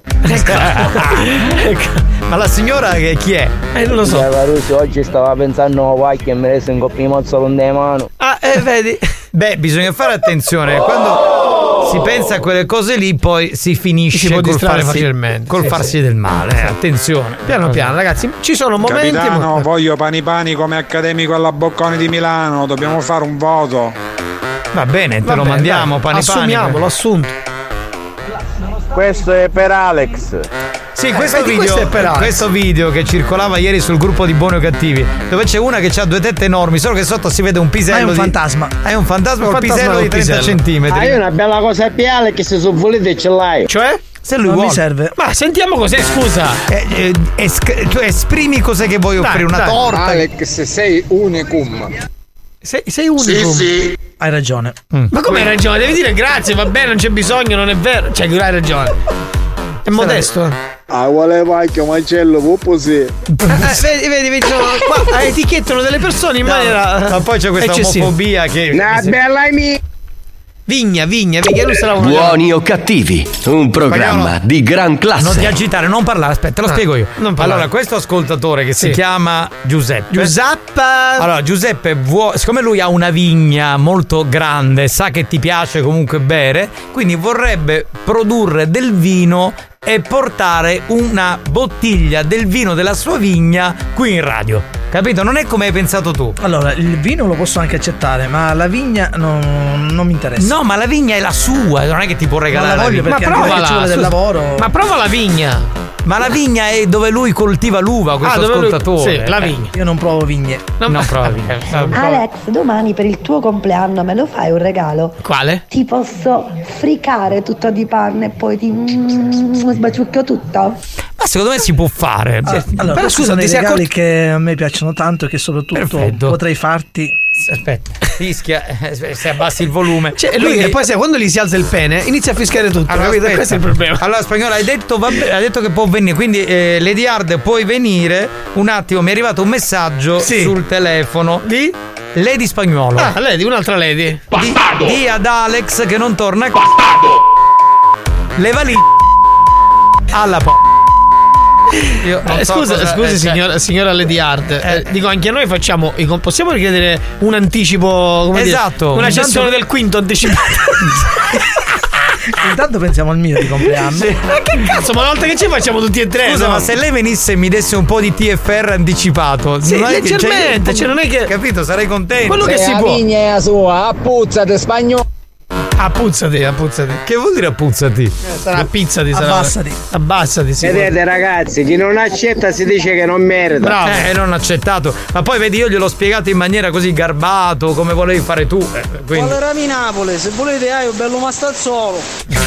Ma la signora chi è? Non lo so. Caruso, oggi stava pensando che mi resta un coppino mozzolo in mano. Vedi? Beh, bisogna fare attenzione. Quando si pensa a quelle cose lì, poi si finisce può col distrarre farsi, facilmente. col farsi del male. Attenzione. Piano piano, ragazzi. Ci sono momenti. Capitano, voglio pani come accademico alla Bocconi di Milano. Dobbiamo fare un voto. Va bene, te lo mandiamo, pani. Assumiamolo, assunto. Questo è per Alex. Sì, questo video che circolava ieri sul gruppo di Buoni o Cattivi, dove c'è una che ha 2 tette enormi, solo che sotto si vede un pisello. Ma è un fantasma. È un fantasma col pisello di 30 centimetri. Ah, io una bella cosa per Alex, se volete ce l'hai. Cioè? Se lui non vuole. mi serve. Ma sentiamo cos'è, scusa. Tu esprimi cos'è che vuoi offrire, una torta. Alex, sei unicum. Sei unico. Sì. Hai ragione. Ma come hai ragione? Devi dire grazie, va bene, non c'è bisogno, non è vero. Cioè, hai ragione. È modesto. Ah, voleva che Marcello, può così. Vedi, qua etichettano delle persone in maniera. Ma poi c'è questa eccessiva. omofobia che. Una bella mia. Vigna, lui sarà uno. Buoni o cattivi, un programma di gran classe. Non ti agitare, non parlare, aspetta, te lo spiego io. Allora, questo ascoltatore che si chiama Giuseppe. Allora, Giuseppe siccome lui ha una vigna molto grande, sa che ti piace comunque bere, quindi vorrebbe produrre del vino e portare una bottiglia del vino della sua vigna qui in radio. Capito? Non è come hai pensato tu. Allora, il vino lo posso anche accettare, ma la vigna non mi interessa. No, ma la vigna è la sua, non è che ti può regalare. Non la voglio perché anche ci vuole del lavoro. Ma prova la vigna. Ma la vigna è dove lui coltiva l'uva, questo ascoltatore. Sì, la vigna. Io non provo vigne. Non provi. Alex, domani per il tuo compleanno me lo fai un regalo? Quale? Ti posso fricare tutto di panna e poi ti sbaciucchio tutto? Ma secondo me si può fare. Allora, però scusa, sono dei regali che a me piacciono tanto e che soprattutto potrei farti. Aspetta, fischia se abbassi il volume. Cioè, lui e poi quando gli si alza il pene inizia a fischiare tutto. Allora, capito? Questo è il problema. Allora, Spagnolo, hai detto che può venire. Quindi Lady Hard, puoi venire. Un attimo, mi è arrivato un messaggio sul telefono di Lady Spagnuolo. Ah, Lady, un'altra Lady. Di ad Alex che non torna a casa. Le valigie alla Scusi, signora Lady Hard. Dico, anche noi facciamo. Possiamo richiedere un anticipo? Come esatto. Dire, una cessione del quinto anticipato. Intanto pensiamo al mio di compleanno. Sì. Ma che cazzo, ma una volta che ci facciamo tutti e tre. Scusa, ma se lei venisse e mi desse un po' di TFR anticipato, sì, leggermente, cioè non è che. Capito, sarei contento. Quello che si la può. vigna è sua, appuzzate Spagnolo. Appuzzati. Che vuol dire appuzzati? Sarà appizzati, abbassati. Sì. Vedete ragazzi, chi non accetta si dice che non merita. Bravo. Non accettato. Ma poi vedi, io gliel'ho spiegato in maniera così garbato, come volevi fare tu. Quindi. Allora Napoli, se volete io bello mastazzolo.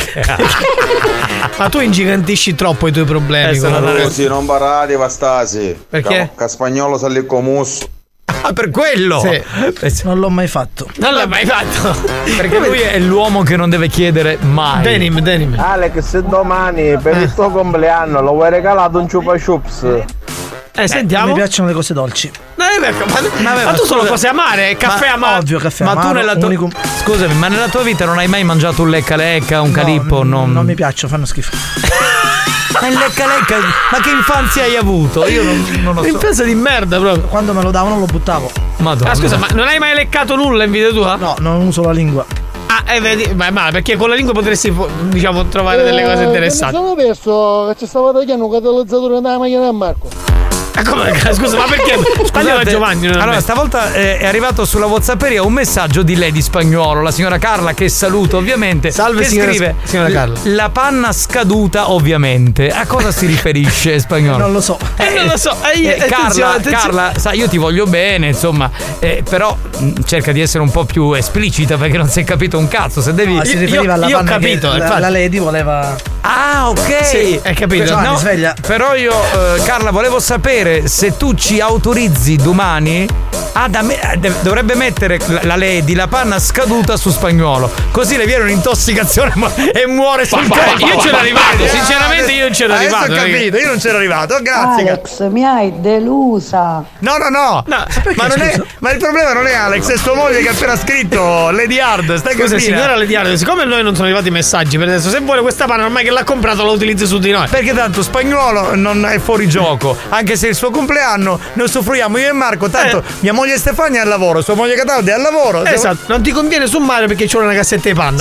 Ma tu ingigantisci troppo i tuoi problemi. Così non barate bastasi. Perché? Che Spagnolo sa lì comusso. Ah, per quello? Sì. Non l'ho mai fatto. Non l'ho mai fatto. Perché lui è l'uomo che non deve chiedere mai. Denim. Alex, se domani per il tuo compleanno lo vuoi regalato un Chupa Chups? Sentiamo. Mi piacciono le cose dolci. Ma tu solo cose amare, caffè amaro. Ovvio, caffè Ma amaro. tu nella tua Scusami, ma nella tua vita non hai mai mangiato un lecca, un calippo? Non mi piacciono, fanno schifo. Ma il lecca, ma che infanzia hai avuto? Io non lo so. Un'infanzia di merda proprio. Quando me lo davano lo buttavo. Madonna. Scusa, ma non hai mai leccato nulla in vita tua? No, non uso la lingua. Vedi, ma perché con la lingua potresti, diciamo, trovare delle cose interessanti. Mi sono perso che ci stava tagliando un catalizzatore nella macchina a Marco. Scusa, ma perché? Sbagliava Giovanni. Allora, stavolta è arrivato sulla WhatsApperia un messaggio di Lady Spagnuolo, la signora Carla, che saluto ovviamente. Salve, che signora Carla. La panna scaduta, ovviamente. A cosa si riferisce, Spagnuolo? Non lo so. Non lo so. Carla, sai, io ti voglio bene, insomma, però cerca di essere un po' più esplicita perché non si è capito un cazzo. Se devi. Si riferiva alla panna. Io ho capito. La Lady voleva. Ah, ok. Sì, hai capito. No, sveglia. Però io, Carla, volevo sapere se tu ci autorizzi domani dovrebbe mettere la Lady la panna scaduta su Spagnuolo, così le viene un'intossicazione e muore sul campo. Io c'ero arrivato, sinceramente io c'ero arrivato. Ho capito, io non c'ero arrivato. Grazie. Alex, mi hai delusa. No. Ma il problema non è Alex, è sua moglie che ha appena scritto Lady Hard. Scusa, signora Lady Hard, siccome a noi non sono arrivati i messaggi per adesso, se vuole questa panna ormai che l'ha comprato la utilizzi su di noi. Perché tanto Spagnuolo non è fuori gioco, anche se è il suo compleanno, ne usufruiamo io e Marco. Tanto mia moglie Stefania è al lavoro, sua moglie Cataldi è al lavoro. Esatto, non ti conviene sommare perché c'è una cassetta di panna.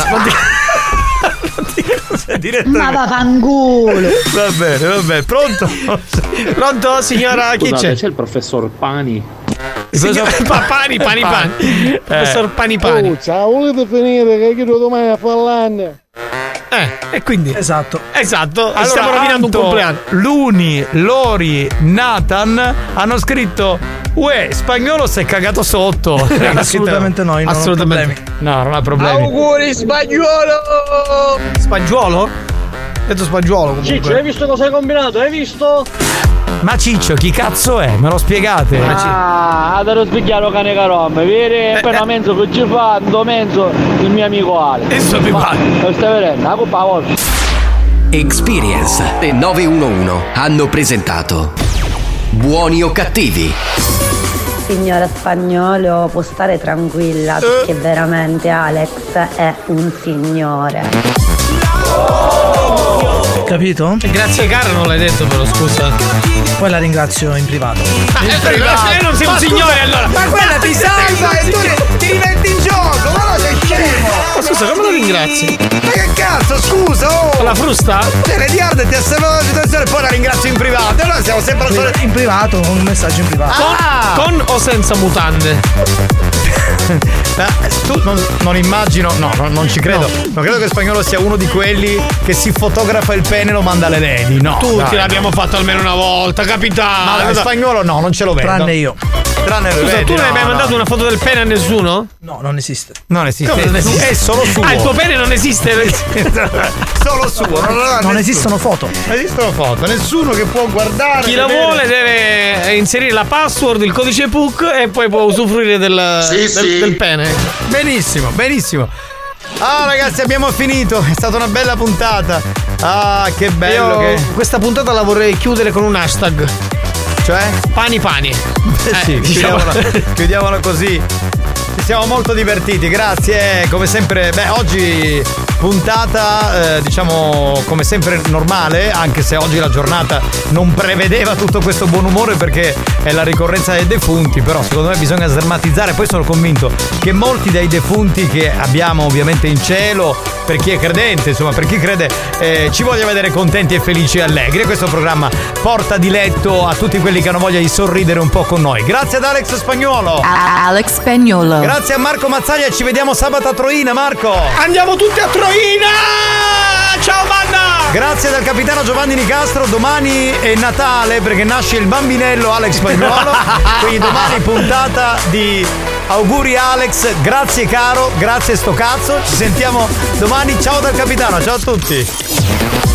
Ma vaffanculo. Va bene, pronto? Pronto, signora? Chi Scusate, c'è? c'è il professor Pani. Pani. Professor Pani. Ciao, volete finire che chiedo domani a Fallanne? E quindi? Esatto. Allora, stiamo rovinando un compleanno. Luni, Lori, Nathan hanno scritto: uè, Spagnuolo si è cagato sotto. Assolutamente no, non ho problemi. No, non ha problemi. Auguri Spagnuolo! Spagnuolo? Detto Spagnuolo comunque. Ciccio, hai visto cosa hai combinato? Hai visto? Ma Ciccio, chi cazzo è? Me lo spiegate? Devo spiegare cane carome, vedi? Appena mezzo che ci fa, mezzo il mio amico Ale. E so mi fa. Lo stai vedendo? La coppa volta. Experience e 911 hanno presentato Buoni o cattivi? Signora Spagnolo, può stare tranquilla perché veramente Alex è un signore. Capito? Grazie cara non l'hai detto però, scusa. Poi la ringrazio in privato. Lei non sei un signore allora. Ma quella ti salva e tu ti rimetti in gioco. Ma no, sei scemo. Ma scusa, come lo ringrazi? Ma che cazzo, scusa, oh. La frusta? Lady Hard ti ha salvato la situazione e poi la ringrazio in privato. Allora siamo sempre al solito. In privato, con un messaggio in privato. Con o senza mutande? Tu non immagino, non ci credo. Non credo che Spagnuolo sia uno di quelli che si fotografa il pene e lo manda alle lady. No. Tutti l'abbiamo fatto almeno una volta, capitano. Ma Spagnuolo no, non ce lo vedo. Tranne io. Scusa, tu non hai mai mandato una foto del pene a nessuno? No, non esiste. Non esiste. Come non esiste? È solo suo. Il tuo pene non esiste. Solo suo. Non esistono foto. Non esistono foto. Nessuno che può guardare. Chi la vuole deve inserire la password, il codice PUC e poi può usufruire del pene. Benissimo. Ragazzi, abbiamo finito. È stata una bella puntata. Che bello. Questa puntata la vorrei chiudere con un hashtag. Cioè? Pani. Sì, chiudiamola così. Ci siamo molto divertiti, grazie. Come sempre, oggi puntata diciamo come sempre normale, anche se oggi la giornata non prevedeva tutto questo buon umore perché è la ricorrenza dei defunti, però secondo me bisogna sdrammatizzare. Poi sono convinto che molti dei defunti che abbiamo ovviamente in cielo, per chi è credente, insomma per chi crede, ci voglia vedere contenti e felici e allegri, e questo programma porta diletto a tutti quelli che hanno voglia di sorridere un po' con noi. Grazie ad Alex Spagnuolo. Alex Spagnuolo. Grazie a Marco Mazzaglia, ci vediamo sabato a Troina, Marco. Andiamo tutti a Troina! Ciao Manna! Grazie dal capitano Giovanni Nicastro. Domani è Natale perché nasce il bambinello Alex Spagnuolo. Quindi domani puntata di auguri Alex. Grazie caro, grazie sto cazzo. Ci sentiamo domani. Ciao dal capitano, ciao a tutti.